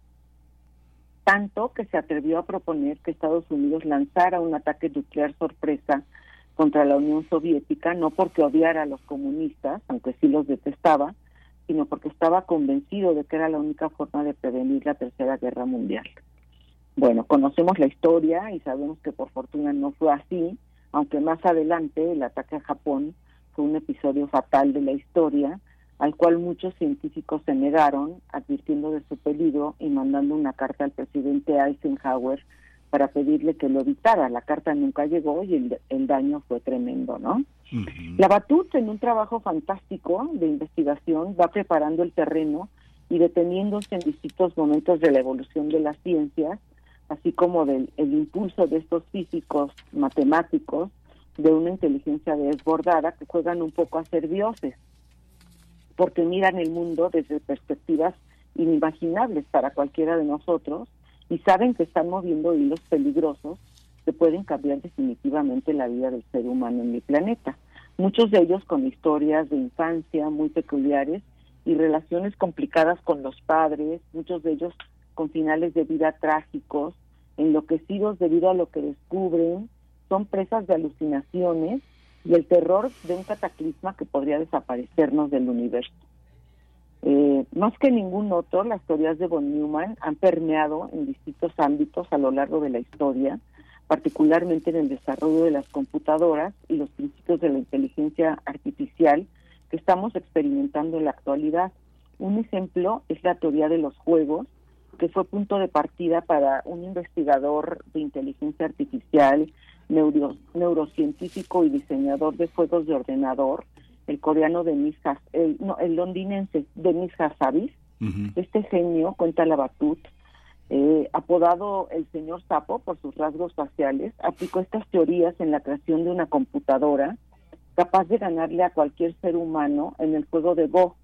tanto que se atrevió a proponer que Estados Unidos lanzara un ataque nuclear sorpresa contra la Unión Soviética, no porque odiara a los comunistas, aunque sí los detestaba, sino porque estaba convencido de que era la única forma de prevenir la Tercera Guerra Mundial. Bueno, conocemos la historia y sabemos que por fortuna no fue así, aunque más adelante el ataque a Japón fue un episodio fatal de la historia, al cual muchos científicos se negaron, advirtiendo de su peligro y mandando una carta al presidente Eisenhower para pedirle que lo evitara. La carta nunca llegó y el daño fue tremendo, ¿no? Uh-huh. Labatut, en un trabajo fantástico de investigación, va preparando el terreno y deteniéndose en distintos momentos de la evolución de las ciencias, así como el impulso de estos físicos matemáticos de una inteligencia desbordada que juegan un poco a ser dioses, porque miran el mundo desde perspectivas inimaginables para cualquiera de nosotros y saben que están moviendo hilos peligrosos que pueden cambiar definitivamente la vida del ser humano en el planeta. Muchos de ellos con historias de infancia muy peculiares y relaciones complicadas con los padres, muchos de ellos con finales de vida trágicos, enloquecidos debido a lo que descubren, son presas de alucinaciones y el terror de un cataclisma que podría desaparecernos del universo. Más que ningún otro, las teorías de von Neumann han permeado en distintos ámbitos a lo largo de la historia, particularmente en el desarrollo de las computadoras y los principios de la inteligencia artificial que estamos experimentando en la actualidad. Un ejemplo es la teoría de los juegos, que fue punto de partida para un investigador de inteligencia artificial, neurocientífico y diseñador de juegos de ordenador, el coreano el londinense Demis Hassabis. Uh-huh. Este genio, cuenta Labatut, apodado el señor Sapo por sus rasgos faciales, aplicó estas teorías en la creación de una computadora capaz de ganarle a cualquier ser humano en el juego de Go.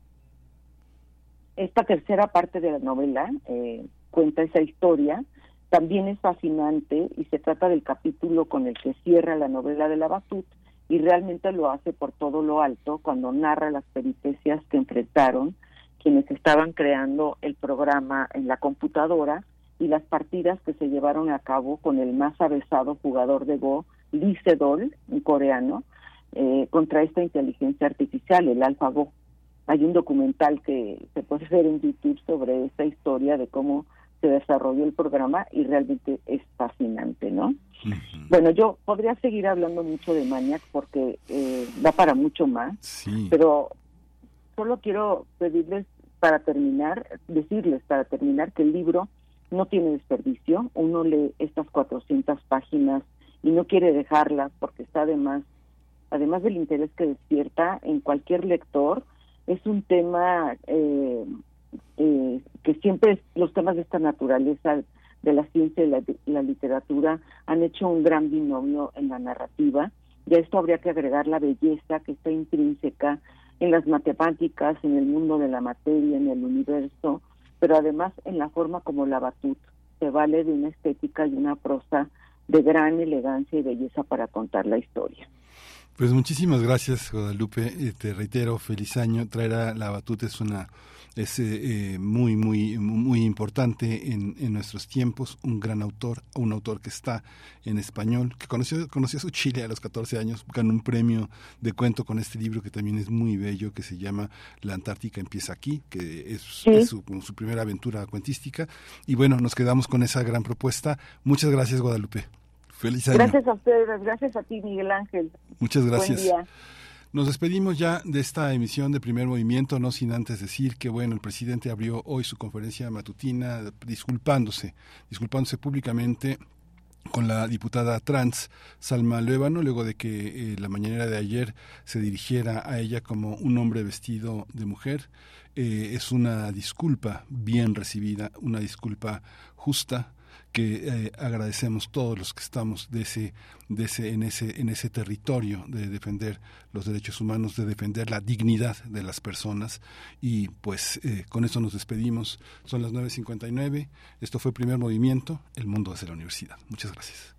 Esta tercera parte de la novela cuenta esa historia, también es fascinante y se trata del capítulo con el que cierra la novela de Labatut y realmente lo hace por todo lo alto cuando narra las peripecias que enfrentaron quienes estaban creando el programa en la computadora y las partidas que se llevaron a cabo con el más avesado jugador de Go, Lee Sedol, un coreano, contra esta inteligencia artificial, el AlphaGo. Hay un documental que se puede ver en YouTube sobre esta historia de cómo se desarrolló el programa y realmente es fascinante, ¿no? Uh-huh. Bueno, yo podría seguir hablando mucho de Maniac porque da para mucho más, sí. Pero solo quiero decirles para terminar que el libro no tiene desperdicio. Uno lee estas 400 páginas y no quiere dejarlas porque está además del interés que despierta en cualquier lector. Es un tema que siempre los temas de esta naturaleza de la ciencia y la literatura han hecho un gran binomio en la narrativa, y a esto habría que agregar la belleza que está intrínseca en las matemáticas, en el mundo de la materia, en el universo, pero además en la forma como Labatut se vale de una estética y una prosa de gran elegancia y belleza para contar la historia. Pues muchísimas gracias, Guadalupe. Te reitero, feliz año. Traer a Labatut es muy, muy, muy importante en nuestros tiempos. Un gran autor, un autor que está en español, que conoció su Chile a los 14 años, ganó un premio de cuento con este libro que también es muy bello, que se llama La Antártica empieza aquí, que es su primera aventura cuentística. Y bueno, nos quedamos con esa gran propuesta. Muchas gracias, Guadalupe. Feliz año. Gracias a ustedes, gracias a ti, Miguel Ángel. Muchas gracias. Buen día. Nos despedimos ya de esta emisión de Primer Movimiento, no sin antes decir que bueno, el presidente abrió hoy su conferencia matutina disculpándose públicamente con la diputada trans Salma Luébano, luego de que la mañanera de ayer se dirigiera a ella como un hombre vestido de mujer. Es una disculpa bien recibida, una disculpa justa, que agradecemos todos los que estamos en ese territorio de defender los derechos humanos, de defender la dignidad de las personas. Y pues con eso nos despedimos. Son las 9:59. Esto fue Primer Movimiento, el mundo desde la universidad. Muchas gracias.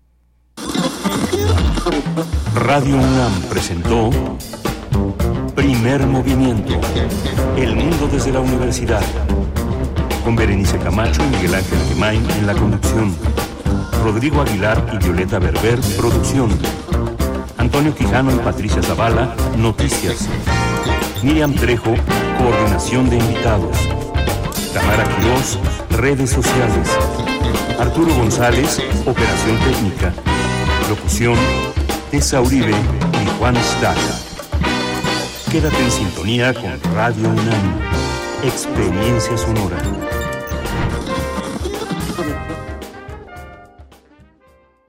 Radio UNAM presentó Primer Movimiento, el mundo desde la universidad, con Berenice Camacho y Miguel Ángel Gemain en la conducción, Rodrigo Aguilar y Violeta Berber, producción, Antonio Quijano y Patricia Zavala, noticias, Miriam Trejo, coordinación de invitados, Tamara Quirós, Redes sociales. Arturo González, operación técnica. Locución, Tessa Uribe y Juan Staca. Quédate en sintonía con Radio UNAM. Experiencia sonora.